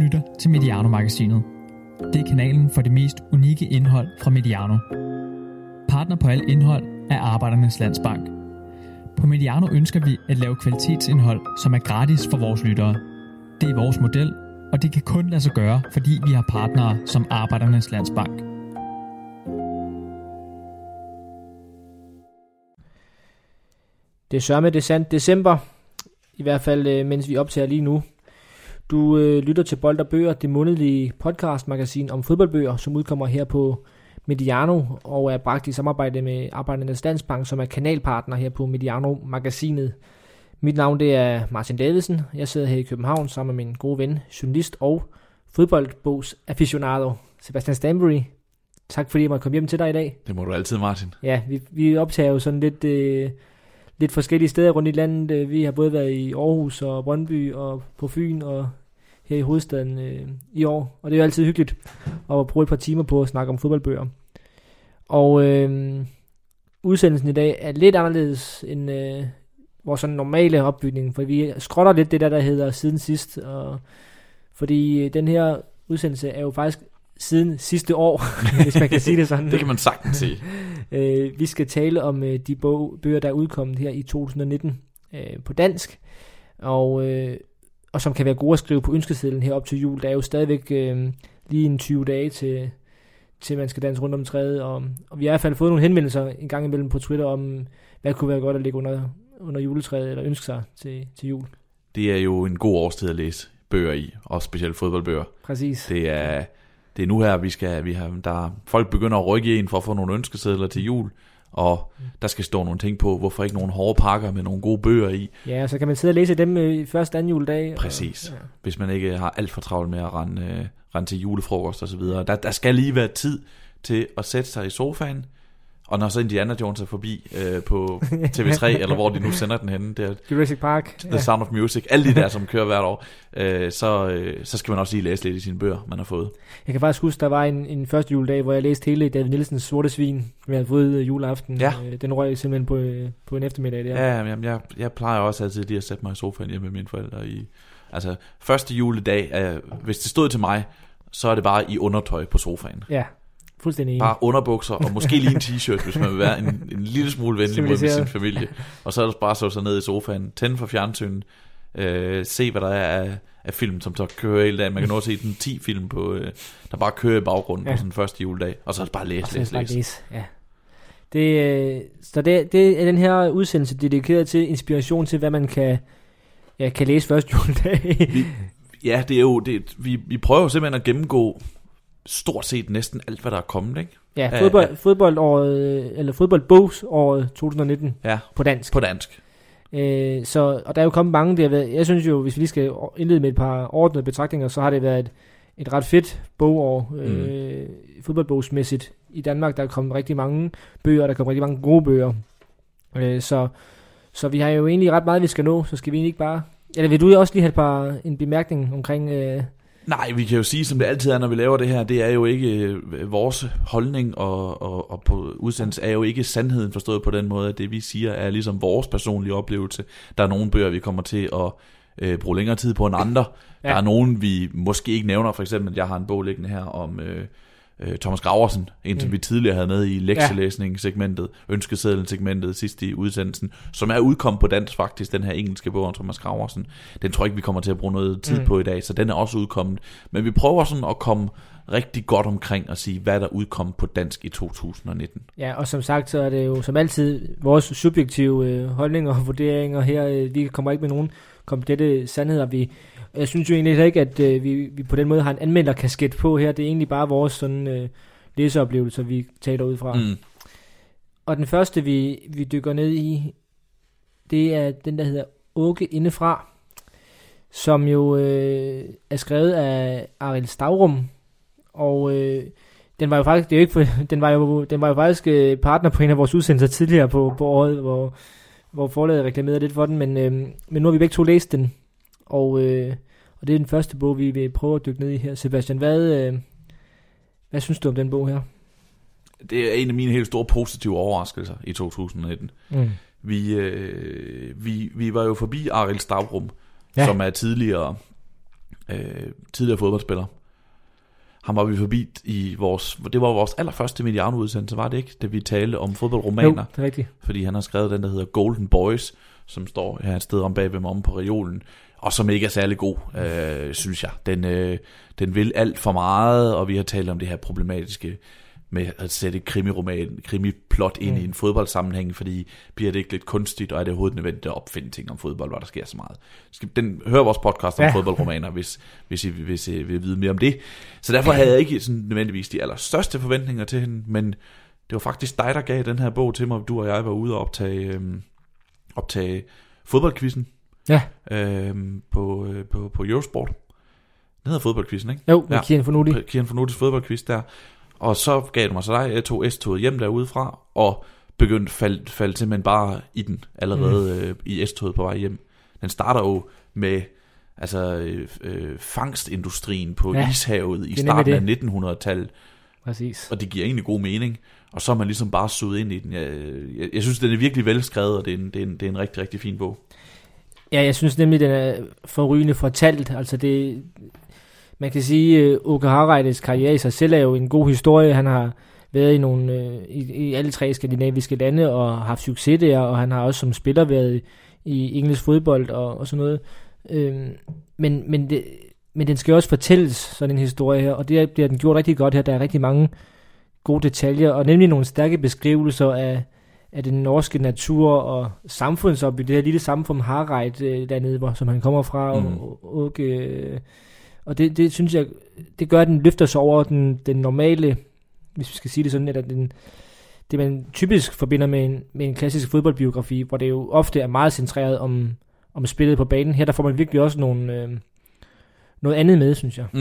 lytter til Mediano-magasinet. Det er kanalen for det mest unikke indhold fra Mediano. Partner på alt indhold er Arbejdernes Landsbank. På Mediano ønsker vi at lave kvalitetsindhold, som er gratis for vores lyttere. Det er vores model, og det kan kun lade sig gøre, fordi vi har partnere som Arbejdernes Landsbank. Det er sørme, det er sandt. December, i hvert fald mens vi optager lige nu. Du lytter til Bold og Bøger, det månedlige podcastmagasin om fodboldbøger, som udkommer her på Mediano og er bragt i samarbejde med Arbejdernes Landsbank, som er kanalpartner her på Mediano-magasinet. Mit navn det er Martin Davidsen. Jeg sidder her i København sammen med min gode ven, journalist og fodboldbogs-aficionado Sebastian Stanbury. Tak fordi jeg måtte komme hjem til dig i dag. Det må du altid, Martin. Ja, vi optager jo sådan lidt forskellige steder rundt i landet. Vi har både været i Aarhus og Brøndby og på Fyn og her i hovedstaden i år. Og det er jo altid hyggeligt at bruge et par timer på at snakke om fodboldbøger. Og udsendelsen i dag er lidt anderledes end vores sådan normale opbygning, for vi skrotter lidt det der hedder siden sidst. Og fordi den her udsendelse er jo faktisk siden sidste år, hvis man kan sige det sådan. Det kan man sagtens sige. Vi skal tale om de bøger, der er udkommet her i 2019 på dansk, og som kan være gode at skrive på ønskesedlen her op til jul. Der er jo stadigvæk lige en 20 dage til man skal danse rundt om træet, og vi har i hvert fald fået nogle henvendelser en gang imellem på Twitter om, hvad kunne være godt at ligge under juletræet, eller ønske sig til jul. Det er jo en god årstid at læse bøger i, og specielt fodboldbøger. Præcis. Det er nu her, folk begynder at rykke ind for at få nogle ønskesedler til jul, og der skal stå nogle ting på, hvorfor ikke nogle hårde pakker med nogle gode bøger i. Ja, så kan man sidde og læse dem i første anden juledag. Præcis. Og, ja. Hvis man ikke har alt for travlt med at rende til julefrokost og så videre. Der skal lige være tid til at sætte sig i sofaen, og når så Indiana Jones er forbi på TV3, eller hvor de nu sender den henne, der Jurassic Park, The Sound of Music, alle de der, som kører hvert år, så skal man også lige læse lidt i sine bøger, man har fået. Jeg kan faktisk huske, der var en første juledag, hvor jeg læste hele David Nielsens Sorte Svin, som jeg havde fået juleaften. Ja. Den røg simpelthen på en eftermiddag der. Ja, jeg plejer også altid lige at sætte mig i sofaen hjemme med mine forældre. Altså, første juledag, hvis det stod til mig, så er det bare i undertøj på sofaen. Ja. Fuldstændig. Bare underbukser, og måske lige en t-shirt, hvis man vil være en lille smule venlig mod sin familie. Og så er det bare så sig ned i sofaen, tænde for fjernsynet, se hvad der er af film, som så kører hele dagen. Man kan nå at se den 10 film, der bare kører i baggrunden på sådan den første juledag, og så bare læse. Ja. Det er den her udsendelse dedikeret til inspiration til, hvad man kan læse første juledag. Vi prøver jo simpelthen at gennemgå stort set næsten alt, hvad der er kommet, ikke? Ja, fodboldåret, eller fodboldbogsåret 2019 på dansk. På dansk. Og der er jo kommet mange, jeg synes jo, hvis vi lige skal indlede med et par ordnede betragtninger, så har det været et ret fedt bogår, fodboldbogsmæssigt i Danmark. Der er kommet rigtig mange bøger, der er kommet rigtig mange gode bøger. Så vi har jo egentlig ret meget, vi skal nå, så skal vi egentlig ikke bare... Eller vil du også lige have en bemærkning omkring... Nej, vi kan jo sige, som det altid er, når vi laver det her, det er jo ikke vores holdning, og på udsendelse er jo ikke sandheden forstået på den måde, at det vi siger er ligesom vores personlige oplevelse. Der er nogle bøger, vi kommer til at bruge længere tid på end andre. Ja. Der er nogle, vi måske ikke nævner, for eksempel, jeg har en bog liggende her om Thomas Graversen, en som vi tidligere havde med i lektielæsning-segmentet, ønskesedlen-segmentet sidst i udsendelsen, som er udkommet på dansk faktisk, den her engelske bog om Thomas Graversen. Den tror jeg ikke, vi kommer til at bruge noget tid på i dag, så den er også udkommet. Men vi prøver sådan at komme rigtig godt omkring og sige, hvad der udkom på dansk i 2019. Ja, og som sagt, så er det jo som altid vores subjektive holdninger og vurderinger her. Vi kommer ikke med nogen komplette sandheder. Jeg synes jo egentlig ikke, at vi på den måde har en anmelderkasket på her. Det er egentlig bare vores sådan, læseoplevelser, vi taler ud fra. Og den første, vi dykker ned i, det er den, der hedder Åke Indefra, som jo er skrevet af Arild Stavrum. Og den var jo faktisk, den var jo faktisk partner på en af vores udsendelser tidligere på året, hvor forlaget reklamerede lidt for den, men nu har vi begge to læst den. Og det er den første bog, vi vil prøve at dykke ned i her. Sebastian, hvad synes du om den bog her? Det er en af mine helt store positive overraskelser i 2019. Vi var jo forbi Arild Stavrum, som er tidligere tidligere fodboldspiller. Han var vi forbi det var vores allerførste Mediano-udsendelse, var det ikke? Da vi talte om fodboldromaner. Jo, det er rigtigt. Fordi han har skrevet den, der hedder Golden Boys, som står her et sted om bag ved mig om på reolen, og som ikke er særlig god, synes jeg. Den vil alt for meget, og vi har talt om det her problematiske med at sætte krimiplot ind i en fodboldsammenhæng, fordi bliver det ikke lidt kunstigt, og er det overhovedet nødvendigt at opfinde ting om fodbold, hvor der sker så meget. Hør vores podcast om fodboldromaner, hvis I vil vide mere om det. Så derfor havde jeg ikke sådan nødvendigvis de allerstørste forventninger til hende, men det var faktisk dig, der gav den her bog til mig. Du og jeg var ude og optage fodboldquizzen på Eurosport. Den hedder fodboldquizzen, ikke? Jo, med Kieran Fornuti. Kieran Fornutis fodboldquiz der. Og så gav du mig så dig, jeg tog S-toget hjem derudefra, og begyndte falde simpelthen bare i den, allerede i S-toget på vej hjem. Den starter jo med fangstindustrien på Ishavet i starten af 1900-tallet. Præcis. Og det giver egentlig god mening. Og så er man ligesom bare suget ind i den. Jeg synes, den er virkelig velskrevet, og det er en rigtig, rigtig fin bog. Ja, jeg synes nemlig, den er forrygende fortalt. Altså det... Man kan sige, Åke Hareides karriere i sig selv er jo en god historie. Han har været i nogle i alle 3 skandinaviske lande og haft succes der, og han har også som spiller været i engelsk fodbold og sådan noget. Men den skal også fortælles, sådan en historie her, og det bliver den gjort rigtig godt her. Der er rigtig mange gode detaljer, og nemlig nogle stærke beskrivelser af den norske natur og samfundsop i det her lille samfund Hareid dernede, som han kommer fra, og det synes jeg, det gør, at den løfter sig over den normale, hvis vi skal sige det sådan, eller det man typisk forbinder med en klassisk fodboldbiografi, hvor det jo ofte er meget centreret om spillet på banen. Her der får man virkelig også noget andet med, synes jeg.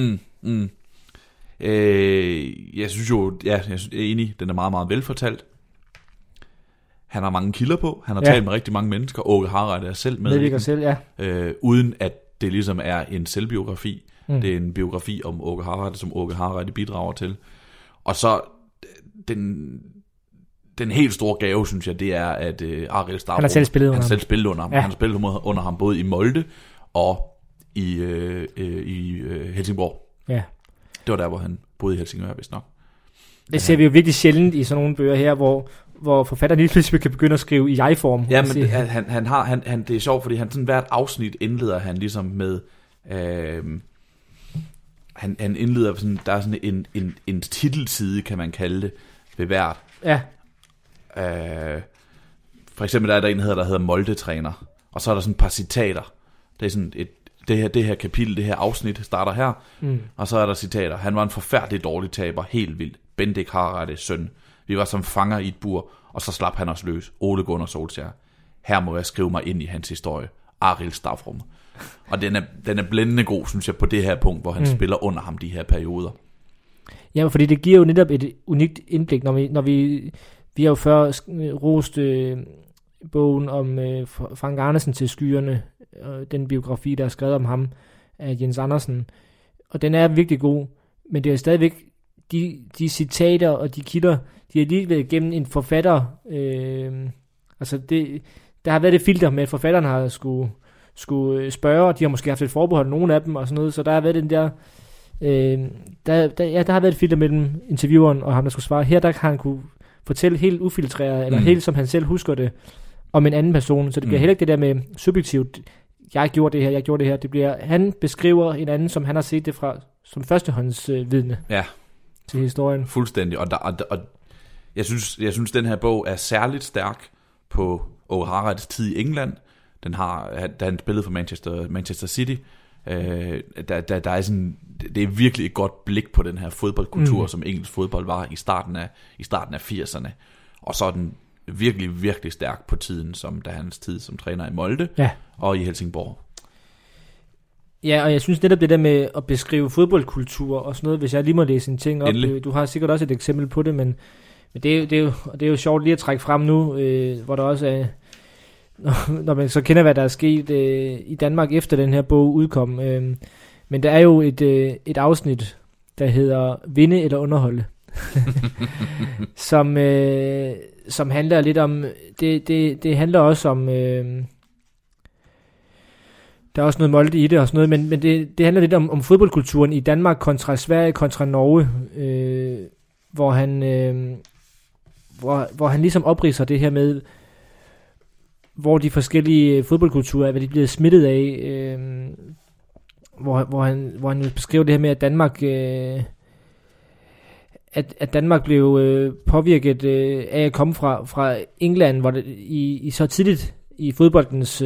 Jeg synes jo, jeg er enig, den er meget, meget velfortalt. Han har mange kilder på, han har talt med rigtig mange mennesker, Åke Hareide er selv med. Medvirker selv, ja. Uden at det ligesom er en selvbiografi. Det er en biografi om Åke Hareide, som Åke Hareide bidrager til. Og så den helt store gave, synes jeg, det er, at Arild Stavrum, han har selv spillet under ham. Han har spillet under ham både i Molde og i Helsingborg. Ja. Det var der, hvor han boede i Helsingør, vist nok. Det ser vi jo virkelig sjældent i sådan nogle bøger her, hvor forfatteren lige pludselig kan begynde at skrive i jeg-form. Ja, men det er sjovt, fordi han sådan hvert afsnit indleder han ligesom med... Han indleder sådan, der er sådan en titelside, kan man kalde det, ved hvert. Ja. For eksempel der hedder Molde-træner, og så er der sådan et par citater. Det er sådan det her kapitel, det her afsnit starter her, og så er der citater. Han var en forfærdelig dårlig taber, helt vildt. Bendik Hareides søn. Vi var som fanger i et bur, og så slap han os løs. Ole Gunnar Solskjær. Her må jeg skrive mig ind i hans historie. Arild Stavrum. Og den er blændende god, synes jeg, på det her punkt, hvor han spiller under ham de her perioder. Ja, fordi det giver jo netop et unikt indblik, når vi har jo før rost bogen om Frank Andersen til skyerne, den biografi, der er skrevet om ham af Jens Andersen, og den er virkelig god, men det er stadigvæk de citater og de kilder, de har lige været gennem en forfatter, der har været det filter med, at forfatteren har skulle spørge, og de har måske haft et forbehold, nogle af dem og sådan noget, så der har været den der, der har været et filter mellem intervieweren og ham, der skulle svare. Her der kan han kunne fortælle helt ufiltreret, eller helt som han selv husker det, om en anden person, så det bliver heller ikke det der med subjektivt, jeg gjorde det her, det bliver, han beskriver en anden, som han har set det fra, som førstehåndsvidne til historien. Fuldstændig, og jeg synes den her bog er særligt stærk på Åke Hareides tid i England. Da han spillede for Manchester City, der er sådan, det er virkelig et godt blik på den her fodboldkultur, som engelsk fodbold var i starten af 80'erne. Og så er den virkelig, virkelig stærk på tiden, da hans tid som træner i Molde og i Helsingborg. Ja, og jeg synes netop det der med at beskrive fodboldkultur og sådan noget, hvis jeg lige må læse en ting op. Du har sikkert også et eksempel på det, men det er jo sjovt lige at trække frem nu, hvor der også er, når man så kender, hvad der er sket i Danmark efter den her bog udkom. Men der er jo et afsnit, der hedder Vinde eller underholde, som handler lidt om, det handler også om Der er også noget Molde i det og sådan noget, men det handler lidt om fodboldkulturen i Danmark kontra Sverige, kontra Norge, hvor han ligesom opridser det her med, hvor de forskellige fodboldkulturer, hvad de bliver smittet af, hvor han beskriver det her med, at Danmark, at Danmark blev påvirket af at komme fra England, hvor det, i så tidligt i fodboldens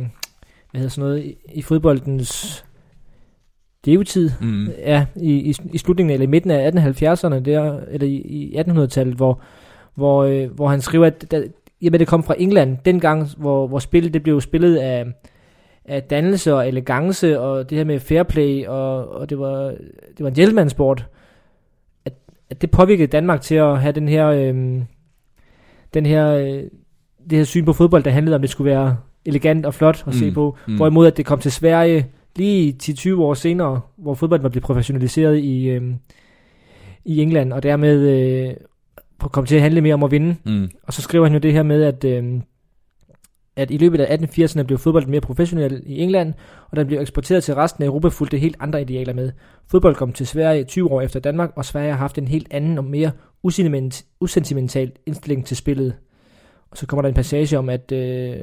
i fodboldens levetid, i slutningen eller i midten af 1870'erne der, eller i 1800-tallet, hvor han skriver, at det kom fra England dengang, hvor spillet det blev spillet af dannelse og elegance og det her med fair play, og det var en gentlemansport, at det påvirkede Danmark til at have det her syn på fodbold, der handlede om, det skulle være elegant og flot at se på, hvorimod at det kom til Sverige lige 10-20 år senere, hvor fodbold var blevet professionaliseret i England, og dermed kom til at handle mere om at vinde. Og så skriver han jo det her med, at i løbet af 1880'erne blev fodbold mere professionel i England, og den blev eksporteret til resten af Europa, fulgte helt andre idealer med. Fodbold kom til Sverige 20 år efter Danmark, og Sverige har haft en helt anden og mere usentimental indstilling til spillet. Og så kommer der en passage om, at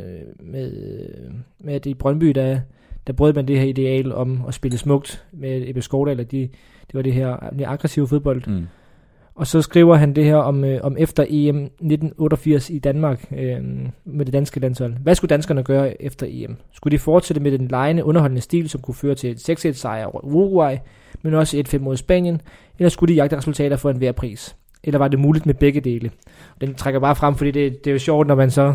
med i Brøndby, der brød man det her ideal om at spille smukt med Ebbe Skovdal, det var det her aggressive fodbold. Og så skriver han det her om efter EM 1988 i Danmark med det danske landshold. Hvad skulle danskerne gøre efter EM? Skulle de fortsætte med den legende, underholdende stil, som kunne føre til et 6-1 sejr over Uruguay, men også 1-5 mod Spanien? Eller skulle de jagte resultater for enhver pris? Eller var det muligt med begge dele? Den trækker bare frem, fordi det er jo sjovt, når man så...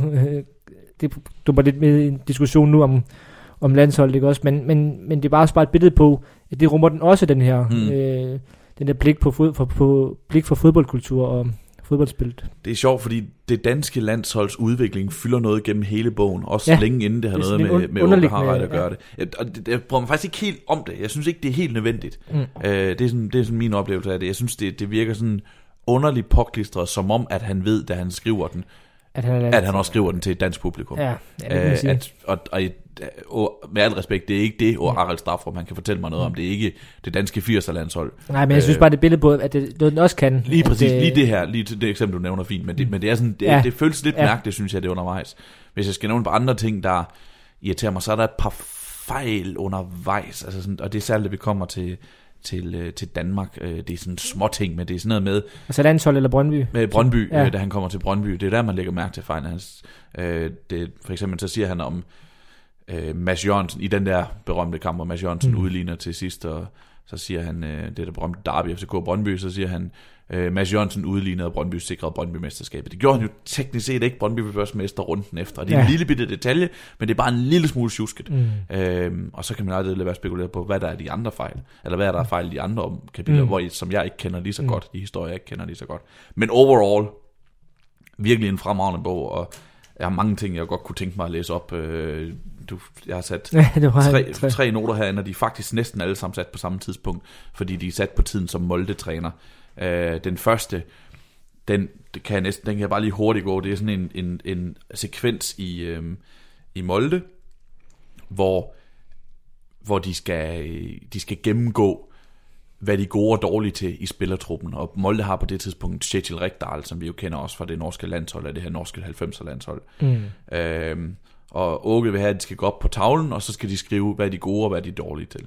du var lidt med i en diskussion nu om landsholdet, ikke også? Men det er bare et billede på, at det rummer den også, den her... den der blik blik for fodboldkultur og fodboldspillet. Det er sjovt, fordi det danske landsholds udvikling fylder noget gennem hele bogen, også længe inden det har noget med Åke Hareide at gøre det. Og jeg prøver mig faktisk ikke helt om det. Jeg synes ikke, det er helt nødvendigt. Det er sådan min oplevelse af det. Jeg synes, det virker sådan underligt påklistret, som om, at han ved, da han skriver den, at han også skriver den til et dansk publikum. Ja, det kan og med al respekt, det er ikke det, og Harald Staffrup, man kan fortælle mig noget om. Det er ikke det danske 80'er-landshold. Nej, men jeg synes bare, det billede på, at det den også kan. Lige præcis, lige det her, lige det eksempel, du nævner fint, men det er sådan, det føles lidt mærkeligt, synes jeg, det er undervejs. Hvis jeg skal nævne på andre ting, der irriterer mig, så er der et par fejl undervejs, altså sådan, og det er særligt, at vi kommer til Danmark. Det er sådan små ting, men det er sådan noget med... Altså landshold eller Brøndby? Med Brøndby, da han kommer til Brøndby. Det er der, man lægger mærke til fejlen hans. For eksempel, så siger han om Mads Jørgensen, i den der berømte kamp, hvor Mads Jørgensen udligner til sidst, og så siger han, det der berømte derby FCK Brøndby, så siger han, Mads Jørgensen udlignede, og Brøndby sikrede Brøndby-mesterskabet. Det gjorde han jo teknisk set ikke. Brøndby blev først mester runden efter. Og det er en lille bitte detalje, men det er bare en lille smule tjusket. Og så kan man aldrig lade være spekulere på, hvad der er de andre fejl, eller hvad er der er fejl i de andre kapitler, som jeg ikke kender lige så godt, de historier jeg ikke kender lige så godt. Men overall, virkelig en fremragende bog, og jeg har mange ting, jeg godt kunne tænke mig at læse op. Jeg har sat tre noter herinde, og de er faktisk næsten alle sammen sat på samme tidspunkt, fordi de er sat på tiden som Molde-træner. Den første, den kan jeg bare lige hurtigt gå. Det er sådan en sekvens i Molde, hvor de skal gennemgå, hvad de er gode og dårlige til i spillertruppen. Og Molde har på det tidspunkt Kjetil Rekdal, som vi jo kender også fra det norske landshold, af det her norske 90'er landshold. Og Åke vil have, at de skal gå op på tavlen, og så skal de skrive, hvad de er gode og hvad de er dårlige til.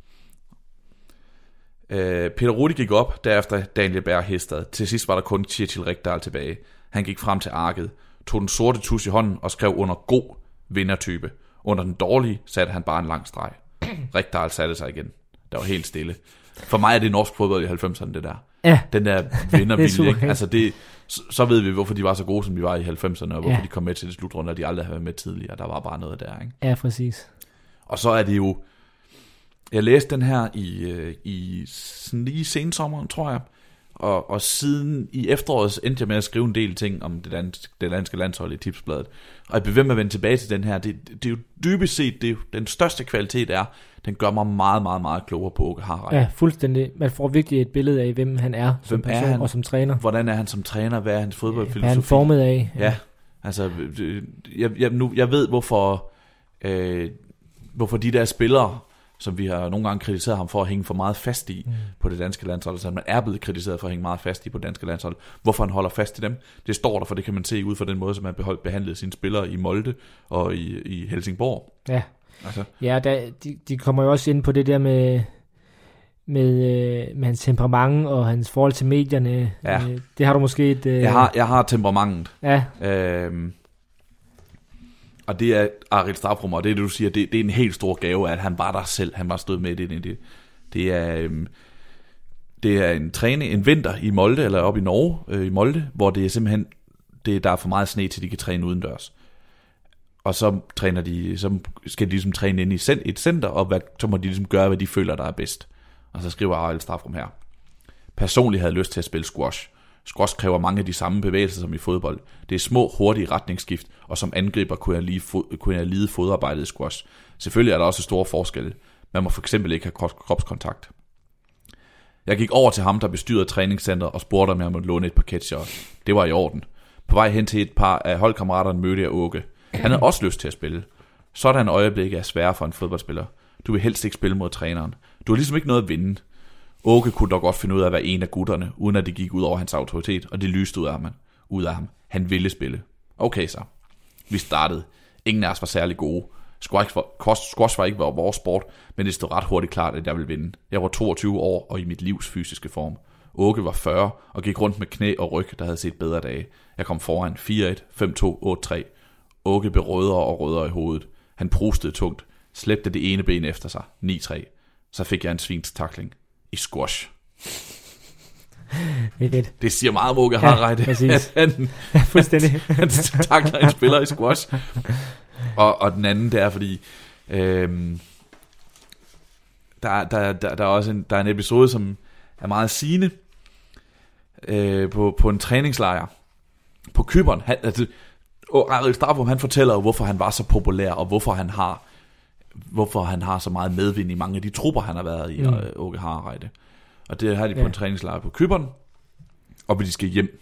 Peter Rudi gik op, derefter Daniel Berg Hestad. Til sidst var der kun Kjetil Rekdal tilbage. Han gik frem til arket, tog den sorte tus i hånden og skrev under god vindertype. Under den dårlige satte han bare en lang streg. Rekdal satte sig igen. Der var helt stille. For mig er det norsk fodbold i 90'erne, det der. Ja. Den der vindervilje, ikke? Altså så ved vi, hvorfor de var så gode, som de var i 90'erne, og hvorfor de kom med til det slutrunde, og de aldrig havde været med tidligere. Der var bare noget der, ikke? Ja, præcis. Og så er det jo... Jeg læste den her i sådan lige sensommeren, tror jeg, og siden i efteråret endte jeg med at skrive en del ting om det danske landshold i Tipsbladet. Og jeg blev ved med at vende tilbage til den her. Det er jo dybest set, den største kvalitet er, den gør mig meget, meget, meget klogere på Åke Hareide. Ja, fuldstændig. Man får virkelig et billede af, hvem han er som person og som træner. Hvordan er han som træner? Hvad er hans fodboldfilosofi? Hvad er han formet af? Ja, altså, jeg ved, hvorfor hvorfor de der spillere, som vi har nogle gange kritiseret ham for at hænge for meget fast i på det danske landshold, så man er blevet kritiseret for at hænge meget fast i på det danske landshold. Hvorfor han holder fast i dem, det står der, for det kan man se ud fra den måde, som han behandlede sine spillere i Molde og i Helsingborg. Ja, altså. Ja, de kommer jo også ind på det der med hans temperament og hans forhold til medierne. Ja. Det har du måske et... Jeg har temperamentet. Ja. Og det er Arild Stavrum, og det du siger, det er en helt stor gave, at han var der selv, han var stået med i det. Det er en vinter i Molde, eller oppe i Norge, i Molde, hvor det er simpelthen, der er for meget sne til, de kan træne udendørs. Og så skal de ligesom træne ind i et center, og så må de ligesom gøre, hvad de føler, der er bedst. Og så skriver Arild Stavrum her: personligt havde jeg lyst til at spille squash. Squash kræver mange af de samme bevægelser som i fodbold. Det er små, hurtige retningsskift, og som angriber kunne jeg lide fodarbejdet i squash. Selvfølgelig er der også store forskelle. Man må for eksempel ikke have kropskontakt. Jeg gik over til ham, der bestyrede træningscenteret, og spurgte, om jeg måtte låne et par catcher. Det var i orden. På vej hen til et par af holdkammeraterne mødte jeg Åke. Han havde også lyst til at spille. Sådan øjeblikke er svære for en fodboldspiller. Du vil helst ikke spille mod træneren. Du har ligesom ikke noget at vinde. Åke kunne dog godt finde ud af at være en af gutterne, uden at det gik ud over hans autoritet, og det lyste ud af ham. Han ville spille. Okay så. Vi startede. Ingen af os var særlig gode. Squash var ikke vores sport, men det stod ret hurtigt klart, at jeg ville vinde. Jeg var 22 år og i mit livs fysiske form. Åke var 40 og gik rundt med knæ og ryg, der havde set bedre dage. Jeg kom foran 4-1, 5-2, 8-3. Åke blev rødere og rødere i hovedet. Han prustede tungt, slæbte det ene ben efter sig. 9-3. Så fik jeg en svinsk-tackling i squash. Det siger meget om Åke Hareide, at han tackler en spiller i squash. Og den anden, det er fordi der er også en episode, som er meget sigende på en træningslejr på Cypern. Arild Stavrum, han fortæller jo, hvorfor han var så populær, og hvorfor han har så meget medvind i mange af de trupper, han har været i, Åke Hareide. Og det har de på en træningslejr på Cypern, og de skal hjem.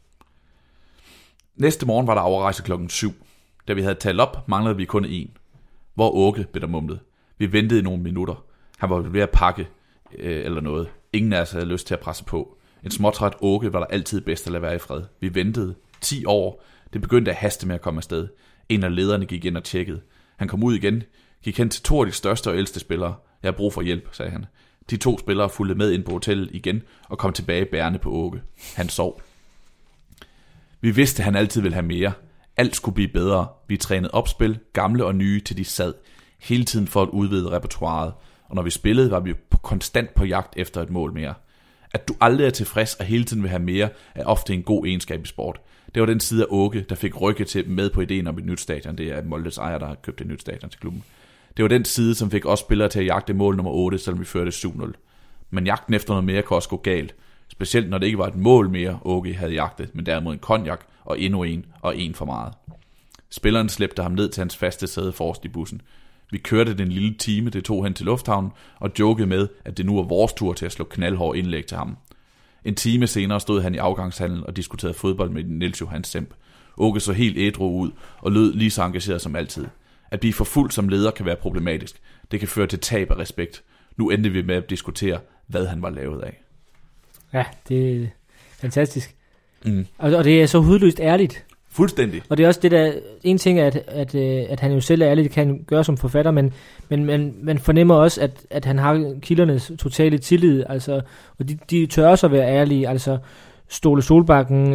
Næste morgen var der afrejse 7:00. Da vi havde talt op, manglede vi kun en. Hvor Åke, blev der mumlet. Vi ventede i nogle minutter. Han var ved at pakke eller noget. Ingen af os havde lyst til at presse på. En småtræt Åke var der altid bedst at lade være i fred. Vi ventede 10 år. Det begyndte at haste med at komme afsted. En af lederne gik ind og tjekkede. Han kom ud igen, gik hen til 2 af de største og ældste spillere. Jeg har brug for hjælp, sagde han. De 2 spillere fulgte med ind på hotellet igen og kom tilbage bærende på Åke. Han sov. Vi vidste, at han altid ville have mere. Alt skulle blive bedre. Vi trænede opspil, gamle og nye, til de sad. Hele tiden for at udvide repertoiret. Og når vi spillede, var vi konstant på jagt efter et mål mere. At du aldrig er tilfreds og hele tiden vil have mere, er ofte en god egenskab i sport. Det var den side af Åke, der fik rykket til med på ideen om et nyt stadion. Det er Moldes ejer, der har købt et nyt stadion til klubben. Det var den side, som fik os spillere til at jagte mål nummer 8, selvom vi førte 7-0. Men jagten efter noget mere kan også gå galt. Specielt når det ikke var et mål mere, Åke havde jagtet, men derimod en konjak og endnu en og en for meget. Spilleren slæbte ham ned til hans faste sæde forrest i bussen. Vi kørte den lille time, det tog hen til lufthavnen, og jokede med, at det nu var vores tur til at slå knaldhård indlæg til ham. En time senere stod han i afgangshallen og diskuterede fodbold med Niels Johan Semp. Åke så helt ædru ud og lød lige så engageret som altid. At blive forfulgt som leder kan være problematisk. Det kan føre til tab af respekt. Nu endte vi med at diskutere, hvad han var lavet af. Ja, det er fantastisk. Og det er så hudløst ærligt. Fuldstændig. Og det er også det der, en ting er, at han jo selv er ærlig, det kan han gøre som forfatter, men man fornemmer også, at han har kildernes totale tillid, altså, og de tør også at være ærlige, altså Ståle Solbakken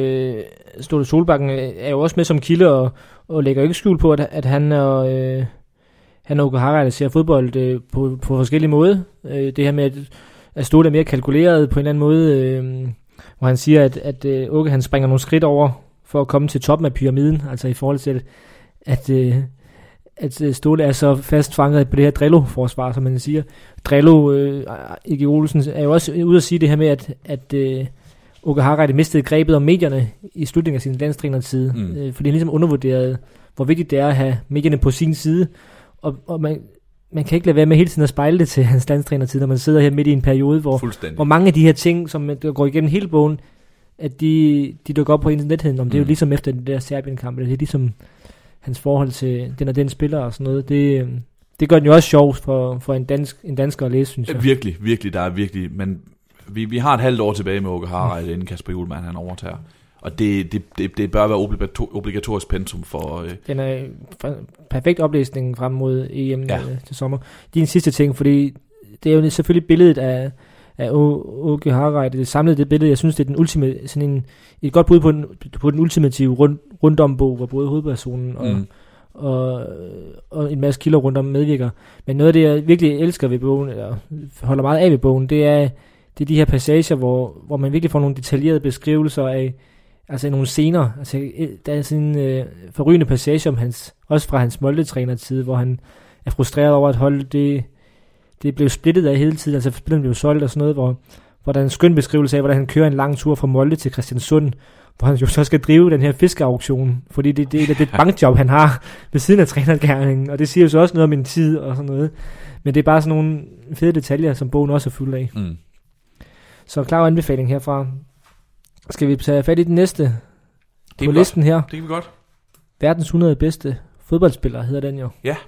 er jo også med som kilde, og lægger ikke skjul på, at han og Åke Hareide ser fodbold på forskellige måder. Det her med, at Ståle er mere kalkuleret på en eller anden måde, hvor han siger, at Åke han springer nogle skridt over, for at komme til toppen af pyramiden, altså i forhold til, at Ståle er så fast fanget på det her Drillo-forsvar, som man siger. Drillo, Iggy Olsen, er jo også ude at sige det her med, at Åke Hareide mistede grebet om medierne i slutningen af sin landstrænertid, fordi han ligesom undervurderede, hvor vigtigt det er at have medierne på sin side, og man kan ikke lade være med hele tiden at spejle det til hans landstrænertid, når man sidder her midt i en periode, hvor mange af de her ting, som går igennem hele bogen, at de dukker op på internetheden, om det er jo ligesom efter den der Serbien-kamp, det er ligesom hans forhold til den og den spiller og sådan noget, det gør den jo også sjov for en dansker at læse, synes jeg. Virkelig, der er virkelig, men vi har et halvt år tilbage med Åke Harreide, inden Kasper Hjulmand han overtager. Og det bør være obligatorisk pensum for... Den er perfekt oplæsning frem mod EM til sommer. Det er en sidste ting, fordi det er jo selvfølgelig billedet af Åke Harreide, det samlede det billede. Jeg synes, det er et godt bud på den ultimative rundombog, hvor både hovedpersonen og en masse kilder rundt om medvirker. Men noget af det, jeg virkelig elsker ved bogen, eller holder meget af ved bogen, det er de her passager, hvor man virkelig får nogle detaljerede beskrivelser af nogle scener. Altså, der er sådan en forrygende passage om også fra hans Molde-trænertid, hvor han er frustreret over, at holdet det blev splittet af hele tiden. Altså, spilleren blev solgt og sådan noget, hvor der er en skøn beskrivelse af, hvordan han kører en lang tur fra Molde til Christiansund, hvor han jo så skal drive den her fiskeauktion, fordi det er et bankjob, han har ved siden af trænergerningen, og det siger jo så også noget om en tid og sådan noget. Men det er bare sådan nogle fede detaljer, som bogen også er fuld af. Mm. Så klar anbefaling herfra. Skal vi tage fat i den næste på listen her? Det kan vi godt. Verdens 100 bedste fodboldspillere hedder den jo. Ja.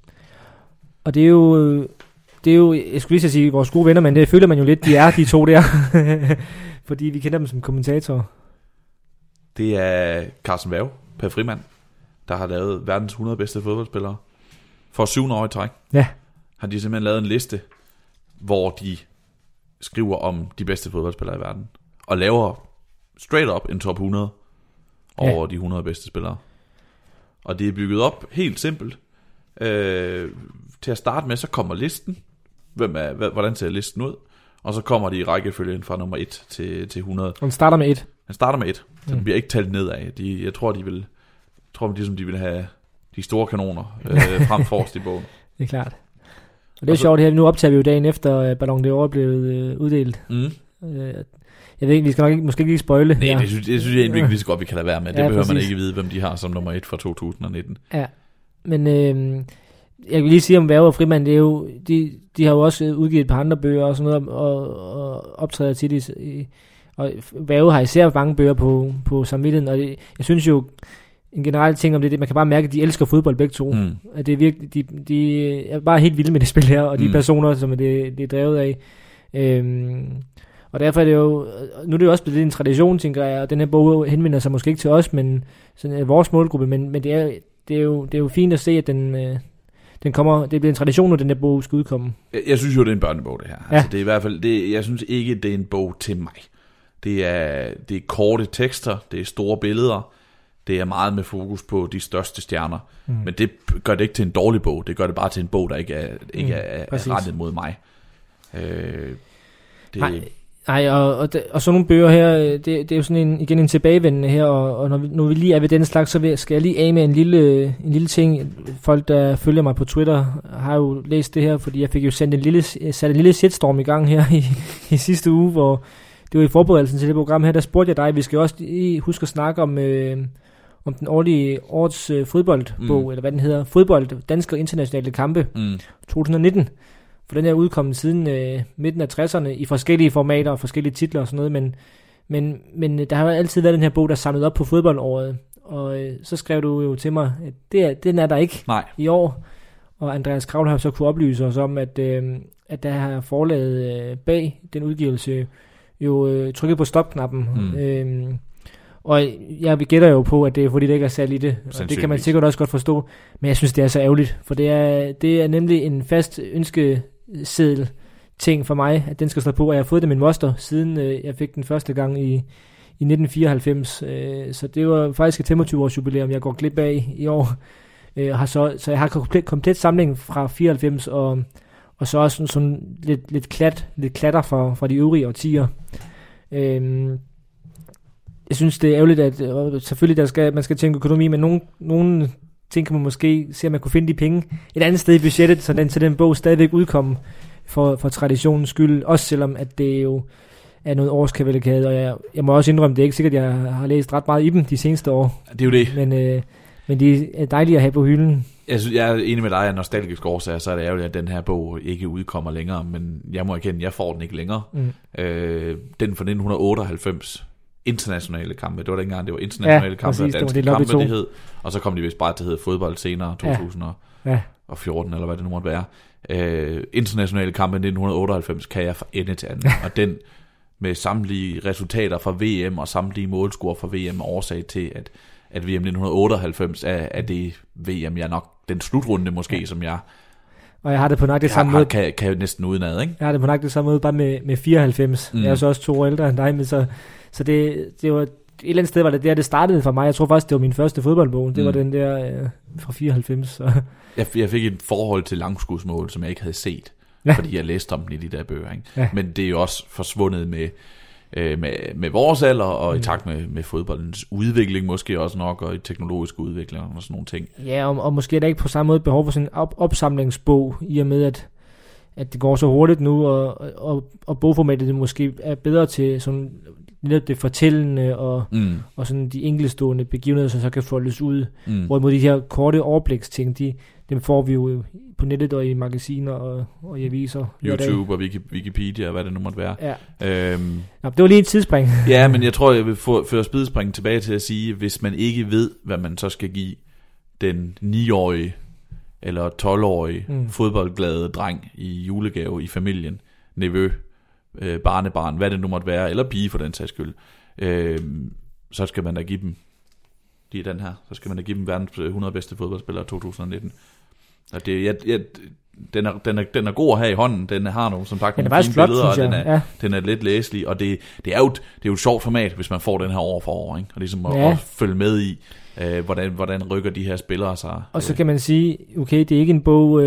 Og det er jo, jeg skulle lige sige vores gode venner, men det føler man jo lidt, de er de to der. Fordi vi kender dem som kommentatorer. Det er Carsten Werge, Per Frimand, der har lavet verdens 100 bedste fodboldspillere. For 7 år i træk. Ja. Har de simpelthen lavet en liste, hvor de skriver om de bedste fodboldspillere i verden. Og laver straight up en top 100 over de 100 bedste spillere. Og det er bygget op helt simpelt. Til at starte med, så kommer listen. Hvordan ser listen ud? Og så kommer de i rækkefølgen fra nummer 1 til 100. Og den starter med 1. Den starter med 1. Så den bliver ikke talt nedad. Jeg tror, de vil have de store kanoner frem forrest i bogen. Det er klart. Og det er sjovt her. Nu optager vi jo dagen efter Ballon d'Or er blevet uddelt. Jeg ved ikke, vi skal måske ikke spoile. Nej, det synes jeg egentlig ikke lige så godt, vi kan lade være med. Det behøver præcis. Man ikke vide, hvem de har som nummer 1 fra 2019. Ja, men jeg vil lige sige om Werge og Frimand, det er jo, de har jo også udgivet et par andre bøger og sådan noget, og optræder tit og Werge har især mange bøger på samvittigheden, og jeg synes jo, en generel ting om det, man kan bare mærke, at de elsker fodbold begge to. At det er virkelig, de er bare helt vilde med det spil her, og de personer, som det er drevet af. Og derfor er det jo, nu er det jo også blevet en tradition, tænker jeg, og den her bog henvender sig måske ikke til os, men sådan vores målgruppe, men det er jo fint at se, at den kommer, det bliver en tradition, når den her bog skal udkomme. Jeg synes jo, det er en børnebog, det her. Ja. Altså, det er i hvert fald, jeg synes ikke, det er en bog til mig. Det er korte tekster, det er store billeder, det er meget med fokus på de største stjerner, men det gør det ikke til en dårlig bog, det gør det bare til en bog, der ikke er rettet mod mig. Nej, og sådan nogle bøger her, det er jo sådan igen en tilbagevendende her, og når vi lige er ved den slags, så skal jeg lige af med en lille ting. Folk, der følger mig på Twitter, har jo læst det her, fordi jeg fik jo sat en lille shitstorm i gang her i sidste uge, hvor det var i forberedelsen til det program her, der spurgte jeg dig, vi skal også huske at snakke om den årets fodboldbog, eller hvad den hedder, Fodbold, Danske og Internationale Kampe, 2019. For den er udkommet siden midten af 60'erne i forskellige formater og forskellige titler og sådan noget, men der har jo altid været den her bog, der samlet op på fodboldåret, og så skrev du jo til mig, at den er der ikke i år, og Andreas Kravl har så kunne oplyse os om, at der har forlaget bag den udgivelse jo trykket på stopknappen, og jeg gætter jo på, at det er fordi, det ikke er salg i det, og det kan man sikkert også godt forstå, men jeg synes, det er så ærgerligt, for det er nemlig en fast ønskeseddel ting for mig, at den skal stå på, og jeg har fået det med min moster, siden jeg fik den første gang i 1994, så det var faktisk et 25-års jubilæum, jeg går glip af i år, så jeg har komplet samling fra 94, og så også sådan lidt klatter fra de øvrige årtier. Jeg synes, det er ærgerligt, at selvfølgelig man skal tænke økonomi, men nogle ting kan man måske se, at man kunne finde de penge et andet sted i budgettet, så den bog stadigvæk udkommer for traditionens skyld, også selvom at det jo er noget årskavalkade, og jeg må også indrømme, det er ikke sikkert, at jeg har læst ret meget i dem de seneste år. Det er jo det. Men de er dejlige at have på hylden. Jeg er enig med dig, at nostalgisk årsager, så er det ærgerligt, at den her bog ikke udkommer længere, men jeg må erkende, at jeg får den ikke længere. Den fra 1998, internationale kampe, det var dengang, det var internationale kampe, præcis, danske det kampe, det hed, og så kom de vist bare til at hedde fodbold senere, 2000 og og 14, eller hvad det nu måtte være. Internationale kampe i 1998 kan jeg fra ende til anden, og den med samtlige resultater fra VM og samtlige målscore fra VM er årsag til, at VM 1998 er det VM, jeg nok, den slutrunde måske, som jeg og jeg har det på nok det samme måde. Kan jeg næsten udenad, ikke? Jeg har det på nok det samme måde, bare med 94. Jeg er så også 2 år ældre end dig, men så det var et eller andet sted, var det der, det startede for mig. Jeg tror faktisk, det var min første fodboldbog. Det var den der fra 94. Så. Jeg fik et forhold til langskudsmål, som jeg ikke havde set, fordi jeg læste om den i de der bøger, ikke? Ja. Men det er jo også forsvundet med vores alder, og i takt med fodboldens udvikling måske også nok, og i teknologisk udvikling og sådan nogle ting. Ja, og måske er der ikke på samme måde behov for sådan en opsamlingsbog, i og med, at det går så hurtigt nu, og bogformatet måske er bedre til sådan netop det fortællende, og sådan de enkeltstående begivenheder, som så kan foldes ud. Hvorimod de her korte overbliksting, dem får vi jo på nettet og i magasiner og i aviser. YouTube og Wikipedia, hvad det nu måtte være. Ja. Det var lige et tidsspring. Ja, men jeg tror, jeg vil føre spidspringen tilbage til at sige, hvis man ikke ved, hvad man så skal give den 9-årige eller 12-årige fodboldglade dreng i julegave i familien, nevø, barnebarn, hvad det nu måtte være, eller pige for den sags skyld, så skal man da give dem den her. Så skal man da give dem verdens 100 bedste fodboldspillere 2019. Og den er god at have i hånden. Den har nogle, som sagt, nogle fine billeder, og den er lidt læselig, og det er jo et sjovt format, hvis man får den her år for år, ikke? Og ligesom at følge med i, hvordan rykker de her spillere sig. Og så kan man sige, okay, det er ikke en bog,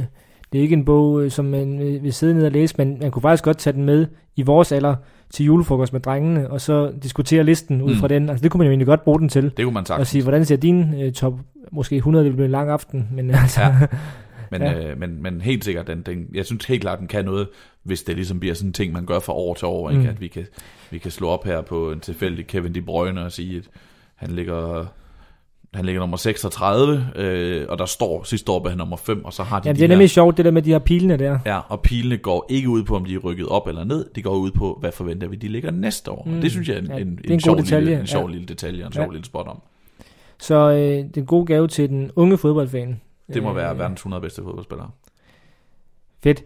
som man vil sidde ned og læse, men man kunne faktisk godt tage den med i vores alder til julefrokost med drengene, og så diskutere listen ud fra den. Altså det kunne man jo egentlig godt bruge den til. Det kunne man sagt. Og sige, hvordan ser din top, måske 100, det vil blive en lang aften, men altså. Ja. Men helt sikkert, jeg synes helt klart, den kan noget, hvis det ligesom bliver sådan en ting, man gør fra år til år, ikke? At vi kan slå op her på en tilfældig Kevin De Bruyne og sige, at han ligger nummer 36, og der står sidste år, han nummer 5, og så har de det er nemlig sjovt, det der med de her pilene der. Ja, og pilene går ikke ud på, om de er rykket op eller ned, de går ud på, hvad forventer vi, de ligger næste år. Det synes jeg er en sjov lille detalje, og en sjov lille spot om. Så det er en god gave til den unge fodboldfan. Det må være verdens 100 bedste fodboldspillere. Fedt.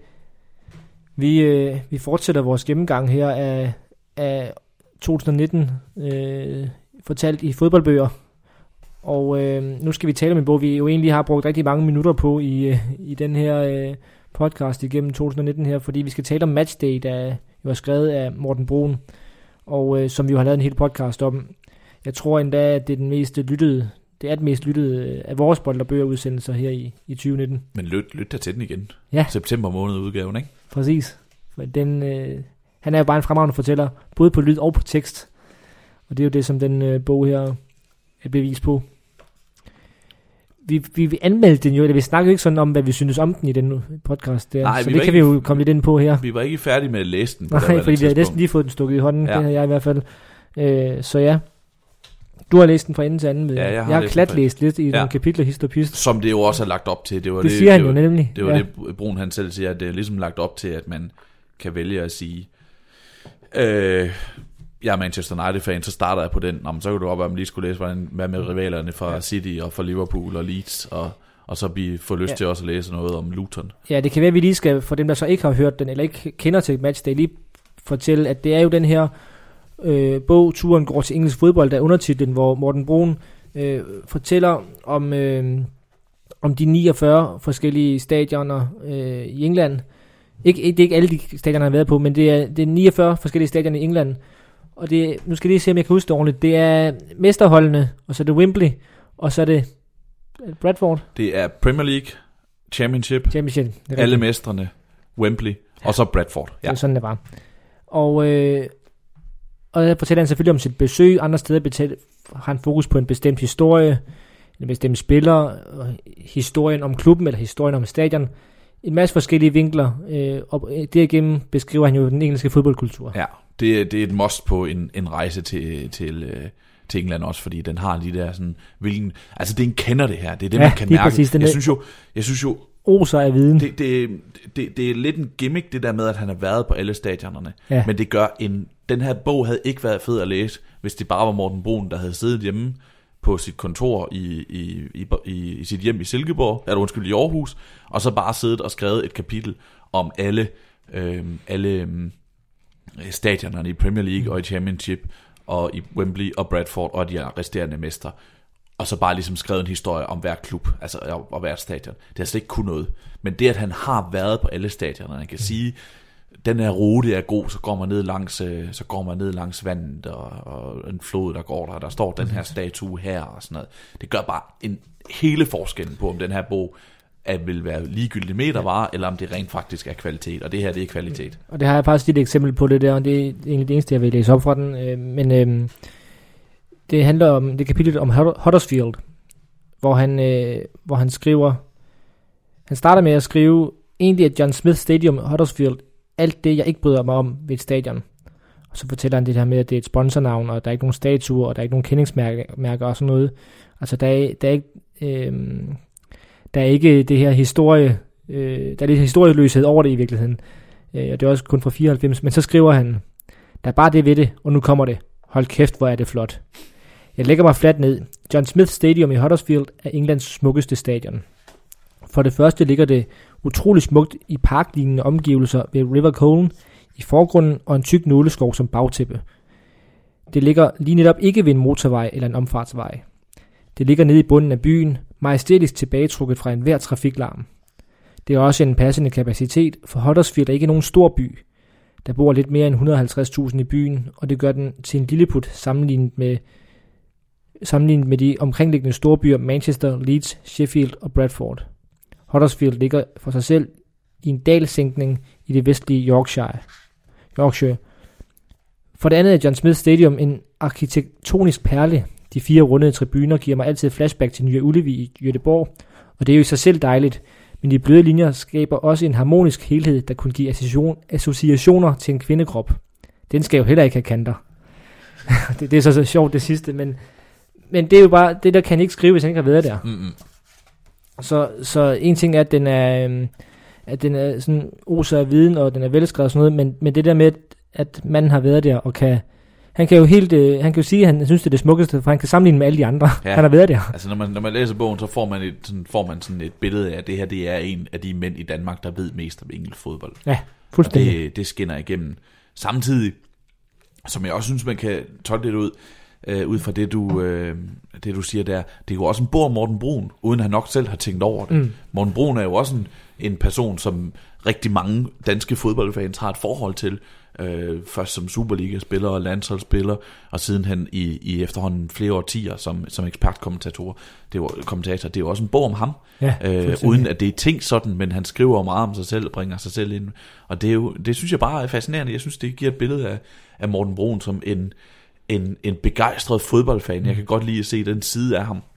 Vi fortsætter vores gennemgang her af 2019, fortalt i fodboldbøger. Og nu skal vi tale om en bog, vi jo egentlig har brugt rigtig mange minutter på i den her podcast igennem 2019 her, fordi vi skal tale om Matchday, der jo er skrevet af Morten Bruun, og som vi jo har lavet en hel podcast om. Jeg tror endda, at det er den mest lyttede af vores bolderbøger udsendelser her i 2019. Men lyt da til den igen. Ja. September måned udgaven, ikke? Præcis. For han er jo bare en fremragende fortæller, både på lyd og på tekst. Og det er jo det, som den bog her er bevis på. Vi anmeldte den jo, eller vi snakkede ikke sådan om, hvad vi synes om den i den podcast der. Nej, så det kan vi jo komme lidt ind på her. Vi var ikke færdige med at læse den. Nej, fordi vi havde næsten lige fået den stukket i hånden. Ja. Det har jeg i hvert fald. Så ja. Du har læst den fra ende til anden. Ja, jeg har klatlæst lidt i nogle kapitler, hist og pist. Som det jo også er lagt op til. Det siger han jo nemlig. Det var det, Bruun han selv siger, at det er ligesom lagt op til, at man kan vælge at sige, jeg er Manchester United-fan, så starter jeg på den. Så kan du op, at man lige skulle læse, hvad med rivalerne fra City og fra Liverpool og Leeds, og så få lyst til også at læse noget om Luton. Ja, det kan være, at vi lige skal, for dem der så ikke har hørt den, eller ikke kender til Matchday, lige fortælle, at det er jo den her bog, Turen går til engelsk fodbold, der er undertitlen, hvor Morten Bruun fortæller om de 49 forskellige stadioner i England. Det er ikke alle de stadioner, han har været på, men det er 49 forskellige stadioner i England. Og nu skal jeg lige se, om jeg kan huske det ordentligt. Det er mesterholdene, og så er det Wembley, og så er det Bradford. Det er Premier League, Championship alle mestrene, Wembley, og så Bradford. Ja. Det er sådan, det var. Og der fortæller han selvfølgelig om sit besøg. Andre steder har han fokus på en bestemt historie, en bestemt spiller, historien om klubben, eller historien om stadion. En masse forskellige vinkler, og derigennem beskriver han jo den engelske fodboldkultur. Ja, det er et must på en rejse til England også, fordi den har lige der sådan, altså det er en kender det her, det er det, man kan mærke. Præcis, jeg synes jo, oser af viden. Det er lidt en gimmick, det der med, at han har været på alle stadionerne, men det gør den her bog havde ikke været fed at læse, hvis det bare var Morten Bruun, der havde siddet hjemme på sit kontor i sit hjem i Silkeborg, i Aarhus, og så bare siddet og skrevet et kapitel om alle stadionerne i Premier League og i Championship og i Wembley og Bradford og de resterende mestre. Og så bare ligesom skrevet en historie om hver klub, altså og hver stadion. Det har slet ikke kun noget. Men det, at han har været på alle stadioner, han kan sige, den her rute er god, så går man ned langs vandet og en flod, der går der står den her statue her og sådan noget. Det gør bare hele forskellen på, om den her bog vil være ligegyldig metervare, eller om det rent faktisk er kvalitet, og det her, det er kvalitet. Og det har jeg faktisk et eksempel på det der, og det er egentlig det eneste, jeg vil læse op fra den, men det handler om det kapitel om Huddersfield, hvor han skriver, han starter med at skrive, egentlig at John Smith Stadium Huddersfield, alt det, jeg ikke bryder mig om ved et stadion. Og så fortæller han det her med, at det er et sponsornavn, og der er ikke nogen statuer, og der er ikke nogen kendingsmærker og sådan noget. Altså, der er ikke det her historie, der er lidt historieløshed over det i virkeligheden. Og det er også kun fra 94, men så skriver han, der er bare det ved det, og nu kommer det. Hold kæft, hvor er det flot. Jeg lægger mig fladt ned. John Smith Stadium i Huddersfield er Englands smukkeste stadion. For det første ligger det utrolig smukt i parklignende omgivelser ved River Colne i forgrunden og en tyk nåleskov som bagtæppe. Det ligger lige netop ikke ved en motorvej eller en omfartsvej. Det ligger nede i bunden af byen, majestætisk tilbagetrukket fra enhver trafiklarm. Det er også en passende kapacitet, for Huddersfield er ikke nogen stor by. Der bor lidt mere end 150.000 i byen, og det gør den til en lilleput sammenlignet med de omkringliggende storbyer Manchester, Leeds, Sheffield og Bradford. Huddersfield ligger for sig selv i en dalsænkning i det vestlige Yorkshire. For det andet er John Smith Stadium en arkitektonisk perle. De 4 rundede tribuner giver mig altid flashback til Nye Ullevi i Göteborg, og det er jo i sig selv dejligt, men de bløde linjer skaber også en harmonisk helhed, der kunne give associationer til en kvindekrop. Den skal jo heller ikke have kanter. det er så sjovt det sidste, men det er jo bare, det der kan ikke skrive, hvis han ikke har været der. Mm-hmm. Så en ting er, at den er sådan oser af viden, og den er velskrevet og sådan noget, men det der med, at manden har været der, og han kan jo sige, at han synes, det er det smukkeste, for han kan sammenligne med alle de andre. Ja. Han har været der. Altså, når man læser bogen, så får man sådan et billede af, at det her, det er en af de mænd i Danmark, der ved mest om engelsk fodbold. Ja, fuldstændig. Og det skinner igennem. Samtidig, som jeg også synes, man kan tolke det ud fra det du siger der, det er jo også en bog om Morten Bruun, uden han nok selv har tænkt over det. Mm. Morten Bruun er jo også en person, som rigtig mange danske fodboldfans har et forhold til. Først som Superliga-spiller og landsholdsspiller, og sidenhen i efterhånden flere årtier som ekspertkommentator. Det er jo også en bog om ham, uden at det er tænkt sådan, men han skriver meget om sig selv og bringer sig selv ind. Og det synes jeg bare er fascinerende. Jeg synes, det giver et billede af Morten Bruun som en begejstret fodboldfan. Jeg kan godt lide at se den side af ham.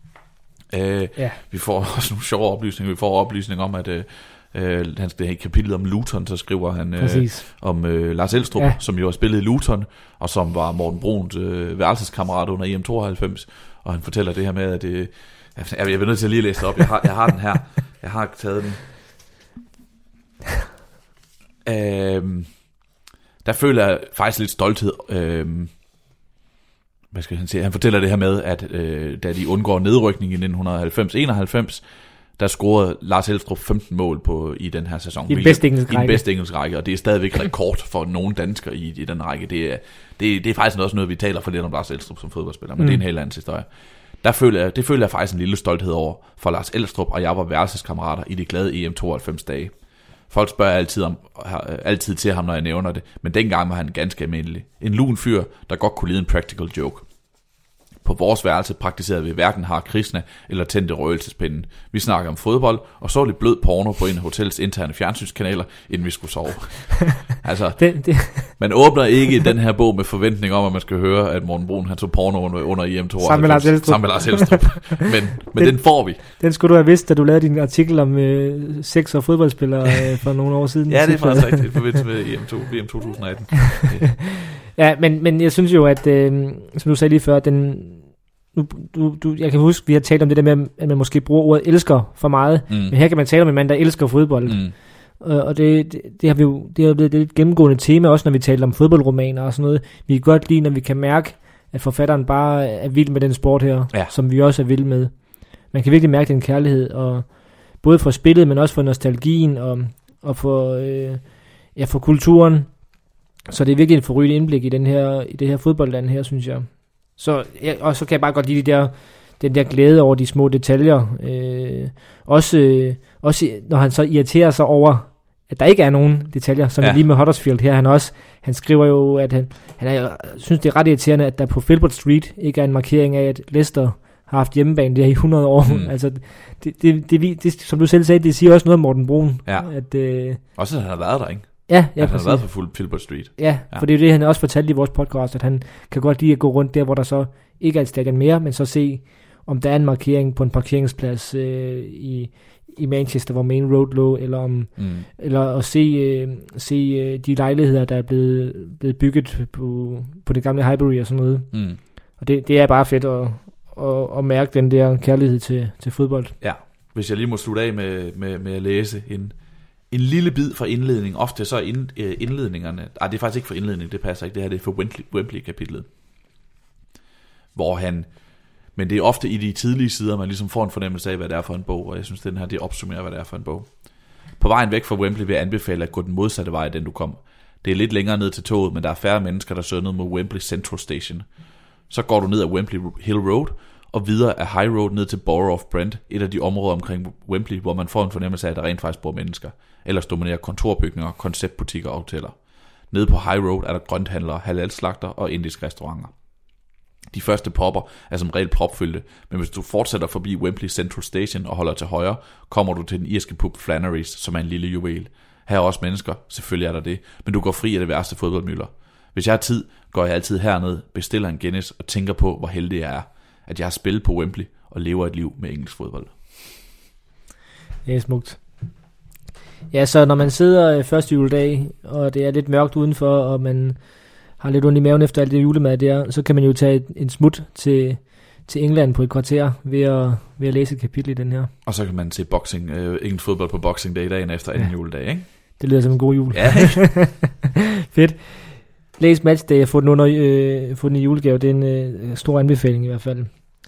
Vi får også nogle sjove oplysninger. Vi får oplysninger om, at han skal have et kapitel om Luton, så skriver han om Lars Elstrup, som jo har spillet i Luton, og som var Morten Bruuns værelseskammerat under EM92, og han fortæller det her med, at jeg vil nødt til at lige læse det op. Jeg har den her. Jeg har taget den. Der føler jeg faktisk lidt stolthed. Hvad skal han sige? Han fortæller det her med, at da de undgår nedrykning i 1990-91, der scorede Lars Elstrup 15 mål i den her sæson. I den bedste engelske række, og det er stadigvæk rekord for nogen danskere i den række. Det er faktisk også noget, vi taler for lidt om Lars Elstrup som fodboldspiller, men det er en helt anden historie. Det føler jeg faktisk en lille stolthed over for Lars Elstrup, og jeg var værelseskammerater i de glade EM92 dage. Folk spørger altid til ham, når jeg nævner det, men dengang var han ganske almindelig. En lun fyr, der godt kunne lide en practical joke. På vores værelse praktiserede vi hverken Hare Krishna eller tændte røgelsespinden. Vi snakker om fodbold, og så lidt blød porno på en af hotellets interne fjernsynskanaler, inden vi skulle sove. Altså, man åbner ikke den her bog med forventning om, at man skal høre, at Morten Bruun han tog porno under EM92. Sammen med Lars Elstrup. men den får vi. Den skulle du have vidst, da du lavede din artikel om sex og fodboldspillere for nogle år siden. Ja, det er faktisk rigtigt, i forbindelse med EM 2018. Ja, men jeg synes jo, at som du sagde lige før, jeg kan huske, vi har talt om det der med, at man måske bruger ordet elsker for meget, men her kan man tale om en mand, der elsker fodbold. Og det har blevet et gennemgående tema, også når vi taler om fodboldromaner og sådan noget. Vi kan godt lide, når vi kan mærke, at forfatteren bare er vild med den sport her, som vi også er vilde med. Man kan virkelig mærke den kærlighed, og både for spillet, men også for nostalgien, og for kulturen. Så det er virkelig en forrygende indblik i det her fodboldland her, synes jeg. Og så kan jeg bare godt lide den der glæde over de små detaljer. Også når han så irriterer sig over, at der ikke er nogen detaljer, som lige med Huddersfield her. Han skriver jo, at han synes, det er ret irriterende, at der på Filbert Street ikke er en markering af, at Leicester har haft hjemmebane der i 100 år. Altså, det, som du selv sagde, det siger også noget om Morten Brun. Ja. Også at han har været der, ikke? Ja, han har været på Filbert Street. Ja, for det er det, han også fortalte i vores podcast, at han kan godt lide at gå rundt der, hvor der så ikke er et stadion mere, men så se, om der er en markering på en parkeringsplads i Manchester, hvor Main Road lå, eller at se de lejligheder, der er blevet bygget på det gamle Highbury og sådan noget. Og det er bare fedt at mærke den der kærlighed til fodbold. Ja, hvis jeg lige må slutte af med at læse en lille bid fra indledningen. Ofte så er indledningerne... det er faktisk ikke for indledning, det passer ikke. Det her det er for Wembley-kapitlet. Men det er ofte i de tidlige sider, man ligesom får en fornemmelse af, hvad det er for en bog. Og jeg synes, den her, det opsummerer, hvad det er for en bog. På vejen væk fra Wembley vil jeg anbefale at gå den modsatte vej, den du kom. Det er lidt længere ned til toget, men der er færre mennesker, der søger ned mod Wembley Central Station. Så går du ned ad Wembley Hill Road, og videre af High Road ned til Borough of Brent, et af de områder omkring Wembley, hvor man får en fornemmelse af, at der rent faktisk bor mennesker. Ellers dominerer kontorbygninger, konceptbutikker og hoteller. Nede på High Road er der grønthandlere, halalslagter og indiske restauranter. De første popper er som regel propfyldte, men hvis du fortsætter forbi Wembley Central Station og holder til højre, kommer du til den irske pub Flannery's, som er en lille juvel. Her er også mennesker, selvfølgelig er der det, men du går fri af det værste fodboldmylder. Hvis jeg har tid, går jeg altid herned, bestiller en Guinness og tænker på, hvor heldig jeg er, at jeg har spillet på Wembley og lever et liv med engelsk fodbold. Det er smukt. Ja, så når man sidder første juledag, og det er lidt mørkt udenfor, og man har lidt ondt i maven efter alt det julemad der, så kan man jo tage en smut til England på et kvarter ved at læse et kapitel i den her. Og så kan man se engelsk fodbold på Boxing Day dagen efter anden juledag, ikke? Det lyder som en god jul. Ja, fedt. Læs Matchday og få den i julegave. Det er en stor anbefaling i hvert fald.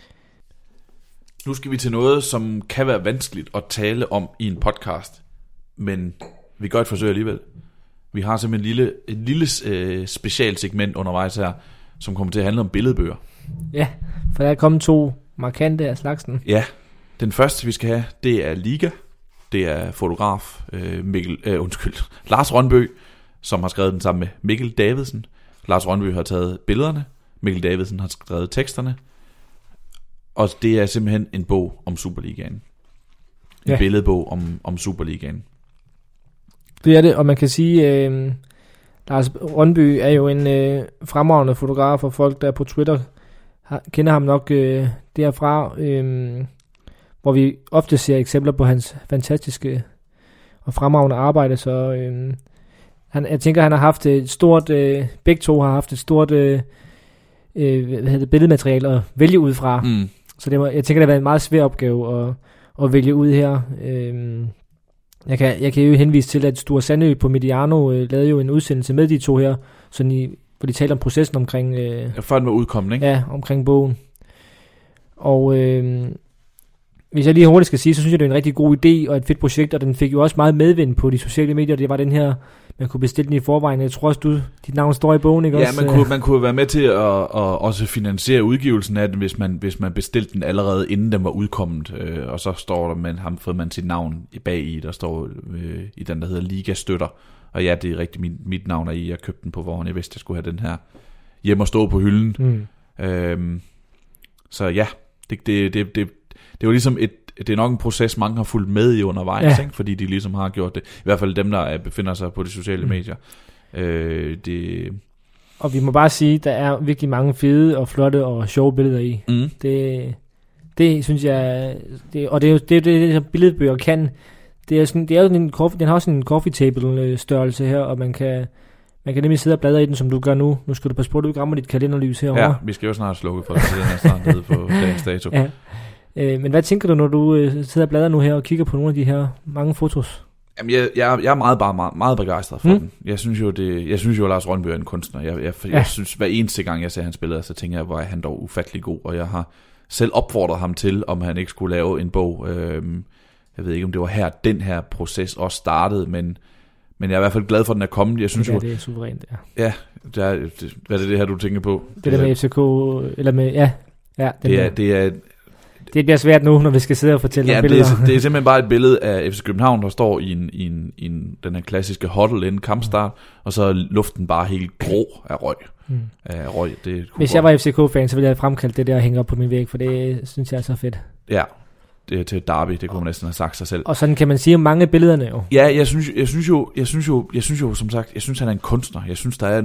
Nu skal vi til noget, som kan være vanskeligt at tale om i en podcast, men vi gør et forsøg alligevel. Vi har simpelthen et lille specialsegment undervejs her, som kommer til at handle om billedbøger. Ja, for der er kommet 2 markante af slagsen. Ja, den første vi skal have, det er Liga. Det er fotograf Lars Rønbø, som har skrevet den sammen med Mikkel Davidsen. Lars Rønbø har taget billederne, Mikkel Davidsen har skrevet teksterne, og det er simpelthen en bog om Superligaen. En billedbog om Superligaen. Det er det, og man kan sige, Lars Rønbø er jo en fremragende fotograf, og folk der på Twitter kender ham nok derfra, hvor vi ofte ser eksempler på hans fantastiske og fremragende arbejde, så jeg tænker, han har haft et stort, begge to har haft et stort billedmateriale at vælge ud fra. Så jeg tænker, det har været en meget svær opgave at vælge ud her. Jeg kan jo henvise til, at Sture Sandø på Mediano lavede jo en udsendelse med de 2 her, hvor de talte om processen omkring... før den var udkommet, ikke? Ja, omkring bogen. Og hvis jeg lige hurtigt skal sige, så synes jeg, det er en rigtig god idé og et fedt projekt, og den fik jo også meget medvind på de sociale medier. Det var den her, man kunne bestille den i forvejen. Jeg tror også, dit navn står i bogen, ikke også? Ja, man kunne være med til at også finansiere udgivelsen af den, hvis man bestilte den allerede inden den var udkommet. Og så står der, man har fået man sit navn bag i, der står i den, der hedder Liga Støtter. Og ja, det er rigtigt, mit navn er i. Jeg købte den på forhånd. Jeg vidste, jeg skulle have den her hjemme og stå på hylden. Så ja, det var ligesom det er nok en proces, mange har fulgt med i undervejs, ikke? Fordi de ligesom har gjort det. I hvert fald dem, der befinder sig på de sociale medier. Og vi må bare sige, der er virkelig mange fede og flotte og sjove billeder i. Det synes jeg, og det er jo det billedbøger kan. Det er jo den har også en coffee table størrelse her, og man kan nemlig sidde og bladre i den, som du gør nu. Nu skal du passe på, at du ikke rammer dit kalenderlys herovre. Ja, vi skal jo snart slukke for det, den er snart nede på dagens dato. Ja. Men hvad tænker du, når du sidder og bladrer nu her og kigger på nogle af de her mange fotos? Jamen, jeg er meget begejstret for den. Jeg synes jo, at Lars Rønby er en kunstner. Jeg synes, hver eneste gang, jeg ser hans billeder, så tænker jeg, hvor er han dog ufattelig god. Og jeg har selv opfordret ham til, om han ikke skulle lave en bog. Jeg ved ikke, om det var her, den her proces også startede, men jeg er i hvert fald glad for, at den er kommet. Jeg synes det er suverænt, ja. Ja, hvad er det her, du tænker på? Det der med FCK, eller med, ja. Det bliver svært nu, når vi skal sidde og fortælle om billeder. Det er simpelthen bare et billede af FC København, der står i den her klassiske huddle inden kampstart, og så er luften bare helt grå af røg. Hvis jeg var FCK-fan, så ville jeg fremkalde det der og hænge op på min væg, for det synes jeg er så fedt. Ja, det er til Derby, det kunne man næsten have sagt sig selv. Og sådan kan man sige om mange af billederne jo. Ja, jeg synes jo, som sagt, jeg synes, han er en kunstner. Jeg synes, der er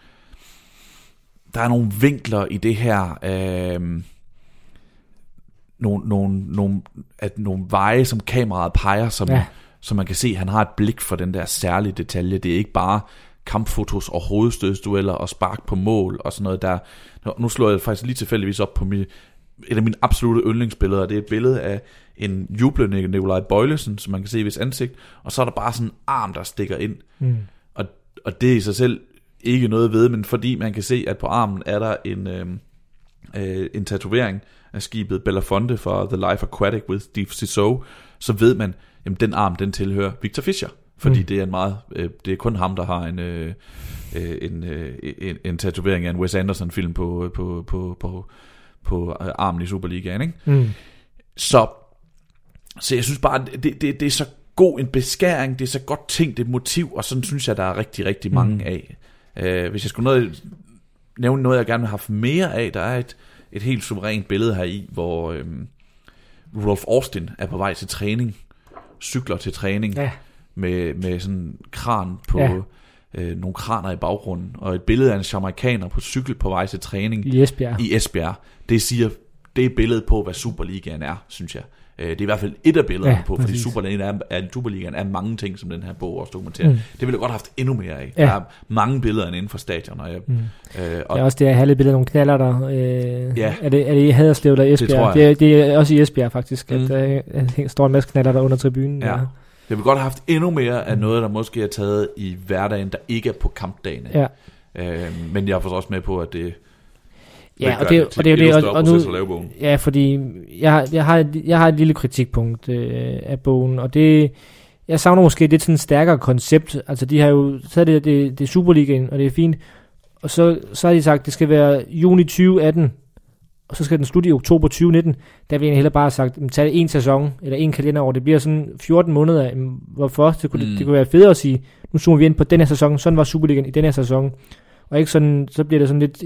nogle vinkler i det her, nogle veje, som kameraet peger, som man kan se, han har et blik for den der særlige detalje. Det er ikke bare kampfotos og hovedstødsdueller og spark på mål og sådan noget der. Nu slår jeg faktisk lige tilfældigvis op på et af mine absolutte yndlingsbilleder. Det er et billede af en jublende Nikolaj Bøjlesen, som man kan se i hvis ansigt, og så er der bare sådan en arm, der stikker ind. Og det er i sig selv ikke noget ved, men fordi man kan se, at på armen er der en tatovering af skibet Belafonte fra The Life Aquatic with Steve Zissou, så ved man, jamen den arm, den tilhører Victor Fischer, fordi det er det er kun ham, der har en tatovering af en Wes Anderson-film på armen i Superligaen, ikke? Så jeg synes bare, det er så god en beskæring, det er så godt tænkt et motiv, og sådan synes jeg, der er rigtig, rigtig mange af. Hvis jeg skulle nævne noget, jeg gerne vil have haft mere af, der er et helt suverænt billede her i, hvor Rudolf Austin er på vej til træning, cykler til træning, med sådan en kran på nogle kraner i baggrunden, og et billede af en jamaikaner på cykel på vej til træning i Esbjerg. Det er billedet på, hvad Superligaen er, synes jeg. Det er i hvert fald et af billederne på, fordi Superligaen er mange ting, som den her bog også dokumenterer. Det ville jeg godt have haft endnu mere af. Der er mange billeder inden for stadion. Og der er også det her halve billede af nogle knaller der. Er det i Haderslev eller Esbjerg? Det er også i Esbjerg faktisk, at der står en masse knaller der under tribunen. Ja. Jeg vil godt have haft endnu mere af noget, der måske er taget i hverdagen, der ikke er på kampdagen. Men jeg er også med på, at det... Ja, og det er det, og nu, ja, fordi jeg har et lille kritikpunkt af bogen, og jeg savner måske lidt sådan et stærkere koncept. Altså de har jo taget det er Superligaen, og det er fint, og så har de sagt, at det skal være juni 2018, og så skal den slutte i oktober 2019. Der vil jeg heller bare have sagt, tag en sæson, eller en kalenderår, det bliver sådan 14 måneder. Hvorfor? Det kunne være fedt at sige, nu zoomer vi ind på den her sæson, sådan var Superligaen i den her sæson. Og ikke sådan, så bliver det sådan lidt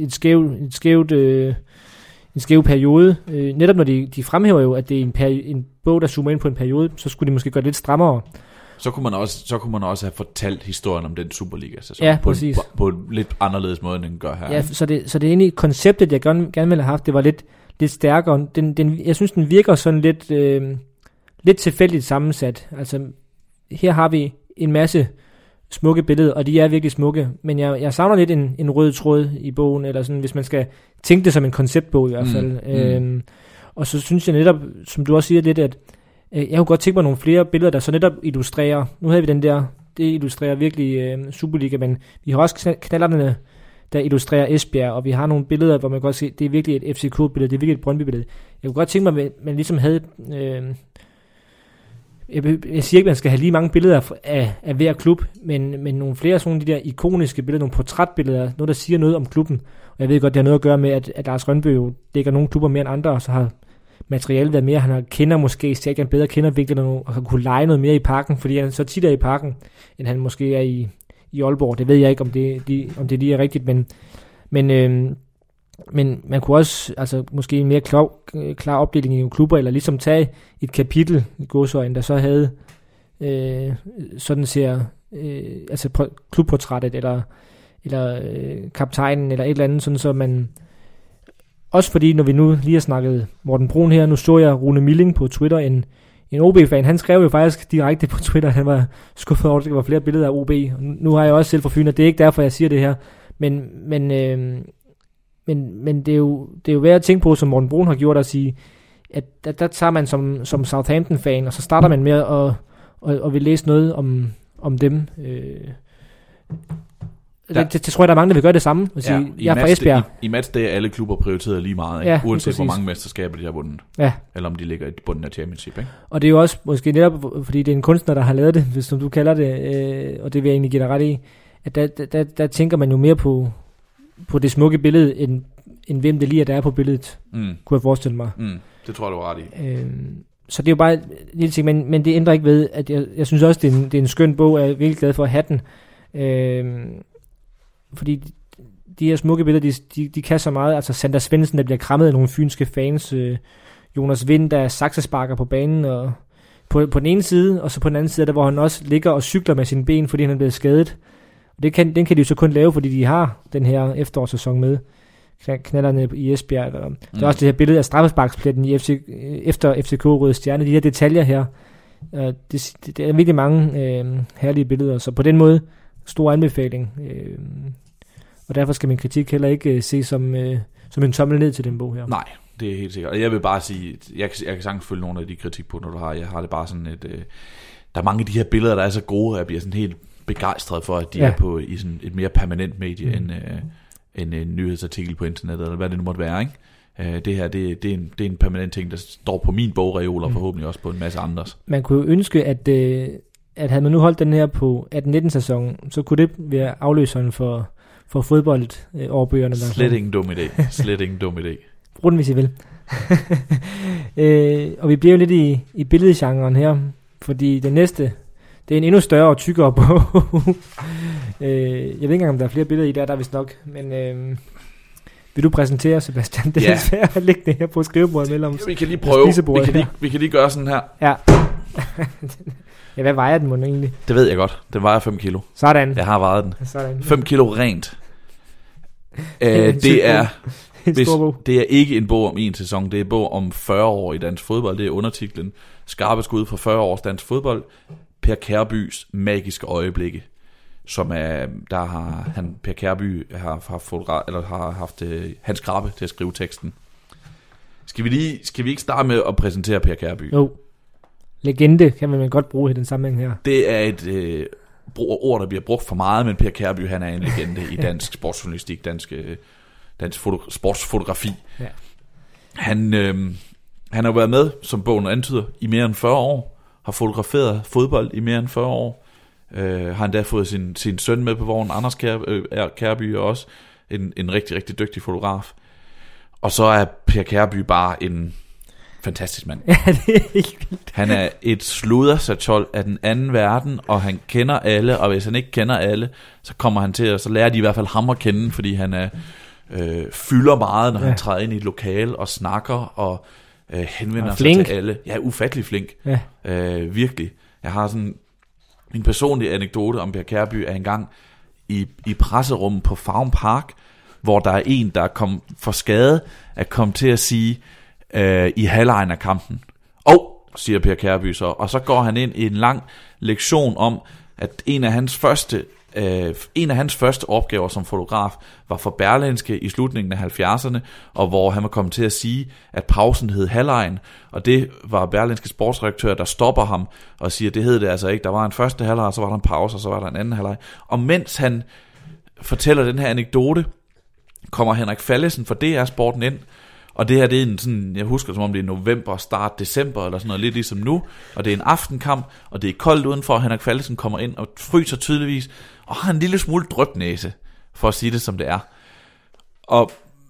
en skæv periode. Netop når de fremhæver jo, at det er en bog, der zoomer ind på en periode, så skulle de måske gøre det lidt strammere. Så kunne man også have fortalt historien om den Superliga-sæson på en lidt anderledes måde, end den gør her. Ja, så det er egentlig konceptet, jeg gerne ville have haft, det var lidt stærkere. Jeg synes, den virker sådan lidt tilfældigt sammensat. Altså, her har vi en masse smukke billeder, og de er virkelig smukke, men jeg savner lidt en rød tråd i bogen, eller sådan, hvis man skal tænke det som en konceptbog i hvert fald. Og så synes jeg netop, som du også siger lidt, at jeg kunne godt tænke mig nogle flere billeder, der så netop illustrerer, nu havde vi den der, det illustrerer virkelig Superliga, men vi har også knallerne, der illustrerer Esbjerg, og vi har nogle billeder, hvor man kan godt se, det er virkelig et FCK-billede, det er virkelig et Brøndby-billede. Jeg kunne godt tænke mig, at man ligesom havde... Jeg siger ikke, at man skal have lige mange billeder af hver klub, men nogle flere sådan de der ikoniske billeder, nogle portrætbilleder, noget der siger noget om klubben. Og jeg ved godt, det har noget at gøre med, at Lars Rønby jo dækker nogle klubber mere end andre, og så har materialet været mere, han kender måske stadion bedre, kender vigtigt og kan kunne lege noget mere i parken, fordi han så tit er i parken, end han måske er i Aalborg. Det ved jeg ikke, om det lige er rigtigt, men man kunne også, altså måske en mere klar opdeling i nogle klubber, eller ligesom tage et kapitel i godsøjne, der så havde sådan ser altså klubportrættet, eller kaptajnen, eller et eller andet, sådan så man, også fordi, når vi nu lige har snakket Morten Brun her, nu så jeg Rune Milling på Twitter, en OB-fan, han skrev jo faktisk direkte på Twitter, han var skuffet over, at der var flere billeder af OB, og nu har jeg også selv for Fyn, og det er ikke derfor, jeg siger det her, men det er jo værd at tænke på, som Morten Brun har gjort, at sige, at der tager man som Southampton-fan, og så starter man med og vil læse noget om dem. Det tror jeg, der er mange, der vil gøre det samme. Sige, jeg er fra Esbjerg. I matchday er alle klubber prioriteret lige meget, ikke? Ja, uanset hvor mange mesterskaber de har vundet. Ja. Eller om de ligger i bunden af championship. Ikke? Og det er jo også måske netop, fordi det er en kunstner, der har lavet det, hvis som du kalder det, og det vil jeg egentlig give dig ret i, at der tænker man jo mere på det smukke billede, end hvem det lige er, der er på billedet, kunne jeg forestille mig. Det tror jeg, du var ret i. Så det er jo bare en lille ting, men det ændrer ikke ved, at jeg synes også, det er en skøn bog, og jeg er virkelig glad for at have den. Fordi de her smukke billeder, de kan så meget. Altså Sander Svendsen, der bliver krammet af nogle fynske fans. Jonas Vind, der saksesparker på banen. Og på den ene side, og så på den anden side, der hvor han også ligger og cykler med sine ben, fordi han er blevet skadet. Og den kan de jo så kun lave, fordi de har den her efterårssæson med. Knalderne i Esbjerg. Der er også det her billede af straffesparkspletten efter FCK Røde Stjerne. De her detaljer her. Det er virkelig mange herlige billeder. Så på den måde, stor anbefaling. Og derfor skal min kritik heller ikke ses som en tommel ned til den bog her. Nej, det er helt sikkert. Og jeg vil bare sige, jeg kan sagtens følge nogle af de kritikpunkter, du har. Jeg har det bare sådan der er mange af de her billeder, der er så gode, at jeg bliver sådan helt begejstret for, at de er på i sådan et mere permanent medie, end en nyhedsartikel på internettet, eller hvad det nu måtte være, ikke? Det her, det er en permanent ting, der står på min bogreol, og forhåbentlig også på en masse andres. Man kunne jo ønske, at havde man nu holdt den her på 18-19 sæsonen, så kunne det være afløseren for fodboldårbøgerne. Slet ingen dum idé. Slet ingen dum idé. Brug den, hvis I vil. Og vi bliver jo lidt i billedgenren her, fordi den næste, det er en endnu større og tykkere bog. Jeg ved ikke engang, om der er flere billeder i der er vist nok, men vil du præsentere, Sebastian? Det er svært at lægge det her på skrivebordet mellem. Vi kan lige prøve. Vi kan lige gøre sådan her. Ja. Ja, hvad vejer den egentlig? Det ved jeg godt. Den vejer 5 kilo. Sådan. Jeg har vejet den. Sådan. 5 kilo rent. Det er ikke en bog om en sæson. Det er en bog om 40 år i dansk fodbold. Det er undertitlen Skarpe skud for 40 års dansk fodbold. Per Kjærbys magiske øjeblikke. Som er, der har Per Kjærby har haft Hans Krabbe til at skrive teksten. Skal vi ikke starte med at præsentere Per Kjærby? Jo. Legende kan man godt bruge i den sammenhæng her. Det er et ord, der bliver brugt for meget, men Per Kjærby, han er en legende i dansk sportsjournalistik, dansk sportsfotografi. Ja. Han har jo været med, som bogen antyder, i mere end 40 år, har fotograferet fodbold i mere end 40 år, har endda fået sin søn med på vognen, Anders Kjærby, og også en rigtig, rigtig dygtig fotograf. Og så er Per Kjærby bare en fantastisk mand. Ja, det er helt vildt. Han er et sludersatol af den anden verden, og han kender alle, og hvis han ikke kender alle, så kommer han til, og så lærer de i hvert fald ham at kende, fordi han fylder meget, når han træder ind i et lokale og snakker og henvender sig til alle. Ja, ufattelig flink. Ja. Virkelig. Jeg har sådan en personlig anekdote om Per Kjærby af en gang i presserummet på Farum Park, hvor der er en, der kom for skade at komme til at sige i halvlejen af kampen. Siger Per Kjærby så. Og så går han ind i en lang lektion om, at en af hans første opgaver som fotograf var for Berlingske i slutningen af 70'erne, og hvor han var kommet til at sige, at pausen hed halvlejen, og det var Berlingske sportsredaktør, der stopper ham og siger, det hed det altså ikke. Der var en første halvleg, så var der en pause, og så var der en anden halvleg. Og mens han fortæller den her anekdote, kommer Henrik Fallesen fra DR Sporten ind. Og det her, det er en sådan, jeg husker som om det er november, start december, eller sådan noget, lidt ligesom nu. Og det er en aftenkamp, og det er koldt udenfor, og Henrik Fallesen kommer ind og fryser tydeligvis, og har en lille smule drypnæse, for at sige det som det er. Og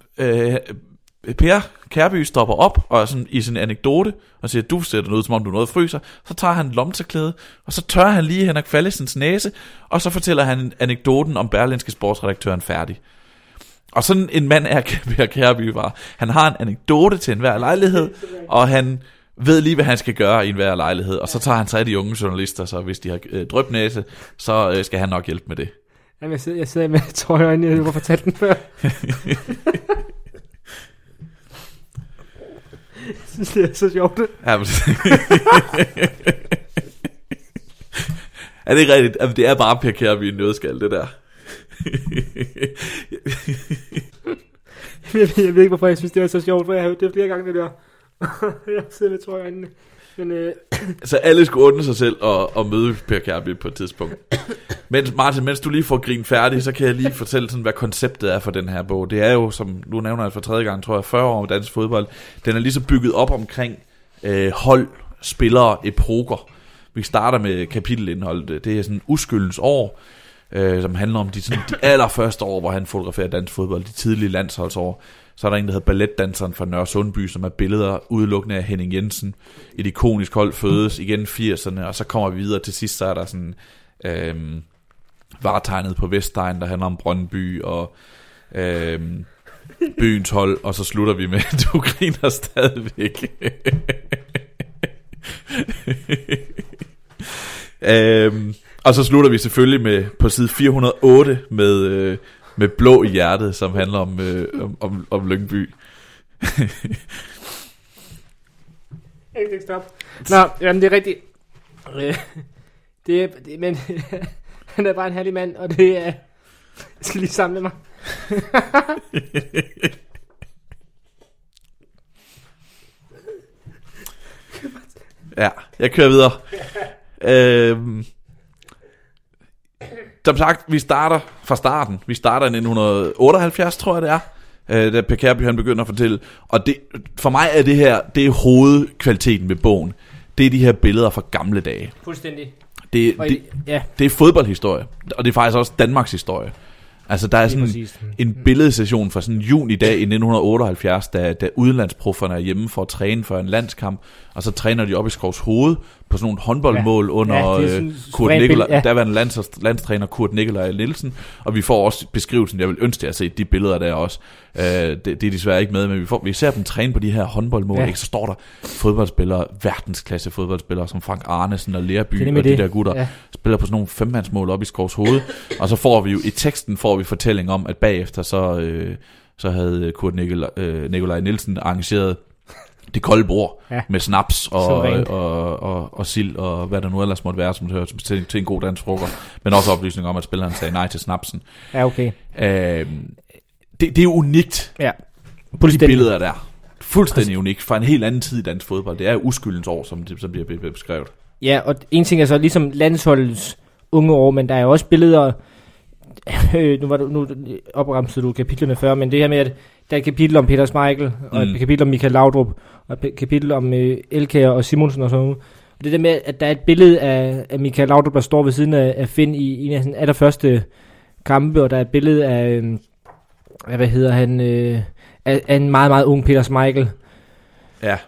Per Kjærby stopper op og sådan, i sin anekdote, og siger, du ser noget, som om du noget fryser. Så tager han lommetørklæde, og så tørrer han lige Henrik Fallesens næse, og så fortæller han anekdoten om Berlingske sportsredaktøren færdig. Og sådan en mand er Per Kjærby var. Han har en anekdote til enhver lejlighed, og han ved lige, hvad han skal gøre i enhver lejlighed. Og så tager han sig af de unge journalister, så hvis de har drypnæse, så skal han nok hjælpe med det. Jamen, jeg sidder med tårer i øjnene, jeg har fortalt den før. Jeg synes, det er så sjovt. Ja, men er det ikke rigtigt? Jamen, det er bare Per Kjærby i en nødskal, det der. Jeg ved ikke, hvorfor jeg synes, det er så sjovt, for jeg har hørt det flere gange, det der. Jeg sidder med tårer i øjnene. Men, Så alle skulle undre sig selv og møde Per Kjærby på et tidspunkt. Men Martin, mens du lige får grint færdig, så kan jeg lige fortælle sådan, hvad konceptet er for den her bog. Det er jo, som du nævner jeg for tredje gang, tror jeg, 40 år med dansk fodbold. Den er lige så bygget op omkring hold, spillere, epoker. Vi starter med kapitelindholdet. Det er sådan uskyldens år, som handler om de allerførste år, hvor han fotograferer dansk fodbold, de tidlige landsholdsår. Så er der en, der hedder Balletdanseren fra Nørre Sundby, som er billeder udelukkende af Henning Jensen. Et ikonisk hold fødes igen 80'erne, og så kommer vi videre til sidst, så er der sådan varetegnet på Vestegn, der handler om Brøndby og byens hold, og så slutter vi med, du griner stadigvæk. Og så slutter vi selvfølgelig med på side 408 med Blå i hjertet, som handler om Lyngby. Ikke stop. Nå, jamen det er rigtigt. Men han er bare en herlig mand, og det er... Jeg skal lige samle mig. Ja, jeg kører videre. Som sagt, vi starter fra starten. Vi starter i 1978, tror jeg det er, da Per Kjærby han begynder at fortælle. Og det, for mig er det her, det er hovedkvaliteten ved bogen. Det er de her billeder fra gamle dage. Fuldstændig. Det er fodboldhistorie, og det er faktisk også Danmarks historie. Altså der er sådan en billedsession fra sådan en junidag i 1978, da udenlandsprofferne er hjemme for at træne for en landskamp, og så træner de op i Skovshoved på sådan nogle håndboldmål under Kurt Nikolaj, daværende landstræner Kurt Nikolaj Nielsen, og vi får også beskrivelsen, jeg vil ønske jer at se de billeder der også. Det er desværre ikke med, men vi ser dem træne på de her håndboldmål, ikke? Så står der fodboldspillere, verdensklasse fodboldspillere som Frank Arnesen og Lerby og de der gutter, spiller på sådan nogle femmandsmål op i Skovshoved, og så får vi jo i teksten vi fortælling om, at bagefter så havde Kurt Nikolaj Nielsen arrangeret det kolde bord med snaps og sild og hvad der nu ellers måtte være, som hører til en god dansk frokost, men også oplysning om, at spilleren sagde nej til snapsen. Ja, okay. Det er jo unikt, de billeder der. Fuldstændig unikt fra en helt anden tid i dansk fodbold. Det er uskyldens år, som bliver beskrevet. Ja, og en ting er så ligesom landsholdets unge år, men der er jo også billeder. Nu opremsede du kapitlerne før, men det her med, at der er et kapitel om Peter Schmeichel, og et kapitel om Michael Laudrup, og et kapitel om Elkjær og Simonsen og sådan noget. Og det der med, at der er et billede af Michael Laudrup, der står ved siden af Finn i en af sådan allerførste kampe, og der er et billede af, af en meget, meget ung Peter Schmeichel. Ja.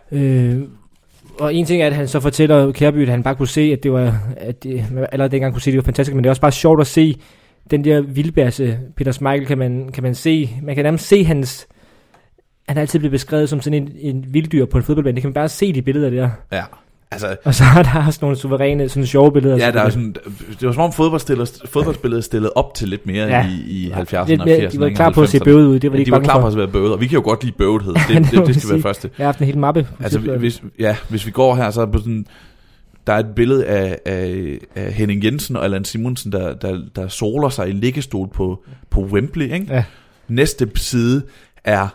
Og en ting er, at han så fortæller Kjærby, at han bare kunne se, at det var, allerede dengang kunne se, at det var fantastisk, men det er også bare sjovt at se, den der vildbærse Peter Schmeichel kan man se. Man kan nærmest se han er altid blevet beskrevet som sådan en vilddyr på en fodboldbane. Det kan man bare se de billeder der. Ja. Altså, og så er der også nogle suveræne, sådan sjove billeder. Ja, der er sådan, det var som om fodboldspillet stillet op til lidt mere i 70'erne og 80'erne. De var klar på at se bøvet ud. De var klar på at se bøvet, og vi kan jo godt lide bøvethed. Det skal være første. Jeg har haft en hel mappe. Altså, hvis vi går her, så er det sådan... Der er et billede af Henning Jensen og Allan Simonsen, der soler sig i liggestol på Wembley. Ikke? Ja. Næste side er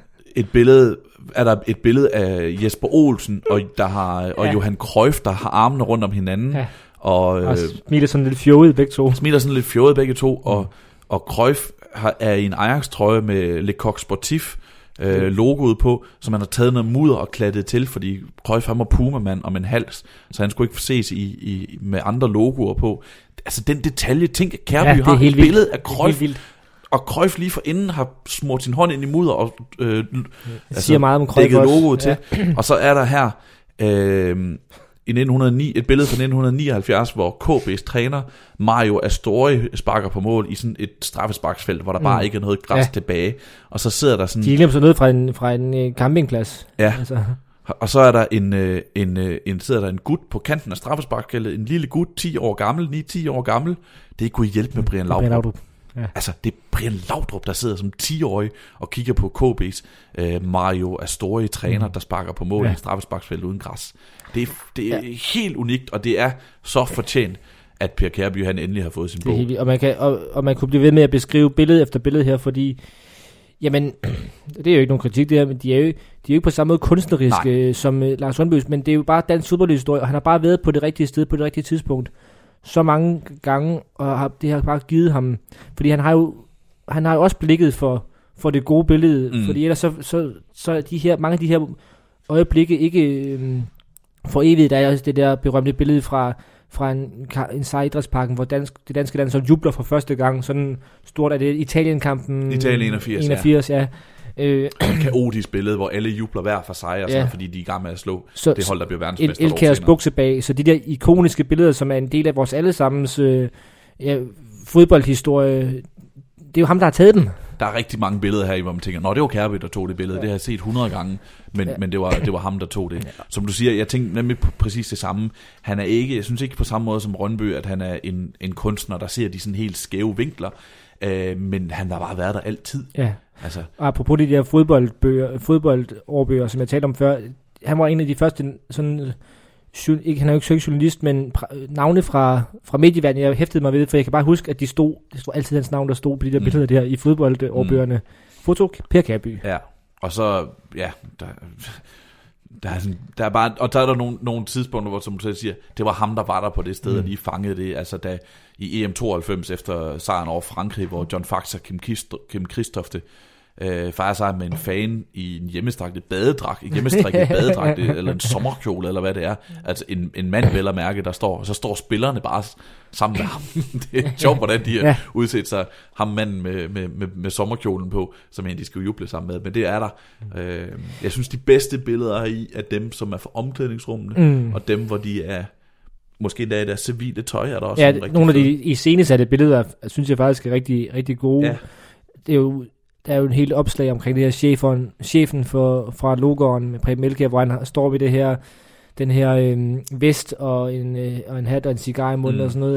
der et billede af Jesper Olsen og Johan Cruyff, der har armene rundt om hinanden. Ja. Og smiler sådan lidt fjollet begge to. Og Cruyff er i en Ajax-trøje med Le Coq Sportif logoet på, som han har taget noget mudder og klattet til, fordi Cruyff var pumamand om en hals, så han skulle ikke ses med andre logoer på. Altså den detalje, tænk at Kjærby har et billede af Cruyff, og Cruyff lige forinden har smurt sin hånd ind i mudder og siger meget om Cruyff dækket logoet til. Og så er der her i 1909, et billede fra 1979, hvor KB's træner Mario Astori sparker på mål i sådan et straffesparksfelt, hvor der bare ikke er noget græs tilbage. Og så sidder der sådan... De glemmer så noget fra en campingplads. Ja, altså. Og så er der sidder der en gut på kanten af straffesparksfeltet, en lille gut, 9-10 år gammel. Det kunne hjælpe med Brian Laudrup. Ja. Altså, det er Brian Laudrup, der sidder som 10-årig og kigger på KB's Mario Astori træner, der sparker på mål i straffesparksfeltet uden græs. Det er helt unikt, og det er så fortjent, at Per Kjærby han endelig har fået sin bog. Og man kunne blive ved med at beskrive billede efter billede her, fordi Jamen, det er jo ikke nogen kritik, det her, men de er jo ikke på samme måde kunstneriske som Lars Rønbøs, men det er jo bare dansk fodboldhistorie, og han har bare været på det rigtige sted, på det rigtige tidspunkt, så mange gange, og det har bare givet ham, fordi han har jo også blikket for det gode billede, fordi ellers så mange af de her øjeblikke ikke for evigt. Der er også det der berømte billede fra en sejr idrætsparken, hvor det danske land så jubler for første gang, sådan stort er det Italien-kampen. Italien 81, ja. Kaotisk billede, hvor alle jubler hver for sig, og sådan, fordi de er i gang med at slå det hold, der bliver verdensmester. Elkærs bukse bag, så de der ikoniske billeder, som er en del af vores allesammens fodboldhistorie, det er jo ham, der har taget dem. Der er rigtig mange billeder her, hvor man tænker, det var Kjærby, der tog det billede. Det har jeg set 100 gange, men det var ham, der tog det. Som du siger, jeg tænkte nemlig præcis det samme. Han er ikke, jeg synes ikke på samme måde som Rønbø, at han er en kunstner, der ser de sådan helt skæve vinkler, men han har bare været der altid. Ja. Altså. Og apropos de der fodboldårbøger, som jeg talte om før, han var en af de første sådan... han er jo ikke journalist, men navne fra medieverdenen, jeg hæftede mig ved, for jeg kan bare huske, at det stod altid hans navn, der stod på de der billeder der i fodboldårbøgerne. Foto Per Kjærby. Ja, og så, der er bare, og der er der nogle tidspunkter, hvor, som du selv siger, det var ham, der var der på det sted, og lige fangede det, altså da i EM92 efter sejren over Frankrig, hvor John Fax og Kim Christofte fejrer sig med en fan i en hjemmestrikket badedragt, eller en sommerkjole, eller hvad det er. Altså en mand vel at mærke, der står, og så står spillerne bare sammen med ham. Det er sjovt, hvordan de har udset sig, ham manden med sommerkjolen på, som de skal juble sammen med. Men det er der. Jeg synes, de bedste billeder er dem, som er fra omklædningsrummene, og dem, hvor de er måske endda i deres civile tøj, er der også nogle af de iscenesatte billeder, synes jeg faktisk er rigtig, rigtig gode. Ja. Det er jo der er jo en helt opslag omkring det her chefen fra Logården med Preben Elkjær, hvor han står ved den her vest og en hat og en cigar i munden og sådan noget.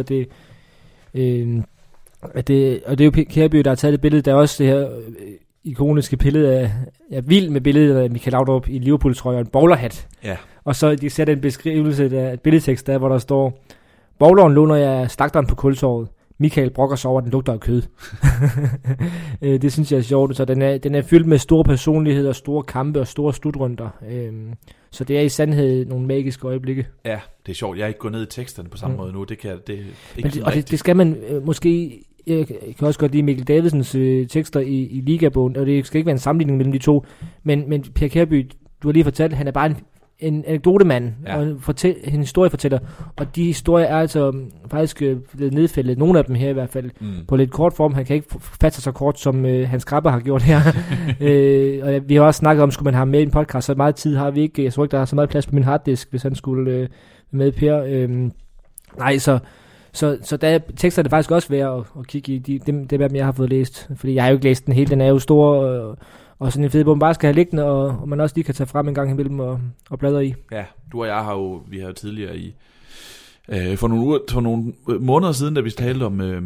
Og det er jo Kjærby, der har taget det billede. Der er også det her ikoniske billede af, jeg er vild med billedet af Michael Laudrup i Liverpool-trøje og en bowlerhat. Ja. Og så de sætter en beskrivelse af et billedtekst der, hvor der står: "Bowleren låner jeg slagteren på Kultorvet. Michael brokker sig over, at den lugter af kød." Det synes jeg er sjovt. Så den er fyldt med store personligheder, store kampe og store slutrunder. Så det er i sandhed nogle magiske øjeblikke. Ja, det er sjovt. Jeg er ikke gået ned i teksterne på samme måde nu. Det det skal man måske... Jeg kan også godt lide Mikkel Davidsens tekster i Ligabogen, og det skal ikke være en sammenligning mellem de to. Men Per Kjærby, du har lige fortalt, han er bare en anekdotemand og en historiefortæller, og de historier er altså faktisk blevet nedfældet, nogle af dem her i hvert fald, på lidt kort form. Han kan ikke fatte sig så kort, som Hans Krabbe har gjort her. Og vi har også snakket om, skulle man have med i en podcast, så meget tid har vi ikke. Jeg tror ikke, der er så meget plads på min harddisk, hvis han skulle med Per. Nej, så der er teksterne faktisk også værd at kigge i, dem jeg har fået læst, fordi jeg har jo ikke læst den hele, den er jo stor, og sådan en fed bog, man bare skal have liggende, og man også lige kan tage frem en gang imellem og bladre i. Ja, du og jeg vi har jo tidligere for nogle måneder siden, da vi talte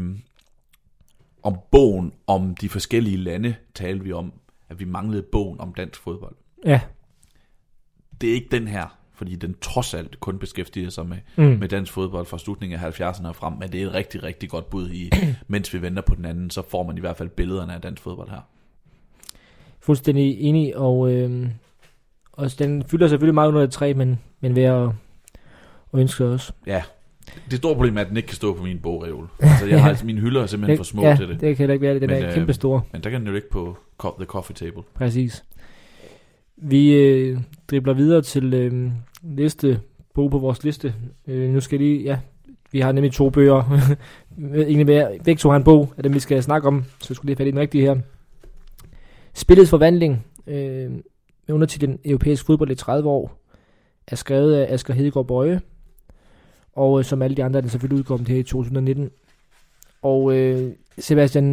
om bogen om de forskellige lande, talte vi om, at vi manglede bogen om dansk fodbold. Ja. Det er ikke den her, fordi den trods alt kun beskæftiger sig med dansk fodbold fra slutningen af 70'erne og frem, men det er et rigtig, rigtig godt bud i, mens vi venter på den anden, så får man i hvert fald billederne af dansk fodbold her. Fuldstændig enig, og den fylder selvfølgelig meget under et træ, men ved at ønske os. Ja, det store problem er, at den ikke kan stå på min bogreol. Altså, jeg har altså mine hylder er simpelthen for små til det. Det kan heller ikke være det, den er kæmpe stor. Men der kan den jo ligge på the coffee table. Præcis. Vi dribler videre til næste bog på vores liste. Nu skal vi har nemlig 2 bøger. Begge to har en bog af dem, vi skal snakke om, så skulle lige have fat i den rigtige her. Spillets forvandling, med undertitlen Europæisk fodbold i 30 år, er skrevet af Asger Hedegaard Bøje, og som alle de andre er det selvfølgelig udkommet her i 2019. Og Sebastian,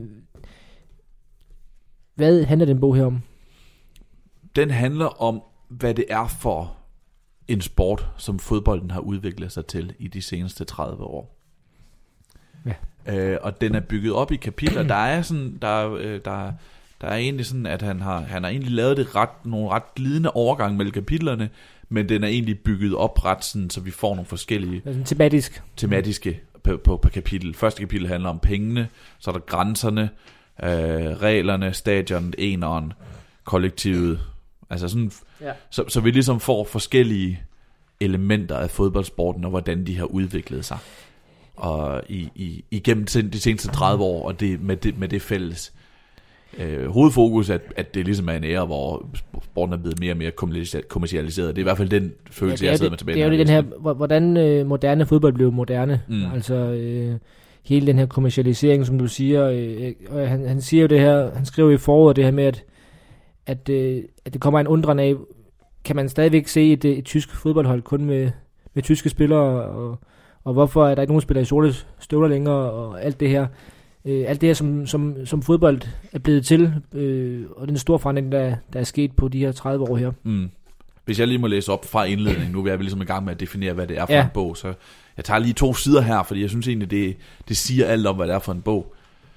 hvad handler den bog her om? Den handler om, hvad det er for en sport, som fodbolden har udviklet sig til i de seneste 30 år. Ja. Og den er bygget op i kapitler. Der er egentlig sådan, at han har egentlig lavet nogle ret glidende overgang mellem kapitlerne, men den er egentlig bygget op ret sådan, så vi får nogle forskellige tematiske på kapitel. Første kapitel handler om pengene, så er der grænserne, reglerne, stadionet, eneren, kollektivet. Altså sådan, så vi ligesom får forskellige elementer af fodboldsporten, og hvordan de har udviklet sig. Og igennem de seneste 30 år, og det med det fælles hovedfokus, at det ligesom er en ære, hvor sporten er blevet mere og mere kommercialiseret. Det er i hvert fald den følelse, jeg sidder med tilbage. Det er jo den her, hvordan moderne fodbold blev moderne. Altså hele den her kommercialisering, som du siger. Og han siger jo det her, han skriver i foråret det her med, at det kommer en undren af, kan man stadigvæk se et tysk fodboldhold kun med tyske spillere, og hvorfor er der ikke nogen spillere i sorte støvler længere, og alt det her. Alt det her, som fodbold er blevet til, og den store forandring, der er sket på de her 30 år her. Hvis jeg lige må læse op fra indledningen, nu er vi ligesom i gang med at definere, hvad det er for en bog, så jeg tager lige 2 sider her, fordi jeg synes egentlig, det siger alt om, hvad det er for en bog.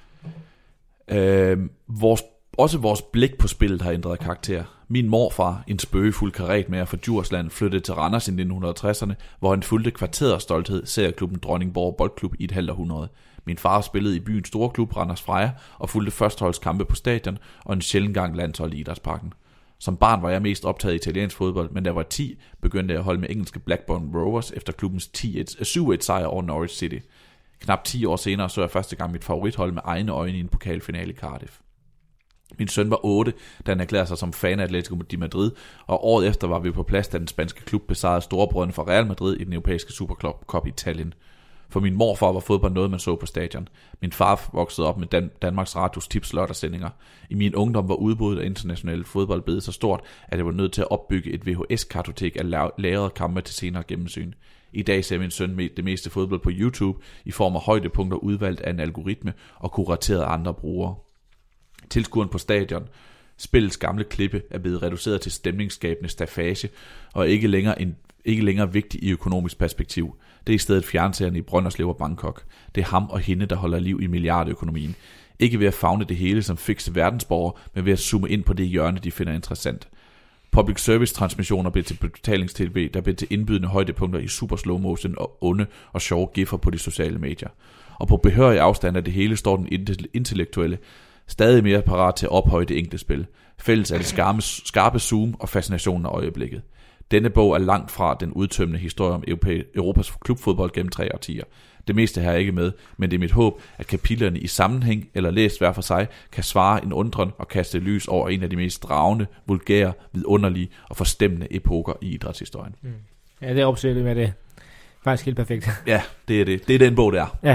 Også vores blik på spillet har ændret karakter. Min morfar, en spøgefuld karetmager fra Djursland, flyttede til Randers i 1960'erne, hvor han fulgte kvarterets stolthed, serieklubben Dronningborg Boldklub i et halvt århundrede. Min far spillede i byens store klub, Randers Freja, og fulgte førsteholdskampe på stadion og en sjælden gang landshold i Idrætsparken. Som barn var jeg mest optaget i italiensk fodbold, men da jeg var 10, begyndte jeg at holde med engelske Blackburn Rovers efter klubbens 7-1 sejr over Norwich City. Knap 10 år senere så jeg første gang mit favorithold med egne øjne i en pokalfinale i Cardiff. Min søn var 8, da han erklærede sig som fan af Atletico de Madrid, og året efter var vi på plads, da den spanske klub besejrede storebrødrene fra Real Madrid i den europæiske Supercup i Tallinn. For min morfar var fodbold noget, man så på stadion. Min far voksede op med Danmarks Radios tips lørdagssendinger. I min ungdom var udbuddet af international fodbold blevet så stort, at jeg var nødt til at opbygge et VHS-kartotek af lagrede kampe til senere gennemsyn. I dag ser min søn det meste fodbold på YouTube i form af højdepunkter udvalgt af en algoritme og kurateret af andre brugere. Tilskueren på stadion, spillets gamle klippe, er blevet reduceret til stemningsskabende staffage og ikke længere vigtig i økonomisk perspektiv. Det er i stedet fjernseerne i Brønderslev og Bangkok. Det er ham og hende, der holder liv i milliardøkonomien. Ikke ved at favne det hele som fikse verdensborgere, men ved at zoome ind på det hjørne, de finder interessant. Public service transmissioner blev til betalings-tv, der blev til indbydende højdepunkter i super slow motion og onde og sjove giffer på de sociale medier. Og på behørig afstand af det hele står den intellektuelle, stadig mere parat til at ophøje det enkelte spil. Fælles er det skarpe zoom og fascinationen af øjeblikket. Denne bog er langt fra den udtømmende historie om Europas klubfodbold gennem 3 årtier. Det meste her er ikke med, men det er mit håb, at kapitlerne i sammenhæng eller læst hver for sig kan svare en undren og kaste lys over en af de mest dragende, vulgære, vidunderlige og forstemmende epoker i idrætshistorien. Ja, det er opsættet med det. Faktisk helt perfekt. Ja, det er det. Det er den bog, der. Ja.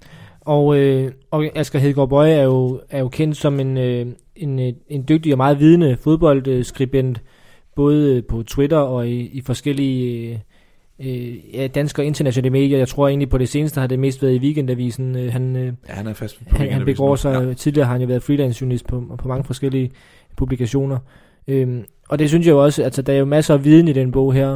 Og Asger Hedegaard Bøje er jo kendt som en dygtig og meget vidende fodboldskribent, både på Twitter og i forskellige danske og internationale medier. Jeg tror egentlig på det seneste har det mest været i Weekendavisen. Han er fast på han begår sig. Ja. Tidligere har han jo været freelance-journalist på mange forskellige publikationer. Og det synes jeg jo også, altså der er jo masser af viden i den bog her.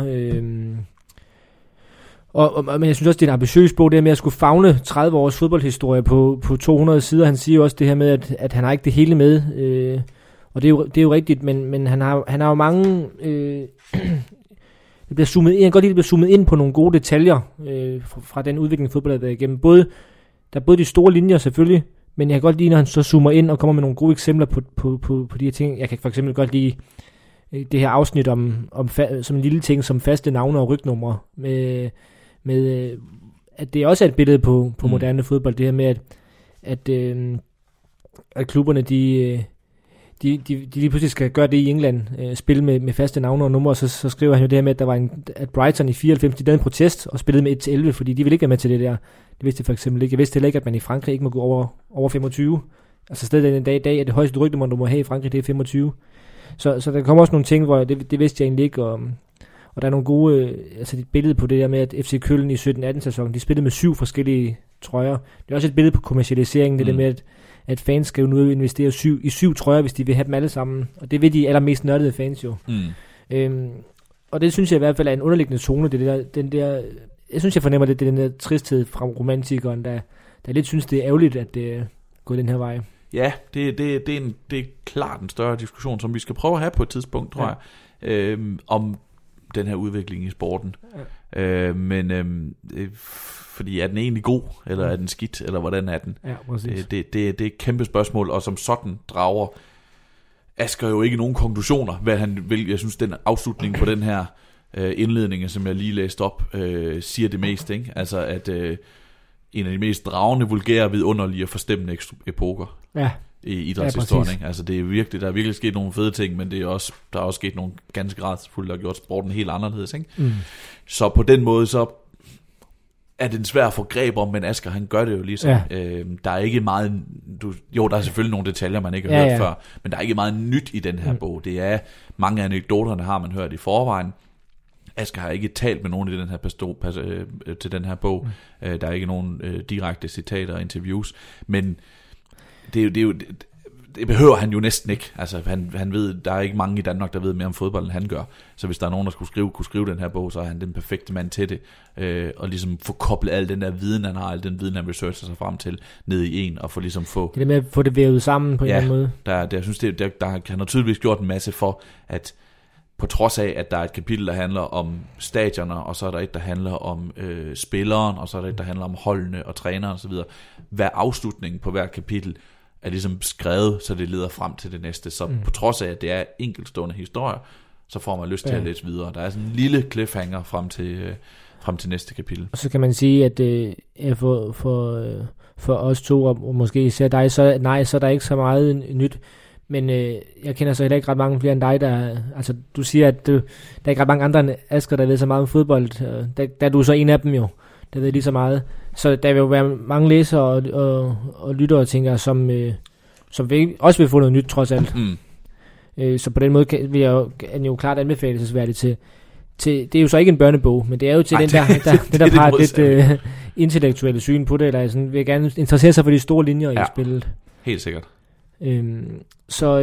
Men jeg synes også, det er en ambitiøs bog, det her med at skulle favne 30 års fodboldhistorie på 200 sider. Han siger jo også det her med, at han har ikke det hele med. Og det er jo rigtigt, men han har jo mange... det bliver zoomet ind. Jeg kan godt lide, det bliver zoomet ind på nogle gode detaljer fra den udvikling, fodbold har været igennem. Der er både de store linjer selvfølgelig, men jeg kan godt lide, når han så zoomer ind og kommer med nogle gode eksempler på de her ting. Jeg kan for eksempel godt lide det her afsnit som en lille ting, som faste navne og rygnumre. Med at det også er et billede på moderne fodbold. Det her med, at klubberne, de lige pludselig skal gøre det i England, spille med faste navne og numre, og så skriver han jo det her med, at Brighton i 94, de lavede en protest og spillede med 1-11, fordi de ville ikke være med til det der. Det vidste jeg for eksempel ikke. Jeg vidste heller ikke, at man i Frankrig ikke må gå over 25. Altså stadig den dag i dag, at det højeste rygnummer, du må have i Frankrig, det er 25. Så der kommer også nogle ting, hvor det vidste jeg egentlig ikke, og der er nogle gode, altså et billede på det der med, at FC Köln i 17-18 sæsonen, de spillede med 7 forskellige trøjer. Det er også et billede på kommercialiseringen, det der med, at fans skal jo nu investere i 7 trøjer, hvis de vil have dem alle sammen. Og det vil de allermest nørdede fans jo. Og det synes jeg i hvert fald er en underliggende tone, jeg synes, jeg fornemmer det er den der tristhed fra romantikeren, der lidt synes, det er ærgerligt, at det går den her vej. Ja, det er klart en større diskussion, som vi skal prøve at have på et tidspunkt, tror jeg, om den her udvikling i sporten. Fordi er den egentlig god, eller er den skidt, eller hvordan er den? Ja, præcis. Det er et kæmpe spørgsmål, og som sådan drager Asger jo ikke nogen konklusioner, hvad han vil. Jeg synes, den afslutning på den her indledning, som jeg lige læste op, siger det mest, ikke? Altså, at en af de mest dragende, vulgære, vidunderlige og forstemmende epoker i idrætshistorien, ikke? Altså, det er virkelig, der er virkelig sket nogle fede ting, men det er også, der er også sket nogle ganske rædselsfulde, der har gjort sporten helt anderledes, ikke? Så på den måde, så er det en svær at få greb om, men Asger, han gør det jo ligesom. Der er ikke meget... der er selvfølgelig nogle detaljer, man ikke har hørt før, men der er ikke meget nyt i den her bog. Det er mange af anekdoterne, har man hørt i forvejen. Asger har ikke talt med nogen i den her til den her bog. Der er ikke nogen direkte citater og interviews, men det behøver han jo næsten ikke. Altså, han ved, der er ikke mange i Danmark, der ved mere om fodbold, end han gør. Så hvis der er nogen, der kunne skrive den her bog, så er han den perfekte mand til det. Og ligesom få koblet al den der viden, han har, al den viden, han researcher sig frem til, ned i en, og få ligesom få... Det med at få det vævet sammen på en eller anden måde. Jeg synes, han har tydeligvis gjort en masse for, at på trods af, at der er et kapitel, der handler om stadioner, og så er der et, der handler om spilleren, og så er der et, der handler om holdene og træneren osv. Hver afslutning på hvert kapitel er ligesom skrevet, så det leder frem til det næste. Så på trods af, at det er enkeltstående historier, så får man lyst til at læse videre. Der er sådan en lille cliffhanger frem til næste kapitel. Og så kan man sige, at for os to, og måske især dig, så er der ikke så meget nyt. Men jeg kender så heller ikke ret mange flere end dig, der... Altså, du siger, at der er ikke ret mange andre end Asger, der ved så meget om fodbold. Der er du så en af dem jo, der ved lige så meget. Så der vil jo være mange læsere og lyttere, tænker, som også vil få noget nyt, trods alt. Så på den måde vil jeg jo klart anbefalesværdigt til... Det er jo så ikke en børnebog, men det er jo til den der har lidt intellektuelle syn på det, eller sådan, vil gerne interessere sig for de store linjer i spillet. Helt sikkert. Så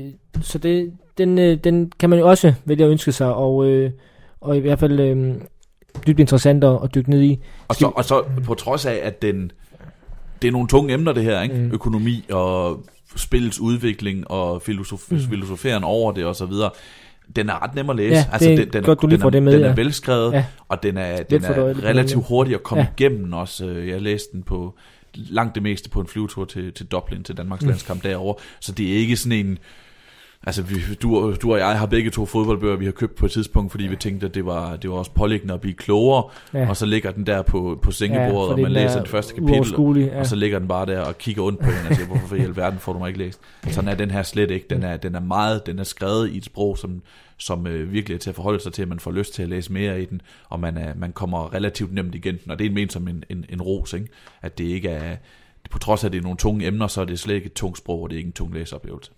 den kan man jo også vælge at ønske sig, og i hvert fald dybt interessant at dykke ned i. Og så på trods af, at det er nogle tunge emner, det her, ikke? Økonomi og spillets udvikling og filosoferen over det og så videre. Den er ret nem at læse. Ja, altså, den er velskrevet, og den er relativt hurtig at komme igennem også. Jeg læste den på langt det meste på en flyvetur til Dublin, til Danmarks landskamp derovre. Så det er ikke sådan en... Altså, du og jeg har begge to fodboldbøger, vi har købt på et tidspunkt, fordi vi tænkte, at det var også påliggende at blive klogere, og så ligger den der på sengebordet, og man læser det første kapitel, og så ligger den bare der og kigger ondt på hende og siger, hvorfor i alverden får du mig ikke læst? Sådan er den her slet ikke. Den er skrevet i et sprog, som virkelig er til at forholde sig til, at man får lyst til at læse mere i den, og man kommer relativt nemt igen den, og det er ment som en ros, ikke? At det ikke er, på trods af at det er nogle tunge emner, så er det slet ikke et tungt sprog, og det er ikke en tung læseoplevelse.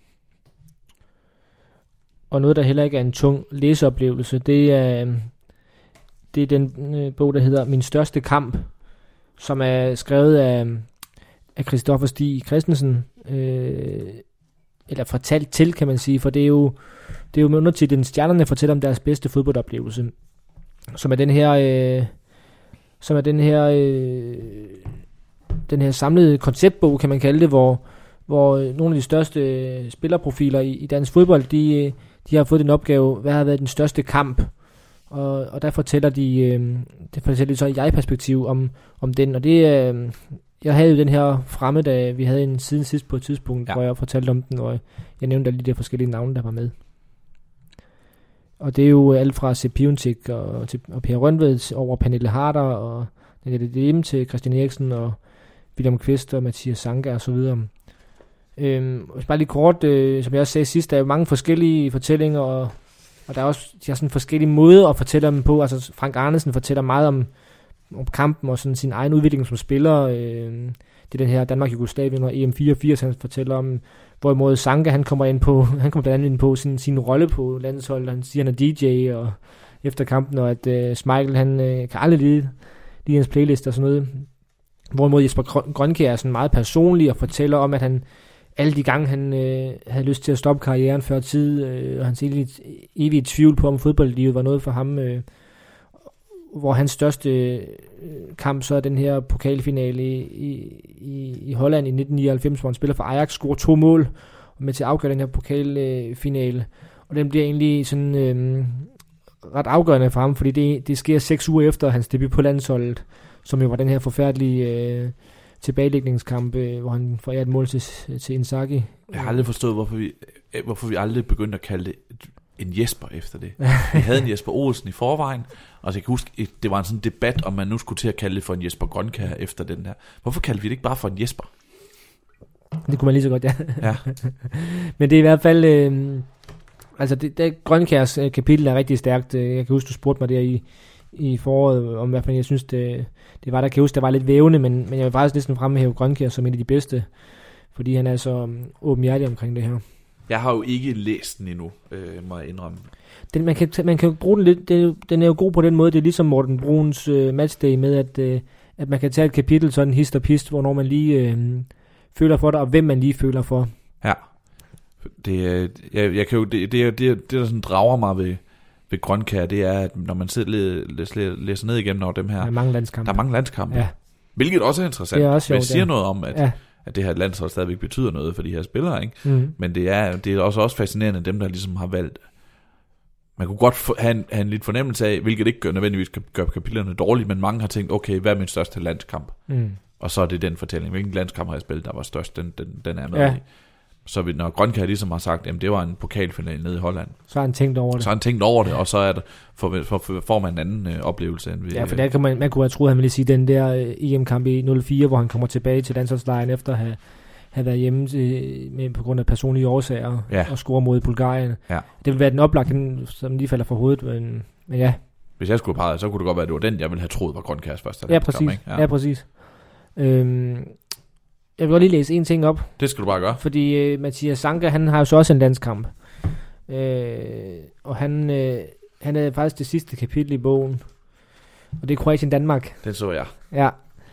Og noget, der heller ikke er en tung læseoplevelse, det er den bog, der hedder Min største kamp, som er skrevet af Christoffer Stig Christensen, eller fortalt til, kan man sige, for det er jo med undertitlen Stjernerne fortæller om deres bedste fodboldoplevelse, som er den her samlede konceptbog, kan man kalde det, hvor nogle af de største spillerprofiler i dansk fodbold, de har fået den opgave, hvad har været den største kamp, og der fortæller de så i jeg-perspektiv om den, og det jeg havde jo den her fremme, da vi havde en siden sidst på et tidspunkt, hvor jeg fortalte om den, og jeg nævnte lige de forskellige navne, der var med. Og det er jo alt fra Sepp Piontek og Per Røntved over Pernille Harder og Annette Diem til Christian Eriksen og William Kvist og Mathias Sanka og så videre. Bare lige kort, som jeg også sagde sidst, der er jo mange forskellige fortællinger, og der er også sådan forskellige måder at fortælle dem på. Altså Frank Arnesen fortæller meget om kampen og sådan sin egen udvikling som spiller. Det er den her Danmark-Jugoslavien og EM84, han fortæller om, hvorimod Sanka, han kommer blandt andet ind på sin rolle på landsholdet. Han siger, han er DJ og efter kampen, og at Schmeichel, han kan aldrig lide hans playlist og sådan noget. Hvorimod Jesper Grønkjær er sådan meget personlig og fortæller om, at han alle de gange, han havde lyst til at stoppe karrieren før tid, og hans evige tvivl på, om fodboldlivet var noget for ham, hvor hans største kamp så er den her pokalfinale i Holland i 1999, hvor han spiller for Ajax, scorer 2 mål, og med til at afgøre den her pokalfinale, og den bliver egentlig sådan ret afgørende for ham, fordi det sker 6 uger efter hans debut på landsholdet, som jo var den her forfærdelige tilbagelægningskamp, hvor han får et mål til Inzaghi. Jeg har aldrig forstået, hvorfor vi aldrig begyndte at kalde det en Jesper efter det. Vi havde en Jesper Olsen i forvejen, og så jeg kan huske, det var en sådan debat, om man nu skulle til at kalde det for en Jesper Grønkjær efter den der. Hvorfor kaldte vi det ikke bare for en Jesper? Det kunne man lige så godt, ja. Ja. Men det er i hvert fald... Grønkjærs kapitel er rigtig stærkt. Jeg kan huske, du spurgte mig der i foråret, om hvert fald jeg synes, det var der. Jeg kan huske, der var lidt vævende, men jeg vil faktisk næsten fremhæve Grønkjær som en af de bedste, fordi han er så åbenhjertig omkring det her. Jeg har jo ikke læst den endnu, må jeg indrømme. Man kan jo bruge den lidt. Den er jo god på den måde. Det er ligesom Morten Bruns matchday med, at man kan tage et kapitel sådan hist og pist, hvornår man lige føler for det, og hvem man lige føler for. Ja. Det der sådan drager mig ved Grønkjær, det er, at når man læser ned igennem over dem her, der er mange landskampe. Ja. Hvilket også er interessant. Det er også sjovt, siger noget om, at det her landshold stadigvæk betyder noget for de her spillere, ikke? Mm. Men det er også fascinerende, dem der ligesom har valgt. Man kunne godt have en lidt fornemmelse af, hvilket ikke nødvendigvis gør kapitlerne dårlige, men mange har tænkt, okay, hvad er min største landskamp? Mm. Og så er det den fortælling. Hvilken landskamp har jeg spillet, der var størst, den er med i. Så når Grønkjær ligesom har sagt, at det var en pokalfinale nede i Holland, så har han tænkt over det. Og så er det, får man en anden oplevelse. End for der kan man kunne have troet, at man ville sige den der EM-kamp i 04, hvor han kommer tilbage til landsholdslejren efter at have været hjemme på grund af personlige årsager og score mod Bulgarien. Ja. Det ville være den oplagt, som lige falder fra hovedet, men ja. Hvis jeg skulle pege, så kunne det godt være, at det var den, jeg ville have troet var Grønkjærs første landskamp. Ja, præcis. Jeg vil godt lige læse en ting op. Det skal du bare gøre. Fordi Mathias Sanka, han har jo så også en landskamp. Og han er faktisk det sidste kapitel i bogen. Og det er Kroatien-Danmark. Den så jeg. Ja.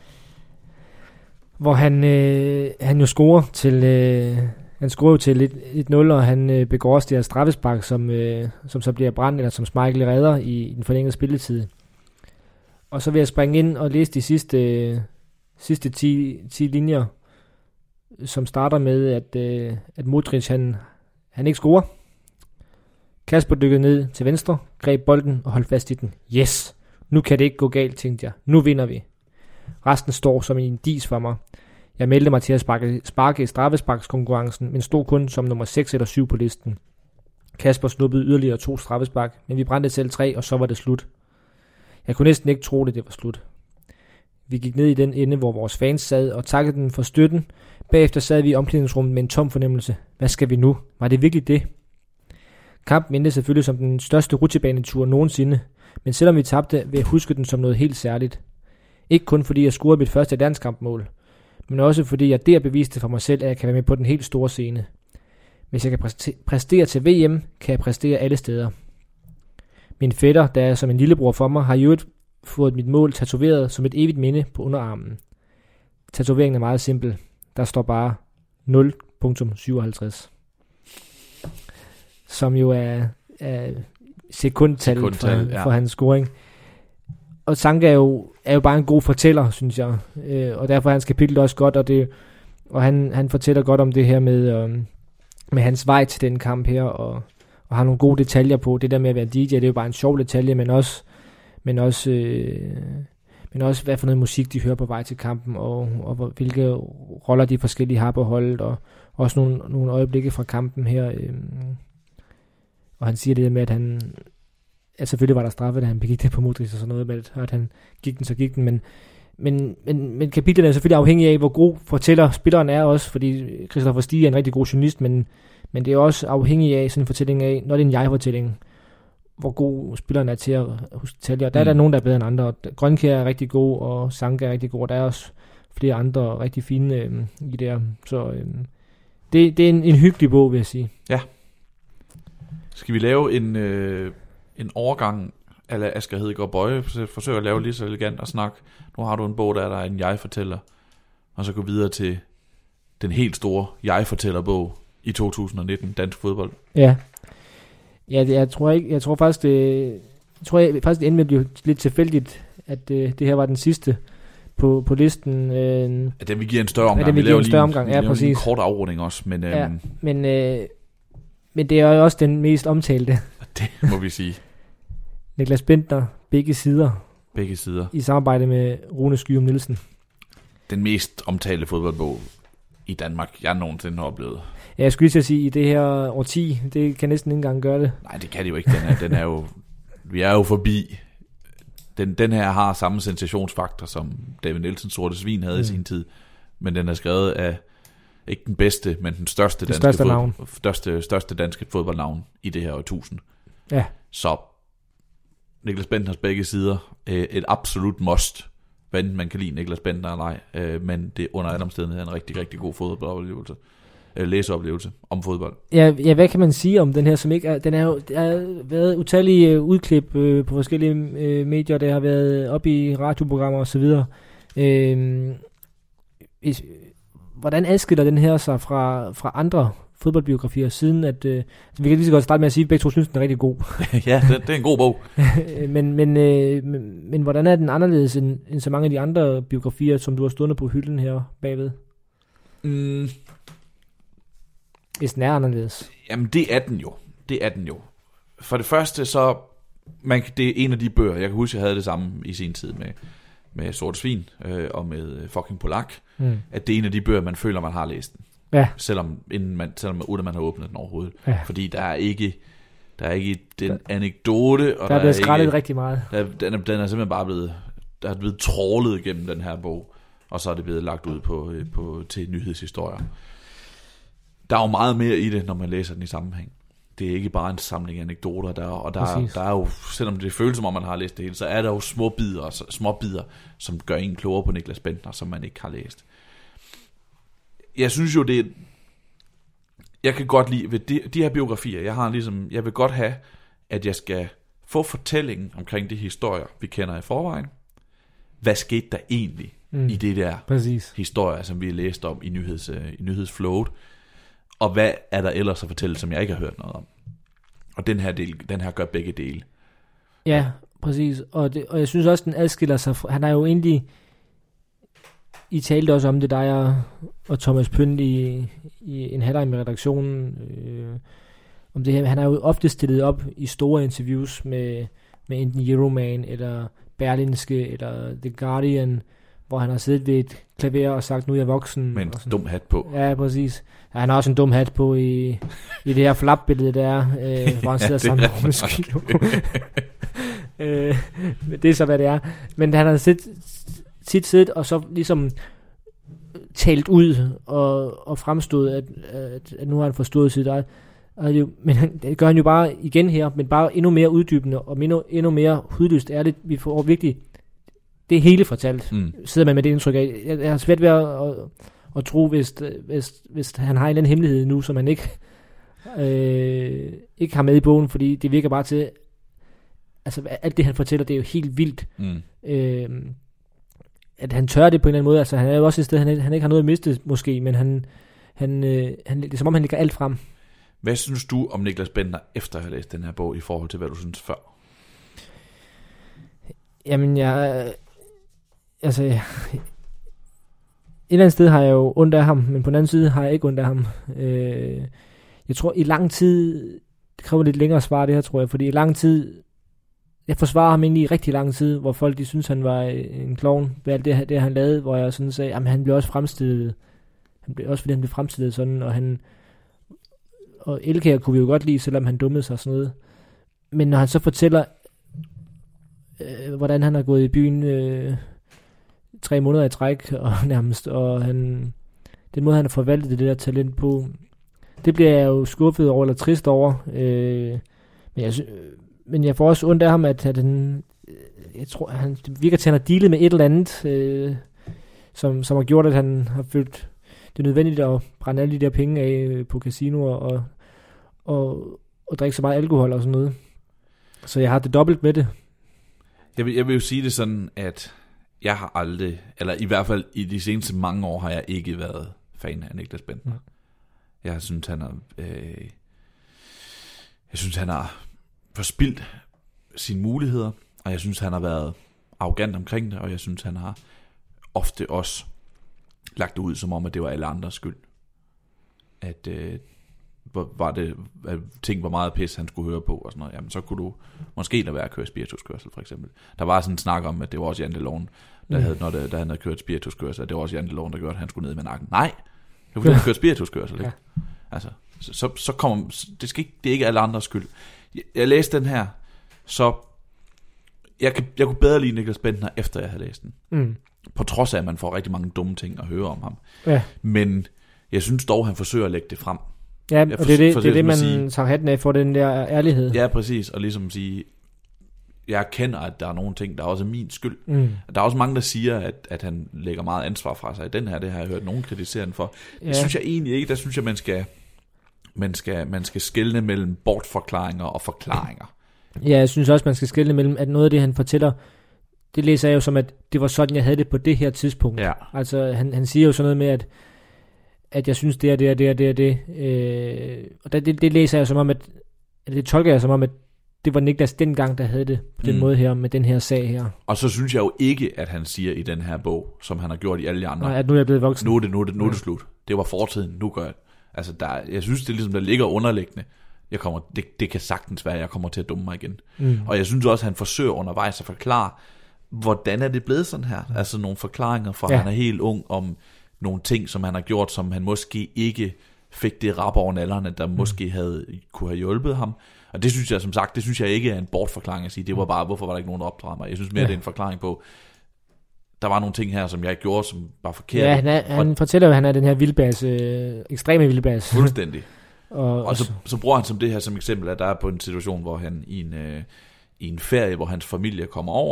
Hvor han jo scorer til... han scorer jo til 1-0, og han begår også det her straffespark, som så bliver brændt, eller som Schmeichel redder i den forlængede spilletid. Og så vil jeg springe ind og læse de sidste 10 linjer, som starter med, at Modric, han ikke scorer. Kasper dykkede ned til venstre, greb bolden og holdt fast i den. Yes! Nu kan det ikke gå galt, tænkte jeg. Nu vinder vi. Resten står som en dis for mig. Jeg meldte mig til at sparke i straffesparkskonkurrencen, men stod kun som nummer 6 eller 7 på listen. Kasper snuppede yderligere 2 straffespark, men vi brændte selv 3, og så var det slut. Jeg kunne næsten ikke tro det var slut. Vi gik ned i den ende, hvor vores fans sad, og takkede dem for støtten. Bagefter sad vi i omklædningsrummet med en tom fornemmelse. Hvad skal vi nu? Var det virkelig det? Kampen endte selvfølgelig som den største rutsjebanetur nogensinde, men selvom vi tabte, vil jeg huske den som noget helt særligt. Ikke kun fordi jeg scorede mit første landskampmål, men også fordi jeg der beviste for mig selv, at jeg kan være med på den helt store scene. Hvis jeg kan præstere til VM, kan jeg præstere alle steder. Min fætter, der er som en lillebror for mig, har jo fået mit mål tatoveret som et evigt minde på underarmen. Tatoveringen er meget simpel. Der står bare 0.57. Som jo er sekundtallet for hans scoring. Og Sanka er jo bare en god fortæller, synes jeg. Og derfor er hans kapitel også godt, og han fortæller godt om det her med hans vej til den kamp her, og har nogle gode detaljer på. Det der med at være DJ, det er jo bare en sjov detalje, men også hvad for noget musik de hører på vej til kampen, og hvilke roller de forskellige har på holdet, og også nogle øjeblikke fra kampen her. Og han siger det der med, at selvfølgelig var der straffe, da han begik det på Modric og sådan noget, med at han gik den, så gik den, men kapitlet er selvfølgelig afhængig af, hvor god fortæller spilleren er også, fordi Christoffer Stig er en rigtig god journalist, men det er også afhængig af sådan en fortælling af, når det er en jeg-fortælling, hvor god spilleren er til at huske detaljer. Der er der nogen, der er bedre end andre. Grønkjær er rigtig god, og Sanka er rigtig god, og der er også flere andre rigtig fine i der. Så det er en hyggelig bog, vil jeg sige. Ja. Skal vi lave en overgang, eller Asger Hedegaard Bøje, forsøger at lave lige så elegant og snak. Nu har du en bog, der er en jeg-fortæller, og så gå videre til den helt store jeg-fortæller-bog i 2019, dansk fodbold. Ja. Ja, jeg tror faktisk, det endte med at blive lidt tilfældigt, at det her var den sidste på listen. At den vil give en større omgang. Vi laver lige en kort afrunding også. Men, men det er jo også den mest omtalte. Det må vi sige. Niklas Bendtner, begge sider. Begge sider. I samarbejde med Rune Skyum Nielsen. Den mest omtalte fodboldbog i Danmark, jeg nogensinde har oplevet. Ja, jeg skulle lige sige, i det her årti, det kan næsten ikke engang gøre det. Nej, det kan det jo ikke. Den er jo, vi er jo forbi. Den her har samme sensationsfaktor, som David Nielsens Sorte Svin havde i sin tid. Men den er skrevet af, ikke den bedste, men den største danske fodboldnavn i det her årtusind. Ja. Så Niklas Bendtners begge sider, et absolut must, hvad man kan lide Niklas Bendtner eller ej, men det under alle omstændigheder en rigtig, rigtig god fodboldoplevelse, læseoplevelse om fodbold. Ja, hvad kan man sige om den her, som ikke er, der har været utallige udklip på forskellige medier, der har været op i radioprogrammer og så videre. Hvordan adskiller den her sig fra andre fodboldbiografier, siden at vi kan lige så godt starte med at sige, at begge to synes, den er rigtig god. Ja, det er en god bog. men hvordan er den anderledes end så mange af de andre biografier, som du har stående på hylden her bagved? Hvis den er anderledes. Jamen, det er den jo. For det første, så det er en af de bøger, jeg kan huske, jeg havde det samme i sin tid med Sorte Svin og med fucking Polak, at det er en af de bøger, man føler, man har læst den. Ja. Selvom uden man har åbnet den overhovedet. Ja. Fordi der er ikke den anekdote, og der er blevet skrællet rigtig meget. Den er simpelthen bare blevet trålet gennem den her bog, og så er det blevet lagt ud til nyhedshistorier. Der er jo meget mere i det, når man læser den i sammenhæng. Det er ikke bare en samling anekdoter, der er jo, selvom det føles som om man har læst det hele, så er der jo små bidder, som gør en klogere på Niklas Bendtner, som man ikke har læst. Jeg synes jo, jeg kan godt lide ved de her biografier, jeg vil godt have, at jeg skal få fortællingen omkring de historier, vi kender i forvejen. Hvad skete der egentlig i det der historier, som vi har læst om i nyhedsflowet? Og hvad er der ellers at fortælle, som jeg ikke har hørt noget om? Og den her gør begge dele. Ja, præcis. Og jeg synes også, den adskiller sig fra, han er jo egentlig, I talte også om det, dig og Thomas Pynt i en Halvleg med redaktionen, om det her. Han har jo ofte stillet op i store interviews med enten Euroman, eller Berlingske, eller The Guardian, hvor han har siddet ved et klaver og sagt, nu er jeg voksen. Med en dum hat på. Ja, præcis. Ja, han har også en dum hat på i det her flap-billede der, hvor han sidder sammen med Rune Skyum. Det er så, hvad det er. Men han har tit siddet og så ligesom talt ud og fremstået, at nu har han forstået sit eget. Men det gør han jo bare igen her, men bare endnu mere uddybende og endnu mere hudløst ærligt. Vi får virkelig det er hele fortalt. Sidder man med det indtryk af. Jeg har svært ved at tro, hvis han har en eller anden hemmelighed nu, som han ikke har med i bogen, fordi det virker bare til, altså alt det han fortæller, det er jo helt vildt. At han tør det på en eller anden måde. Altså han er jo også et sted, han ikke har noget at miste måske, men det er som om han lægger alt frem. Hvad synes du om Niklas Bendtner efter at have læst den her bog i forhold til hvad du synes før? Jamen et eller andet sted har jeg jo ondt af ham, men på den anden side har jeg ikke ondt af ham. Jeg tror i lang tid, det kræver lidt længere svar det her, tror jeg, fordi i lang tid, jeg forsvarer ham egentlig i rigtig lang tid, hvor folk de synes han var en klovn ved alt det han lavede, hvor jeg sådan sagde, jamen han blev også fremstillet, fordi han blev fremstillet sådan, og Elkjær kunne vi jo godt lide, selvom han dummede sig og sådan noget. Men når han så fortæller, hvordan han har gået i byen 3 måneder i træk, og nærmest, og den måde han har forvaltet det der talent på, det bliver jeg jo skuffet over, eller trist over. Men jeg får også ondt af ham, at han, jeg tror, han virker til, at han har dealet med et eller andet, som har gjort, at han har følt det nødvendigt at brænde alle de der penge af på casinoer og drikke så meget alkohol og sådan noget. Så jeg har det dobbelt med det. Jeg vil jo sige det sådan, at jeg har aldrig, eller i hvert fald i de seneste mange år, har jeg ikke været fan af Niklas Bendtner. Jeg synes, han har forspildt sine muligheder, og jeg synes, han har været arrogant omkring det, og jeg synes, han har ofte også lagt ud, som om, at det var alle andres skyld. At var det, at ting var meget pis, han skulle høre på og sådan noget, jamen så kunne du måske lade være at køre spirituskørsel, for eksempel. Der var sådan en snak om, at det var også janteloven, da han havde kørt spirituskørsel, at det var også janteloven, der gjorde, at han skulle ned med nakken. Nej, det var fordi, han kørte spirituskørsel, ikke? Ja. Altså, så kommer, det er ikke alle andres skyld. Jeg læste den her, så jeg kunne bedre lide Niklas Bendtner, efter jeg havde læst den. På trods af, at man får rigtig mange dumme ting at høre om ham. Ja. Men jeg synes dog, han forsøger at lægge det frem. Ja, og det er det man tager hatten af for, den der ærlighed. Ja, præcis. Og ligesom sige, jeg erkender, at der er nogle ting, der også er min skyld. Der er også mange, der siger, at han lægger meget ansvar fra sig i den her. Det har jeg hørt nogen kritisere den for. Ja. Det synes jeg egentlig ikke. Der synes jeg, man skal skelne mellem bortforklaringer og forklaringer. Ja, jeg synes også, man skal skelne mellem, at noget af det, han fortæller, det læser jeg jo som, at det var sådan, jeg havde det på det her tidspunkt. Ja. Altså, han siger jo sådan noget med, at jeg synes, det er det. Og det læser jeg som om, at det tolker jeg som om, at det var Niklas dengang, der havde det på den måde her, med den her sag her. Og så synes jeg jo ikke, at han siger i den her bog, som han har gjort i alle de andre. Nej, at nu er jeg blevet voksen. Nu er det slut. Det var fortiden, nu gør jeg. Altså, jeg synes, det er ligesom, der ligger underliggende. Det kan sagtens være, at jeg kommer til at dumme mig igen. Og jeg synes også, at han forsøger undervejs at forklare, hvordan er det blevet sådan her? Altså nogle forklaringer fra, han er helt ung, om nogle ting, som han har gjort, som han måske ikke fik det rap over nallerne, der måske kunne have hjulpet ham. Og det synes jeg, som sagt, ikke er en bortforklaring at sige, det var bare, hvorfor var der ikke nogen, der opdragede mig? Jeg synes mere, det er en forklaring på, der var nogle ting her, som jeg gjorde, som var forkerte. Ja, han fortæller jo, at han er den her vildbas, ekstreme vildbas. Fuldstændig. og så bruger han som det her som eksempel, at der er på en situation, hvor han i en ferie, hvor hans familie kommer over,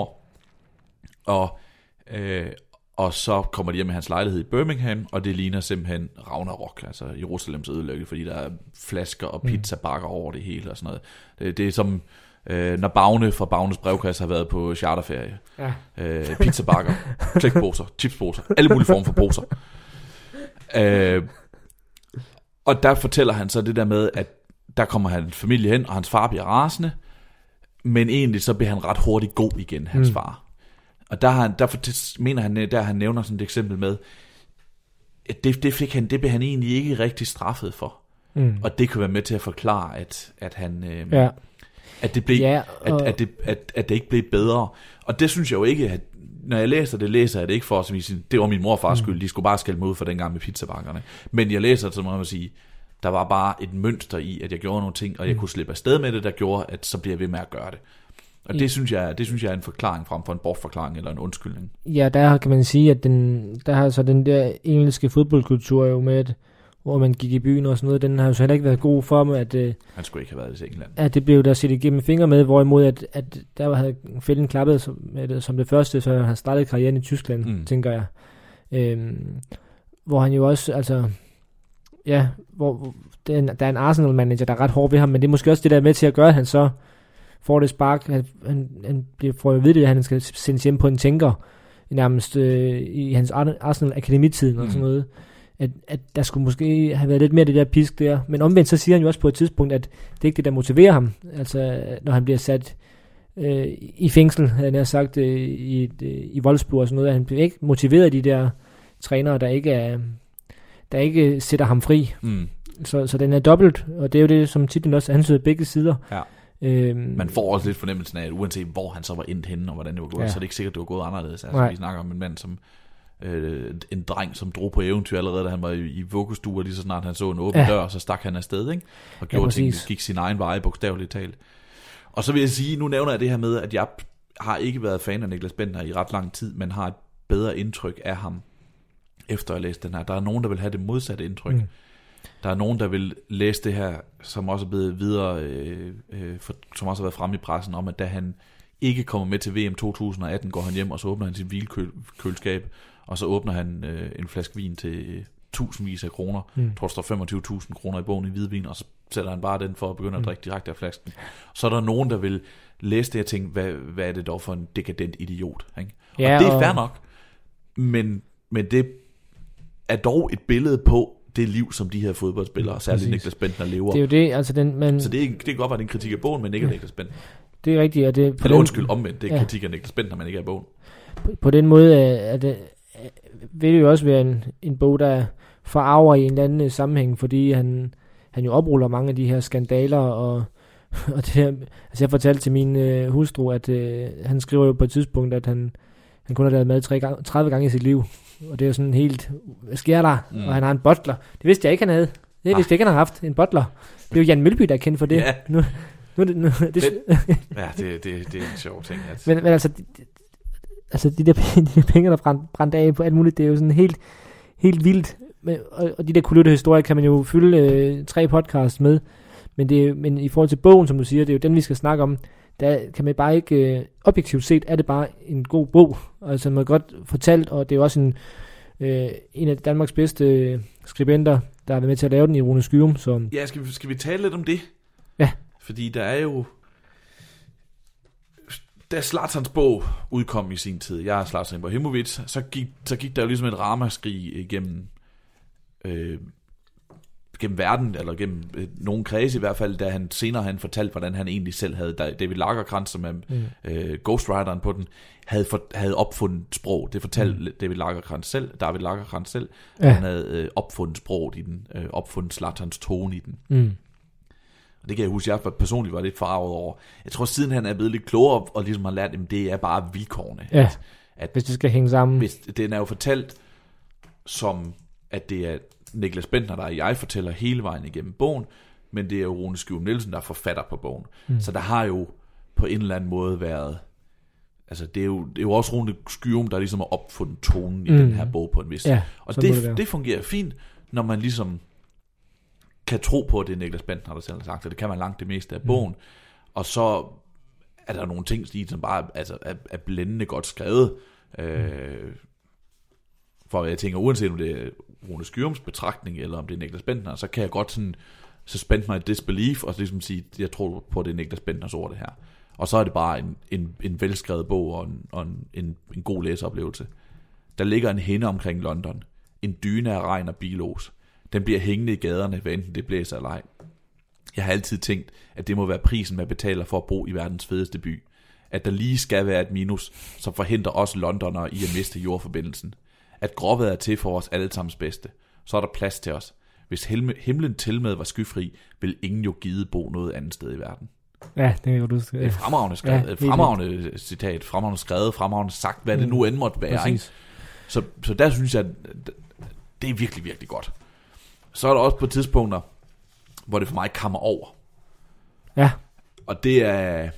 og så kommer de hjem i hans lejlighed i Birmingham, og det ligner simpelthen Ragnarok, altså Jerusalems ødelæggelse, fordi der er flasker og pizzabakker over det hele og sådan noget. Det er som når Bagne fra Bagnes brevkasse har været på charterferie. Ja. Pizzabakker, klækposer, chipsposer, alle mulige former for poser. Og der fortæller han så det der med, at der kommer hans familie hen, og hans far bliver rasende, men egentlig så bliver han ret hurtigt god igen, hans far. Og der mener han, der han nævner sådan et eksempel med, at det blev han egentlig ikke rigtig straffet for. Og det kan være med til at forklare, at han... At det blev, at det ikke blev bedre. Og det synes jeg jo ikke, at når jeg læser jeg det ikke for at sige, det var min mor og fars skyld, de skulle bare skælde mig ud for dengang med pizzabakkerne. Men jeg læser det som om at sige, der var bare et mønster i, at jeg gjorde nogle ting, og jeg kunne slippe afsted med det, der gjorde, at så bliver jeg ved med at gøre det. Og det synes jeg er en forklaring frem for en bortforklaring eller en undskyldning. Ja, der kan man sige, at der har så den der engelske fodboldkultur jo med, at hvor man gik i byen og sådan noget, den har jo så heller ikke været god for mig, at han skulle ikke have været i England. At det blev der set igennem fingre med, hvorimod at der havde fælden klappet som det første, så han startede karrieren i Tyskland, tænker jeg. Hvor han jo også, altså, ja, hvor der er en Arsenal-manager, der er ret hård ved ham, men det er måske også det der med til at gøre, at han så får det spark, han får jo vidt, at han skal sendes hjem på en tænker, nærmest i hans Arsenal-akademitiden og sådan noget. At der skulle måske have været lidt mere det der pisk der. Men omvendt, så siger han jo også på et tidspunkt, at det ikke er det, der motiverer ham. Altså, når han bliver sat i fængsel, havde han sagt, i Wolfsburg og sådan noget. Han bliver ikke motiveret af de der trænere, der ikke sætter ham fri. Så den er dobbelt, og det er jo det, som titlen også antyder begge sider. Ja. Man får også lidt fornemmelsen af, at uanset hvor han så var endt henne, og hvordan det var gået, så er det ikke sikkert, det var gået anderledes. Altså, vi snakker om en mand, som en dreng, som drog på eventyr allerede, da han var i vuggestue, og lige så snart han så en åben dør, så stak han afsted, ikke? Og gjorde ting, gik sin egen vej, bogstaveligt talt. Og så vil jeg sige, nu nævner jeg det her med, at jeg har ikke været fan af Niklas Bendtner i ret lang tid, men har et bedre indtryk af ham, efter at læse den her. Der er nogen, der vil have det modsatte indtryk. Der er nogen, der vil læse det her, som også er blevet videre, som også har været fremme i pressen, om at da han ikke kommer med til VM 2018, går han hjem, og så åbner han sit hvilekøleskab, og så åbner han en flaske vin til tusindvis af kroner. Jeg tror, der står 25.000 kroner i bogen i hvidvin, og så sætter han bare den for at begynde at drikke direkte af flasken. Så er der nogen, der vil læse det og tænke, hvad er det dog for en dekadent idiot? Ikke? Ja, og det er fair nok, men det er dog et billede på det liv, som de her fodboldspillere, særligt Niklas Bendtner, lever. Det er jo det, altså så det kan godt være en kritik af bogen, men ikke af Niklas Bendtner. Det er rigtigt. Og det, eller undskyld, omvendt, det er kritik af Niklas Bendtner, men ikke af bogen. På den måde vil det jo også være en bog, der forarver i en eller anden sammenhæng, fordi han han jo opruller mange af de her skandaler, og det her, altså jeg fortalte til min hustru, at han skriver jo på et tidspunkt, at han kun har lavet mad 30 gange i sit liv, og det er jo sådan helt, hvad sker der? Og han har en butler. Det vidste jeg ikke, han havde. Det vidste jeg ikke, han har haft en butler. Det er jo Jan Mølby, der er kendt for det. Ja. Nu, ja, det er en sjov ting. At... Men altså de der penge, der brændte af på alt muligt, det er jo sådan helt vildt. Og de der kulørte historier kan man jo fylde 3 podcasts med. Men i forhold til bogen, som du siger, det er jo den, vi skal snakke om. Der kan man bare ikke, objektivt set, er det bare en god bog. Altså man er godt fortalt, og det er jo også en af Danmarks bedste skribenter, der har været med til at lave den i Rune Skyum. Så... Ja, skal vi tale lidt om det? Ja. Fordi der er jo... Da Zlatans bog udkom i sin tid, jeg er Zlatan Ibrahimovic, så gik der jo ligesom et ramaskrig igennem verden, eller gennem nogle kredse i hvert fald, da han senere fortalte, hvordan han egentlig selv havde, David Lagercrantz, som er ghostwriteren på den, havde opfundet sprog. Det fortalte David Lagercrantz selv, ja. Han havde opfundet sproget i den, opfundet Zlatans tone i den. Og det kan jeg huske, jeg personligt var lidt forarvet over. Jeg tror, siden han er blevet lidt klogere, og ligesom har lært, at det er bare vilkårene. Ja, at hvis det skal hænge sammen. Den er jo fortalt som, at det er Niklas Bentner, der jeg fortæller hele vejen igennem bogen, men det er jo Rune Skyum Nielsen, der er forfatter på bogen. Så der har jo på en eller anden måde været, altså det er jo også Rune Skyum, der ligesom har opfundet tonen i den her bog på en vis. Ja, og det fungerer fint, når man ligesom kan tro på, at det er Niklas Bentner, der selv har sagt, og det kan man langt det meste af bogen. Og så er der nogle ting, som bare er blændende godt skrevet. For jeg tænker, uanset om det er Rune Skyums betragtning, eller om det er Niklas Bentner, så kan jeg godt sådan suspend my disbelief, og ligesom sige, at jeg tror på, at det er Niklas Bentners ord, det her. Og så er det bare en velskrevet bog, og en god læseoplevelse. Der ligger en hinde omkring London. En dyne af regn og bilos. Den bliver hængende i gaderne, hvad enten det blæser eller ej. Jeg har altid tænkt, at det må være prisen, man betaler for at bo i verdens fedeste by. At der lige skal være et minus, som forhindrer os londonere i at miste jordforbindelsen. At gråvejret er til for os allesammens bedste. Så er der plads til os. Hvis himlen tilmed var skyfri, vil ingen jo givet bo noget andet sted i verden. Ja, det er jo du. Det er fremragende citat, fremragende skrevet, fremragende sagt, hvad det nu end måtte være. Ikke? Så der synes jeg, at det er virkelig, virkelig godt. Så er der også på tidspunkter, hvor det for mig kammer over. Ja. Og det er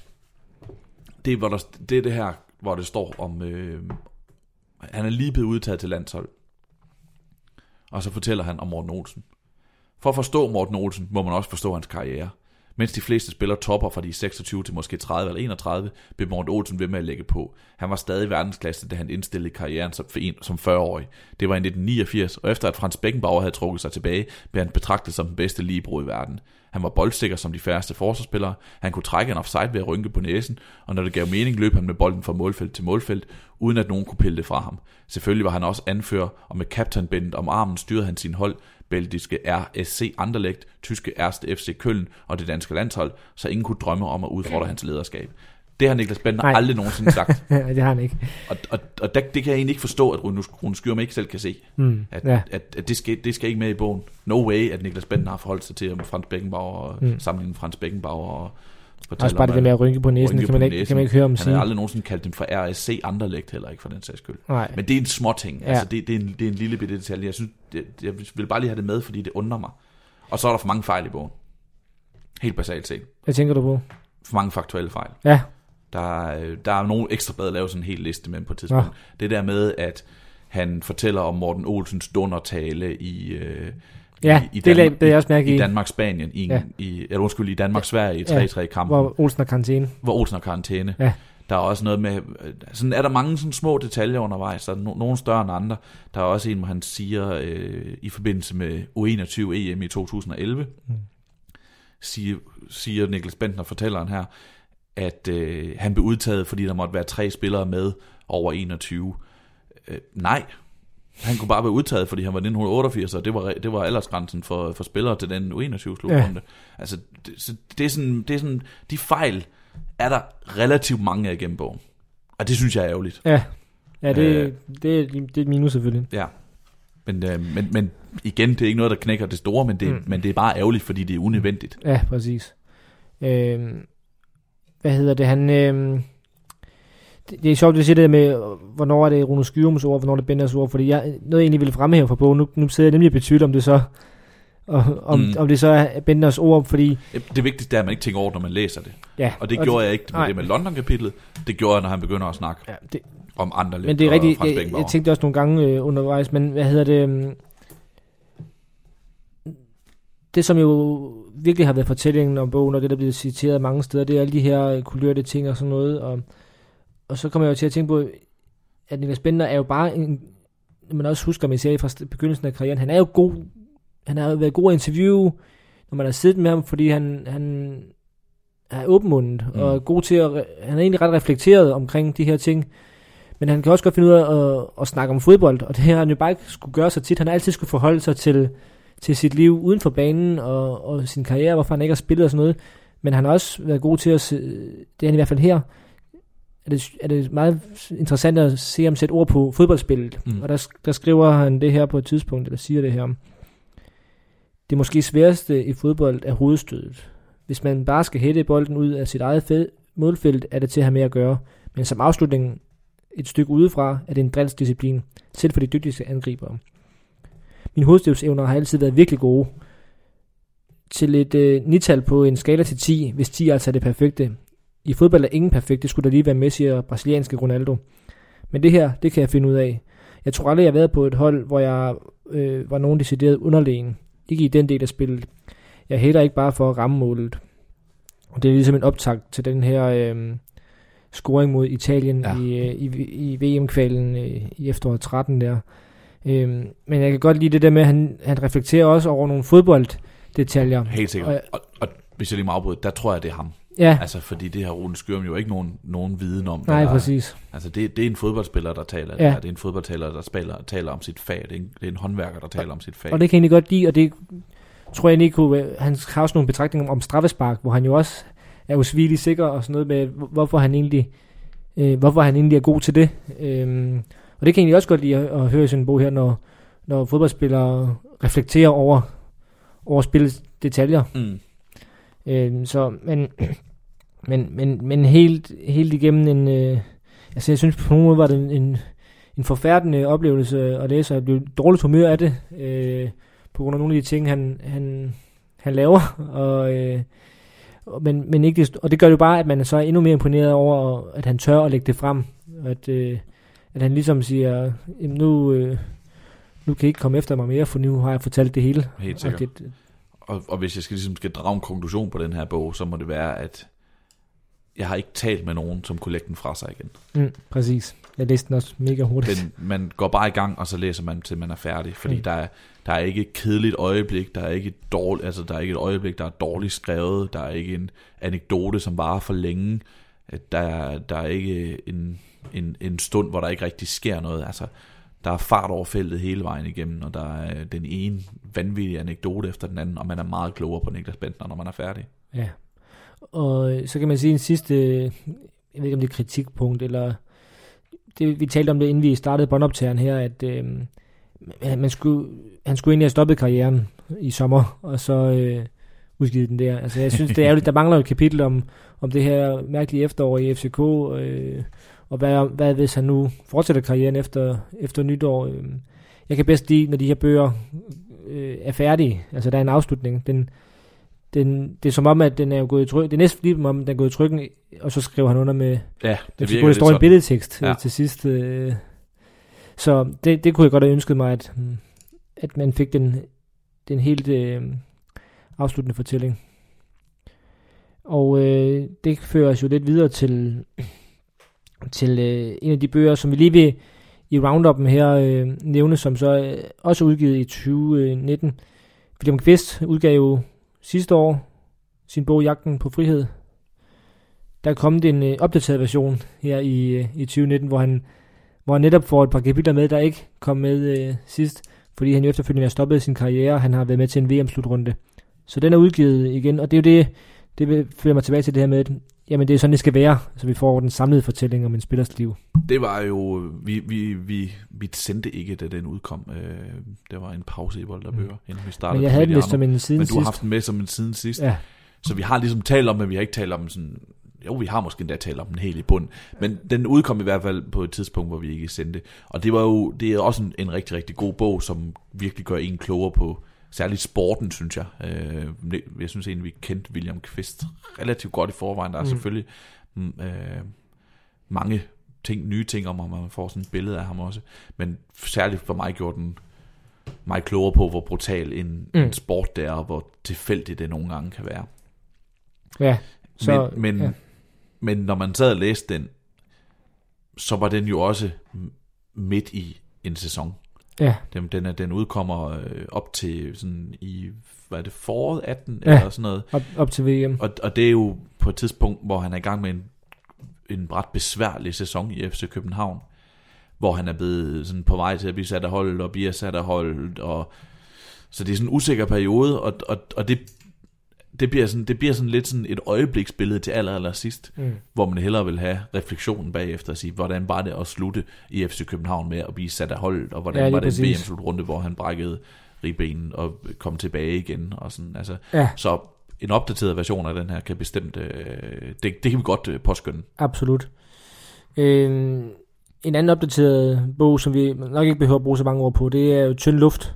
det her, hvor det står om, han er lige blevet udtaget til landshold. Og så fortæller han om Morten Olsen. For at forstå Morten Olsen, må man også forstå hans karriere. Mens de fleste spillere topper fra de 26 til måske 30 eller 31, blev Morten Olsen ved med at lægge på. Han var stadig verdensklasse, da han indstillede karrieren som 40-årig. Det var i 1989, og efter at Frans Beckenbauer havde trukket sig tilbage, blev han betragtet som den bedste libero i verden. Han var boldsikker som de færreste forsvarsspillere, han kunne trække en offside ved at rynke på næsen, og når det gav mening, løb han med bolden fra målfelt til målfelt, uden at nogen kunne pille det fra ham. Selvfølgelig var han også anfører, og med kaptajnbindet om armen styrede han sin hold, belgiske RSC Anderlecht, tyske 1. FC Köln og det danske landshold, så ingen kunne drømme om at udfordre hans lederskab. Det har Niklas Bentner aldrig nogensinde sagt. Det har han ikke. Og det kan jeg egentlig ikke forstå, at Rune Skyum ikke selv kan se. At det skal ikke med i bogen. No way, at Niklas Bentner har forholdt sig til Frans Beckenbauer og sammenlignet Frans Beckenbauer og også bare det med at rynke på næsen, det kan man ikke høre om sige. Han har aldrig nogensinde kaldt dem for RSC Anderlecht heller ikke for den sags skyld. Nej. Men det er en små ting. Ja. Altså det er en lille bitte detalje. Jeg synes, jeg vil bare lige have det med, fordi det undrer mig. Og så er der for mange fejl i bogen. Helt basalt set. Hvad tænker du på? For mange faktuelle fejl. Ja. Der er nogle ekstra blad at lave sådan en hel liste med på et tidspunkt. Ja. Det der med, at han fortæller om Morten Olsens dundertale i det er også mærke i Danmark-Spanien, i Danmark-Sverige i 3-3-kampen. Hvor Olsen er karantæne. Ja. Der er også noget med, sådan er der mange sådan små detaljer undervejs, der er nogle større end andre. Der er også en, hvor han siger, i forbindelse med U21 EM i 2011, siger Niklas Bentner, fortælleren her, at han blev udtaget, fordi der måtte være 3 spillere med over 21. Nej, han kunne bare være udtaget, fordi han var 1988, og det var aldersgrænsen for spillere til den U21-slutrunde. Ja. Altså, det er sådan, de fejl er der relativt mange af igennem bogen. Og det synes jeg er ærgerligt. Ja, det er et minus selvfølgelig. Ja, igen, det er ikke noget, der knækker det store, men det er bare ærgerligt, fordi det er unødvendigt. Ja, præcis. Hvad hedder det? Han... det er sjovt, at du siger det med, hvornår er det Rune Skyrums ord, hvornår er det Benders ord, fordi noget jeg egentlig ville fremhæve fra bogen, nu sidder jeg nemlig betydet, om det så om det så er Benders ord, fordi... Det vigtigste er, at man ikke tænker over, når man læser det. Ja, og det gjorde jeg ikke med det med London-kapitlet, det gjorde jeg, når han begynder at snakke om andre lidt. Men det er rigtigt, jeg tænkte også nogle gange undervejs, men hvad hedder det... Det, som jo virkelig har været fortællingen om bogen, og det, der bliver citeret mange steder, det er alle de her kulørte ting og sådan noget, og så kommer jeg jo til at tænke på, at Niklas Bender er jo bare en... Man også husker, man ser fra begyndelsen af karrieren, han er jo god. Han har været god at interviewe, når man har siddet med ham, fordi han er åbenmundet og er god til at... Han er egentlig ret reflekteret omkring de her ting, men han kan også godt finde ud af at snakke om fodbold, og det her han jo bare ikke skulle gøre så tit. Han har altid skulle forholde sig til sit liv uden for banen og sin karriere, hvorfor han ikke har spillet og sådan noget. Men han har også været god til at... Det er han i hvert fald her. Er det meget interessant at se ham sætte ord på fodboldspillet. Og der skriver han det her på et tidspunkt, eller siger det her. Det måske sværeste i fodbold er hovedstødet. Hvis man bare skal hætte bolden ud af sit eget målfelt, er det til at have med at gøre. Men som afslutning et stykke udefra, er det en drillsdisciplin, selv for de dygtigste angribere. Mine hovedstøvsevner har altid været virkelig gode. Til et 9-tal på en skala til 10, hvis 10 altså er det perfekte. I fodbold er ingen perfekt, det skulle da lige være Messi og brasilianske Ronaldo. Men det her, det kan jeg finde ud af. Jeg tror aldrig, jeg har været på et hold, hvor jeg var nogen decideret underlegen. Ikke i den del af spillet. Jeg hætter ikke bare for at ramme målet. Og det er ligesom en optakt til den her scoring mod Italien i VM-kvalen i efteråret 13 der. Men jeg kan godt lide det der med, at han reflekterer også over nogle fodbolddetaljer. Helt sikkert. Og hvis jeg lige må afbryde, der tror jeg, det er ham. Ja. Altså, fordi det her Rune Skyrum jo ikke nogen viden om. Nej, præcis. Altså, det er en fodboldspiller, der taler det her. Det er en fodboldspiller, der taler om sit fag. Det er en håndværker, der taler om sit fag. Og det kan jeg egentlig godt lide, og det tror jeg ikke, han har også nogle betragtninger om straffespark, hvor han jo også er usvigelig sikker og sådan noget med, hvorfor han egentlig er god til det. Og det kan jeg egentlig også godt lide at høre i sådan en bog her, når fodboldspillere reflekterer over spillets detaljer. Men helt igennem altså jeg synes på nogen måde var det en forfærdende oplevelse at læse, og jeg blev dårligt humør af det, på grund af nogle af de ting, han laver, men ikke det, og det gør jo bare, at man er så endnu mere imponeret over, at han tør at lægge det frem, at han ligesom siger, nu kan I ikke komme efter mig mere, for nu har jeg fortalt det hele. Helt sikkert. Og hvis jeg skal drage en konklusion på den her bog, så må det være, at jeg har ikke talt med nogen, som kunne lægge den fra sig igen. Præcis. Jeg læste den også mega hurtigt. Man går bare i gang, og så læser man, til man er færdig. Fordi der er ikke et kedeligt øjeblik, der er ikke et øjeblik, der er dårligt skrevet, der er ikke en anekdote, som varer for længe, der er ikke en stund, hvor der ikke rigtig sker noget. Altså, der er fart over feltet hele vejen igennem, og der er den ene vanvittige anekdote efter den anden, og man er meget klogere på Niklas Bendtner, når man er færdig. Ja, og så kan man sige en sidste, jeg ved ikke om det er kritikpunkt, eller det, vi talte om det, inden vi startede båndoptageren her, at han skulle egentlig have stoppet karrieren i sommer, og så udgivet den der. Altså jeg synes, det er ærgerligt, der mangler et kapitel om det her mærkelige efterår i FCK, og hvad hvis han nu fortsætter karrieren efter nytår. Jeg kan bedst lide, når de her bøger er færdige, altså der er en afslutning. Det er som om, at den er jo gået i tryk. Det er næsten lige som om, den er gået i trykken, og så skriver han under med... Ja, det står en billedtekst til sidst. Så det kunne jeg godt have ønsket mig, at man fik den helt afsluttende fortælling. Og det fører os jo lidt videre til en af de bøger, som vi lige vil i roundupen her nævne, som så også udgivet i 2019. William Kvist udgav jo sidste år sin bog Jagten på frihed. Der er kommet en opdateret version her i 2019, hvor han netop får et par kapitler med, der ikke kom med sidst, fordi han jo efterfølgende har stoppet sin karriere, han har været med til en VM-slutrunde. Så den er udgivet igen, og det er jo det, det fører mig tilbage til det her med, at jamen det er sådan, det skal være, så vi får den samlede fortælling om en spillers liv. Det var jo, vi sendte ikke, da den udkom. Det var en pause i Volterbøger, inden vi startede. Men jeg havde den som en siden sidst. Men du har haft den med som en siden sidst. Ja. Så vi har ligesom talt om, men vi har ikke talt om sådan, jo, vi har måske endda talt om den helt i bund, men den udkom i hvert fald på et tidspunkt, hvor vi ikke sendte. Og det er også en rigtig, rigtig god bog, som virkelig gør en klogere på særligt sporten, synes jeg. Jeg synes egentlig, vi kendte William Kvist relativt godt i forvejen. Der er selvfølgelig mange nye ting om ham, og man får sådan et billede af ham også. Men særligt for mig gjorde den mig klogere på, hvor brutal en sport det er, og hvor tilfældigt det nogle gange kan være. Ja. Så, men når man sad og læste den, så var den jo også midt i en sæson. Ja. Den udkommer op til sådan i, hvad er det, foråret 18 eller sådan noget. Op til VM. Og det er jo på et tidspunkt, hvor han er i gang med en ret besværlig sæson i FC København, hvor han er blevet sådan på vej til at blive sat af holdet, og bliver sat af holdet, og så det er sådan en usikker periode, og det bliver sådan lidt sådan et øjebliksbillede til aller sidst, hvor man hellere vil have refleksionen bagefter og sige, hvordan var det at slutte i FC København med at blive sat af holdet, og hvordan var det en VM-slutrunde, hvor han brækkede ribbenen og kom tilbage igen, og sådan, altså, så en opdateret version af den her kan bestemt, det kan vi godt påskynde. Absolut. En anden opdateret bog, som vi nok ikke behøver at bruge så mange ord på, det er jo Tynd Luft,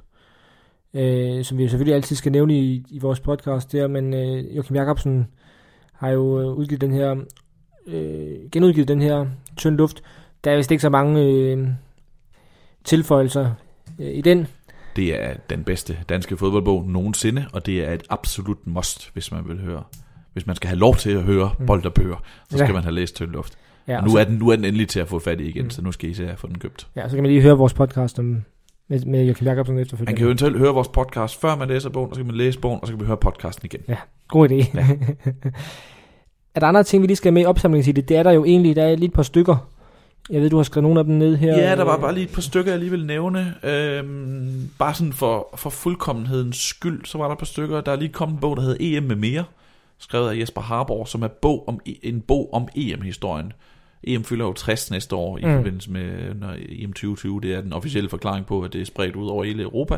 som vi selvfølgelig altid skal nævne i vores podcast der, men Joachim Jacobsen har jo udgivet den her, genudgivet den her Tynd Luft. Der er vist ikke så mange tilføjelser i den. Det er den bedste danske fodboldbog nogensinde, og det er et absolut must, hvis man vil høre. Hvis man skal have lov til at høre Volterbøger, så skal man have læst Tynd Luft. Ja, og nu er den endelig til at få fat i igen, så nu skal I se at få den købt. Ja, så kan man lige høre vores podcast med Joachim Jacobsen efterfølgende. Man kan jo eventuelt høre vores podcast, før man læser bogen, og så kan man læse bogen, og så kan vi høre podcasten igen. Ja, god idé. Ja. Er der andre ting, vi lige skal have med i opsamlingen til det? Det er der jo egentlig, der er lige et par stykker. Jeg ved, du har skrevet nogle af dem ned her. Ja, der var bare lige et par stykker, jeg lige vil nævne. Bare sådan for fuldkommenhedens skyld, så var der et par stykker. Der er lige kommet en bog, der hedder EM med mere, skrevet af Jesper Harborg, som er en bog om EM-historien. EM fylder jo 60 næste år i forbindelse med EM 2020. Det er den officielle forklaring på, at det er spredt ud over hele Europa.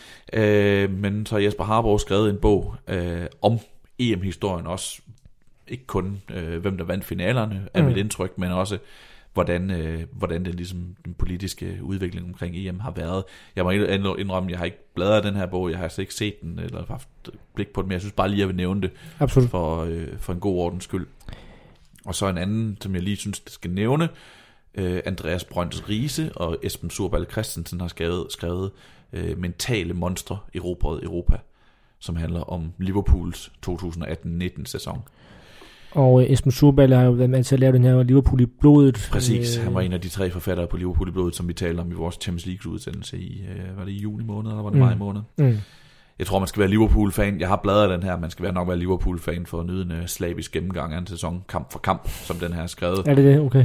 Men så har Jesper Harborg skrevet en bog om EM-historien også. Ikke kun hvem der vandt finalerne, er mit indtryk, men også hvordan det ligesom den politiske udvikling omkring EM har været. Jeg må indrømme, at jeg har ikke bladret den her bog, jeg har altså ikke set den, eller haft blik på den, men jeg synes bare lige, at jeg vil nævne det. Absolut. For en god ordens skyld. Og så en anden, som jeg lige synes, det skal nævne, Andreas Brøns Riise og Esben Surballe Christensen har skrevet Mentale Monstre erobret Europa, som handler om Liverpools 2018-19 sæson. Og Esben Surballe har jo været med til at lave den her Liverpool i blodet. Præcis, han var en af de 3 forfattere på Liverpool i blodet, som vi talte om i vores Champions League-udsendelse i, var det i juni måned, eller var det maj måned? Jeg tror, man skal være Liverpool-fan. Jeg har bladret den her. Man skal nok være Liverpool-fan for at nyde en slavisk gennemgang af en sæson, kamp for kamp, som den her er skrevet. Er det? Okay.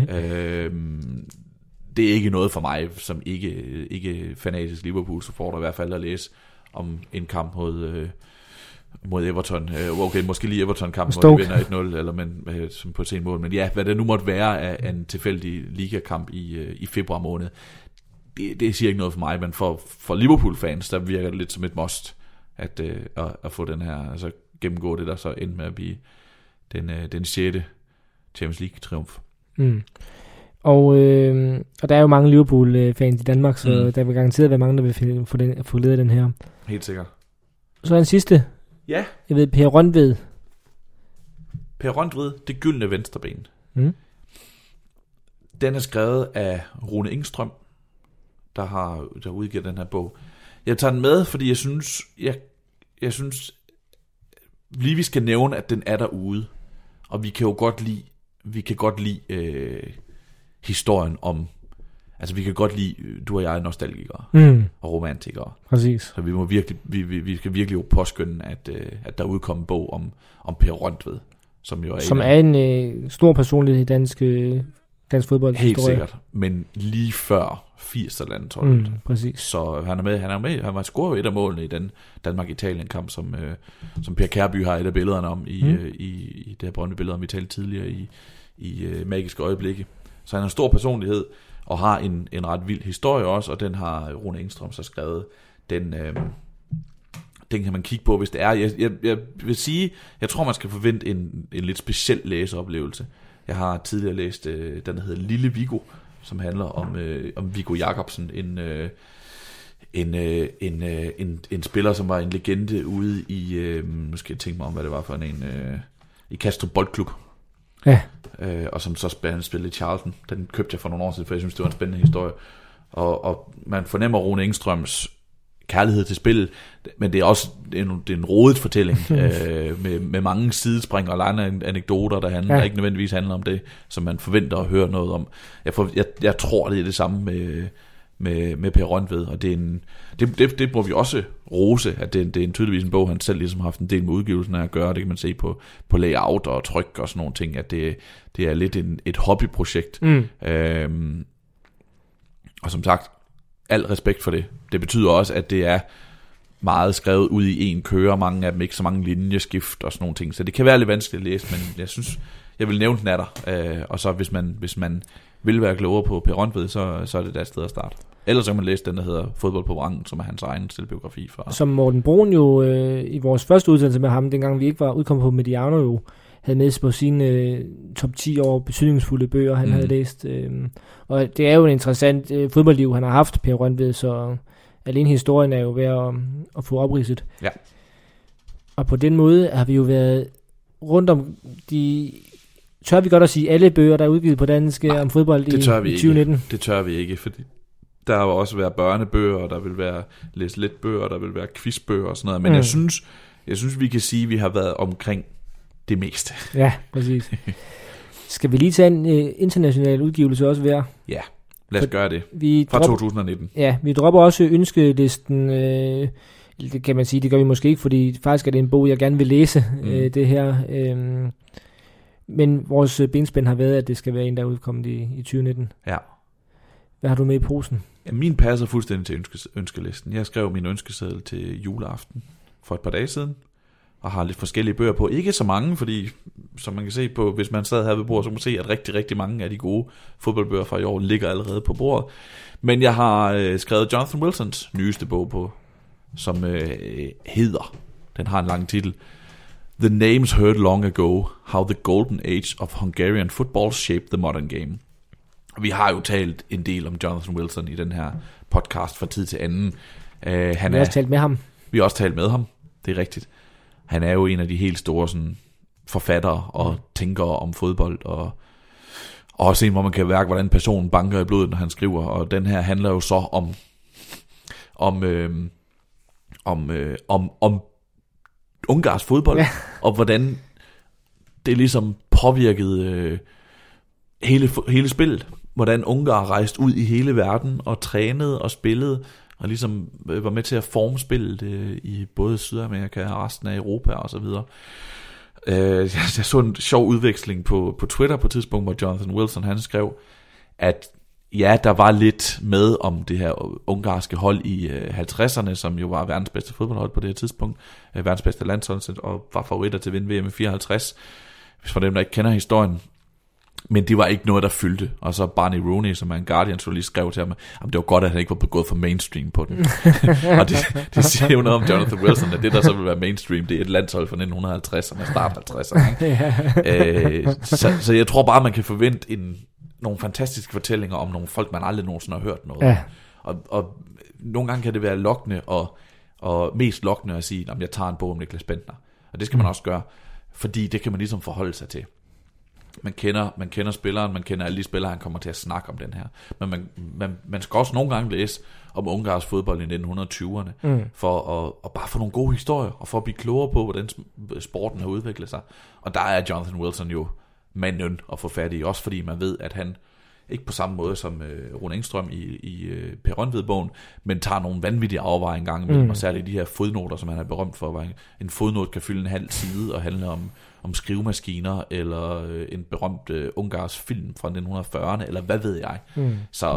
Det er ikke noget for mig, som ikke fanatisk Liverpool-supporter, i hvert fald at læse om en kamp mod Everton. Okay, måske lige Everton-kampen, hvor de vinder 1-0, eller som på sen mål. Men ja, hvad det nu måtte være af en tilfældig ligakamp i februar måned, det siger ikke noget for mig, men for Liverpool-fans, der virker det lidt som et must, at få den her, altså gennemgå det, der så endte med at blive den 6. Champions League-triumf. Og der er jo mange Liverpool-fans i Danmark, så der vil garanteret være mange, der vil få ledet den her. Helt sikkert. Så er den sidste. Ja. Jeg ved, Per Røntved. Per Røntved, Det gyldne venstreben. Den er skrevet af Rune Engstrøm, der udgiver den her bog. Jeg tager den med, fordi jeg synes lige vi skal nævne, at den er derude. Og vi kan godt lide historien om, altså vi kan godt lide, du og jeg er nostalgikere og romantikere. Præcis. Så vi må virkelig, vi skal virkelig jo påskynde, at der udkommer en bog om Per Røntved, som jo er en stor personlighed i dansk dansk fodbold. Helt sikkert, men lige før 80'er landsholdet. Præcis. Så han er med. Han var scoret et af målene i den Danmark-Italien-kamp, som Per Kærby har et af billederne om i det her Brøndby-billeder, om vi talte tidligere i magiske øjeblikke. Så han er en stor personlighed, og har en ret vild historie også, og den har Rune Engstrøm så skrevet. Den kan man kigge på, hvis det er. Jeg vil sige, jeg tror, man skal forvente en lidt speciel læseoplevelse. Jeg har tidligere læst den, der hedder Lille Viggo, som handler om Viggo Jacobsen, en spiller, som var en legende ude i, nu skal jeg tænke mig om, hvad det var for i Kastrup Boldklub. Ja. Og som så spillede i Charlton. Den købte jeg for nogle år siden, for jeg synes, det var en spændende historie. Og man fornemmer Rune Engstrøms kærlighed til spillet, men det er også en rodet fortælling med mange sidespring og lange anekdoter, der ikke nødvendigvis handler om det, som man forventer at høre noget om. Jeg tror, det er det samme med Per Røntved, og det må vi også rose, at det er tydeligvis en bog, han selv ligesom har haft en del med udgivelsen af at gøre. Det kan man se på layout og tryk og sådan nogle ting, at det er lidt et hobbyprojekt. Og som sagt, al respekt for det. Det betyder også, at det er meget skrevet ud i en køre, mange af dem ikke så mange linjeskift og sådan nogle ting, så det kan være lidt vanskeligt at læse, men jeg synes, jeg vil nævne den af dig, og så hvis man vil være klogere på Per Røntved, så er det der et sted at starte. Ellers kan man læse den, der hedder Fodbold på Vrangen, som er hans egen selvbiografi. Som Morten Brun jo i vores første udsendelse med ham, dengang vi ikke var udkommet på Mediano, jo havde med på sine top 10 over betydningsfulde bøger, han havde læst. Og det er jo en interessant fodboldliv, han har haft, Per Røntved, så alene historien er jo værd at få opridset. Ja. Og på den måde har vi jo været rundt om tør vi godt at sige alle bøger, der er udgivet på dansk om fodbold i 2019? Det tør vi ikke, fordi der vil også være børnebøger, og der vil være læs lidt bøger, der vil være quizbøger og sådan noget. Men jeg synes, vi kan sige, at vi har været omkring det meste. Ja, præcis. Skal vi lige tage en international udgivelse også værd? Ja, lad os gøre det. Fra 2019. Ja, vi dropper også ønskelisten. Det kan man sige, det gør vi måske ikke, fordi faktisk er det en bog, jeg gerne vil læse, det her. Men vores benspænd har været, at det skal være en, der er udkommet i 2019. Ja. Hvad har du med i posen? Ja, min passer fuldstændig til ønskelisten. Jeg skrev min ønskeseddel til juleaften for et par dage siden, og har lidt forskellige bøger på. Ikke så mange, fordi som man kan se på, hvis man sad her ved bordet, så kan man se, at rigtig, rigtig mange af de gode fodboldbøger fra i år ligger allerede på bordet. Men jeg har skrevet Jonathan Wilsons nyeste bog på, som hedder, den har en lang titel, The Names Heard Long Ago, How the Golden Age of Hungarian Football Shaped the Modern Game. Vi har jo talt en del om Jonathan Wilson i den her podcast fra tid til anden. Vi har også talt med ham. Vi har også talt med ham, det er rigtigt. Han er jo en af de helt store sådan, forfattere og tænkere om fodbold, og også en, hvor man kan mærke, hvordan personen banker i blodet, når han skriver. Og den her handler jo så om Ungarns fodbold, ja. Og hvordan det ligesom påvirkede hele spillet. Hvordan Ungarn rejste ud i hele verden og trænede og spillede, og ligesom var med til at forme spillet i både Sydamerika og resten af Europa og så videre. Jeg så en sjov udveksling på Twitter på et tidspunkt, hvor Jonathan Wilson han skrev, at ja, der var lidt med om det her ungarske hold i 50'erne, som jo var verdens bedste fodboldhold på det her tidspunkt, verdens bedste landshold, og var favoritter til at vinde VM i 54, hvis for dem, der ikke kender historien. Men det var ikke noget, der fyldte. Og så Barney Rooney, som er en Guardian-journalist, skrev til ham, at det var godt, at han ikke var gået for mainstream på den. Og det siger jo noget om Jonathan Wilson, at det, der så vil være mainstream, det er et landshold fra 1950'erne, start 50'erne. Så jeg tror bare, man kan forvente nogle fantastiske fortællinger om nogle folk, man aldrig nogensinde har hørt noget om. Ja. Og nogle gange kan det være lokkende, og mest lokkende at sige, at jeg tager en bog om Niklas Bentner. Og det skal man også gøre, fordi det kan man ligesom forholde sig til. Man kender spilleren, man kender alle de spillere, han kommer til at snakke om den her. Men man skal også nogle gange læse om Ungarns fodbold i 1920'erne, for at bare få nogle gode historier, og for at blive klogere på, hvordan sporten har udviklet sig. Og der er Jonathan Wilson jo manden at få fat i, også fordi man ved, at ikke på samme måde som Rune Engstrøm i Per Røntved-bogen, men tager nogle vanvittige afveje en gang imellem, og særligt de her fodnoter, som han er berømt for. En fodnote kan fylde en halv side og handle om skrivemaskiner, eller en berømt ungarsk film fra 1940'erne, eller hvad ved jeg. Så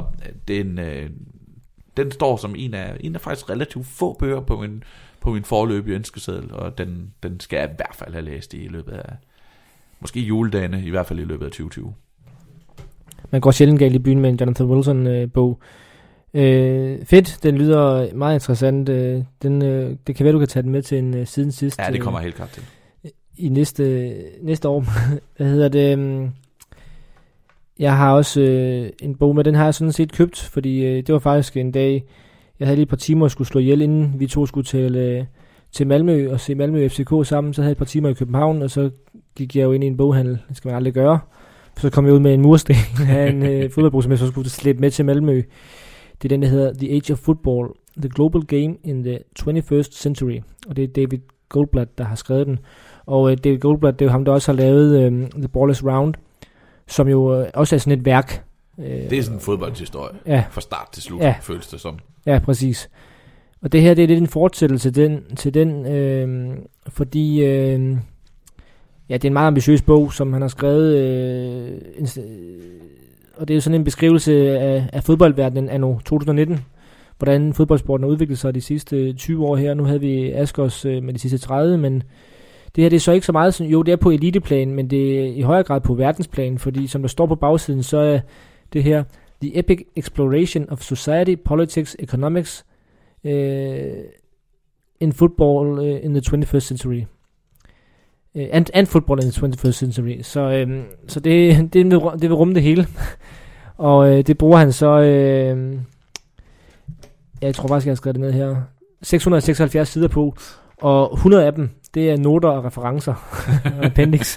den står som en af faktisk relativt få bøger på min foreløbige ønskeseddel, og den skal jeg i hvert fald have læst i løbet af, måske juledagene, i hvert fald i løbet af 2020. Man går sjældent galt i byen med en Jonathan Wilson-bog. Fedt, den lyder meget interessant. Det kan være, du kan tage den med til en siden sidst. Ja, det kommer helt klart til. I næste år. Hvad hedder det? Jeg har også en bog med, den har jeg sådan set købt, fordi det var faktisk en dag, jeg havde lige et par timer, og skulle slå ihjel, inden vi to skulle til Malmø og se Malmø FCK sammen. Så havde jeg et par timer i København, og så gik jeg jo ind i en boghandel. Det skal man aldrig gøre. Så kom jeg ud med en mursten af en fodboldbog, som jeg så skulle slæbe med til Malmø. Det er den, der hedder The Age of Football, The Global Game in the 21st Century. Og det er David Goldblatt, der har skrevet den. Og David Goldblatt, det er jo ham, der også har lavet The Ball is Round, som jo også er sådan et værk. Det er sådan en fodboldshistorie. Ja. Fra start til slut, føles det som. Ja, præcis. Og det her, det er lidt en fortsættelse til den fordi det er en meget ambitiøs bog, som han har skrevet, og det er jo sådan en beskrivelse af fodboldverdenen anno 2019, hvordan fodboldsporten har udviklet sig de sidste 20 år her. Nu havde vi Ascos med de sidste 30, men det her det er så ikke så meget, jo det er på eliteplan, men det er i højere grad på verdensplan, fordi som der står på bagsiden, så er det her The Epic Exploration of Society, Politics, Economics in Football in the 21st Century. And Football in the 21st Century. Så det vil rumme det hele. Og det bruger han så... jeg tror faktisk, jeg har skrevet det ned her. 676 sider på. Og 100 af dem, det er noter og referencer. og appendix.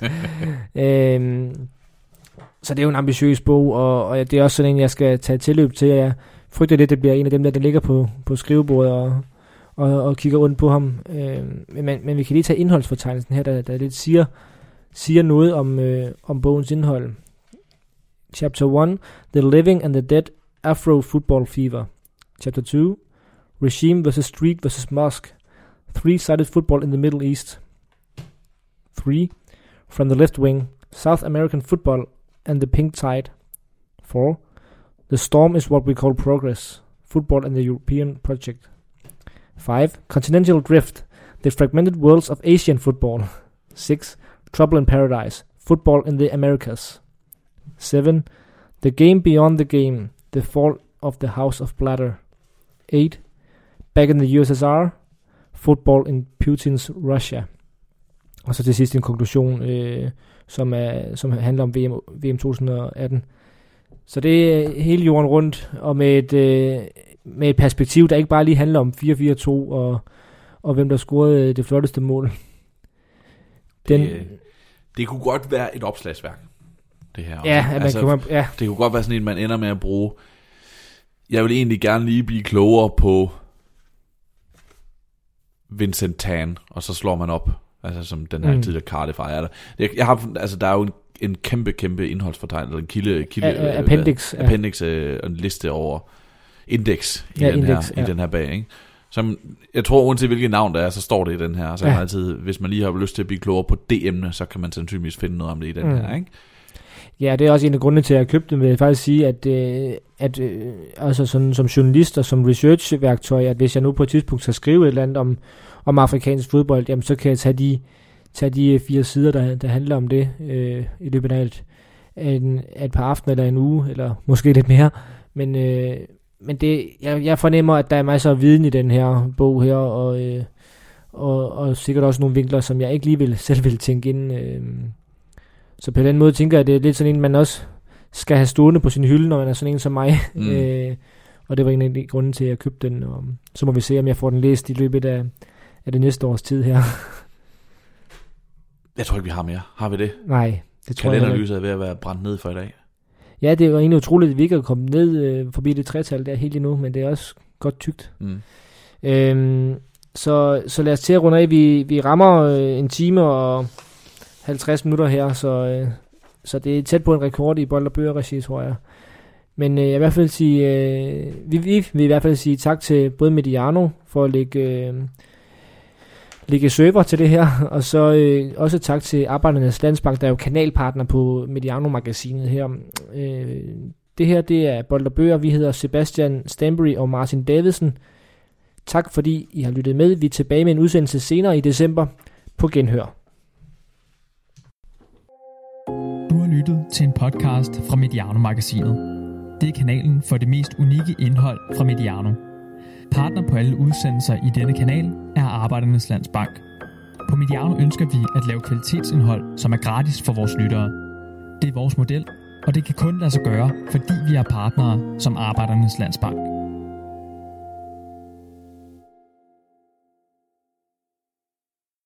Så det er jo en ambitiøs bog, og det er også sådan en, jeg skal tage tilløb til. Jeg frygter lidt, det bliver en af dem, der ligger på skrivebordet og kigger rundt på ham. Men vi kan lige tage indholdsfortegnelsen her, der lidt siger noget om bogens indhold. Chapter 1, The Living and the Dead Afro-Football Fever. Chapter 2, Regime vs. Street vs. Mosque. Three-sided football in the Middle East. 3, From the Left Wing, South American Football and the Pink Tide. 4, The Storm is what we call progress. Football and the European Project. 5, Continental Drift, the fragmented worlds of Asian football. 6, Trouble in Paradise, Football in the Americas. 7, The Game Beyond the Game, The Fall of the House of Bladder. 8, Back in the USSR, Football in Putin's Russia. Og så til sidst en konklusion, som handler om VM 2018. Så det er hele jorden rundt, og med et perspektiv, der ikke bare lige handler om 4-4-2, og hvem der scorede det flotteste mål. Det kunne godt være et opslagsværk, det her. Ja, det kunne godt være sådan en, man ender med at bruge. Jeg vil egentlig gerne lige blive klogere på Vincent Tan, og så slår man op, altså som den her tidligere Cardiff ejer der. Jeg har, altså der er jo en kæmpe indholdsfortegnelse, en kilde appendix, en liste over indeks i den her bag, ikke? Som jeg tror, uanset hvilket navn der er, så står det i den her. Så altid, hvis man lige har lyst til at blive klogere på det emne, så kan man sandsynligvis finde noget om det i den her, ikke? Ja, det er også en af grundene til, at jeg købte den, vil jeg faktisk sige, at altså sådan, som journalist og som researchværktøj, at hvis jeg nu på et tidspunkt skal skrive et eller andet om afrikansk fodbold, jamen så kan jeg tage de 4 sider, der handler om det i løbet af et par aftener eller en uge, eller måske lidt mere. Men det, jeg fornemmer, at der er masser af viden i den her bog her, og sikkert også nogle vinkler, som jeg ikke lige selv vil tænke ind. Så på den måde tænker jeg, at det er lidt sådan en, man også skal have stående på sin hylde, når man er sådan en som mig. Og det var en af de grunde til, at jeg købte den. Og så må vi se, om jeg får den læst i løbet af det næste års tid her. Jeg tror ikke, vi har mere. Har vi det? Nej, det tror jeg ikke. Kalenderlyset er ved at være brændt ned for i dag. Ja, det var egentlig utroligt, at vi ikke er kommet ned forbi det 3-tal der helt endnu, men det er også godt tykt. Så lad os til at runde af. Vi rammer en time og 50 minutter her, så det er tæt på en rekord i bold- og bøgerregi, tror jeg. Men jeg vil i hvert fald sige, vi vil i hvert fald sige tak til både Mediano for at lægge server til det her, og så også tak til Arbejdernes Landsbank, der er jo kanalpartner på Mediano-magasinet her. Det her, det er Bold og Bøger. Vi hedder Sebastian Stanbury og Martin Davidsen. Tak fordi I har lyttet med. Vi er tilbage med en udsendelse senere i december. På genhør. Du har lyttet til en podcast fra Mediano-magasinet. Det er kanalen for det mest unikke indhold fra Mediano. Partner på alle udsendelser i denne kanal er Arbejdernes Landsbank. På Mediano ønsker vi at lave kvalitetsindhold, som er gratis for vores lyttere. Det er vores model, og det kan kun lade sig gøre, fordi vi er partnere som Arbejdernes Landsbank.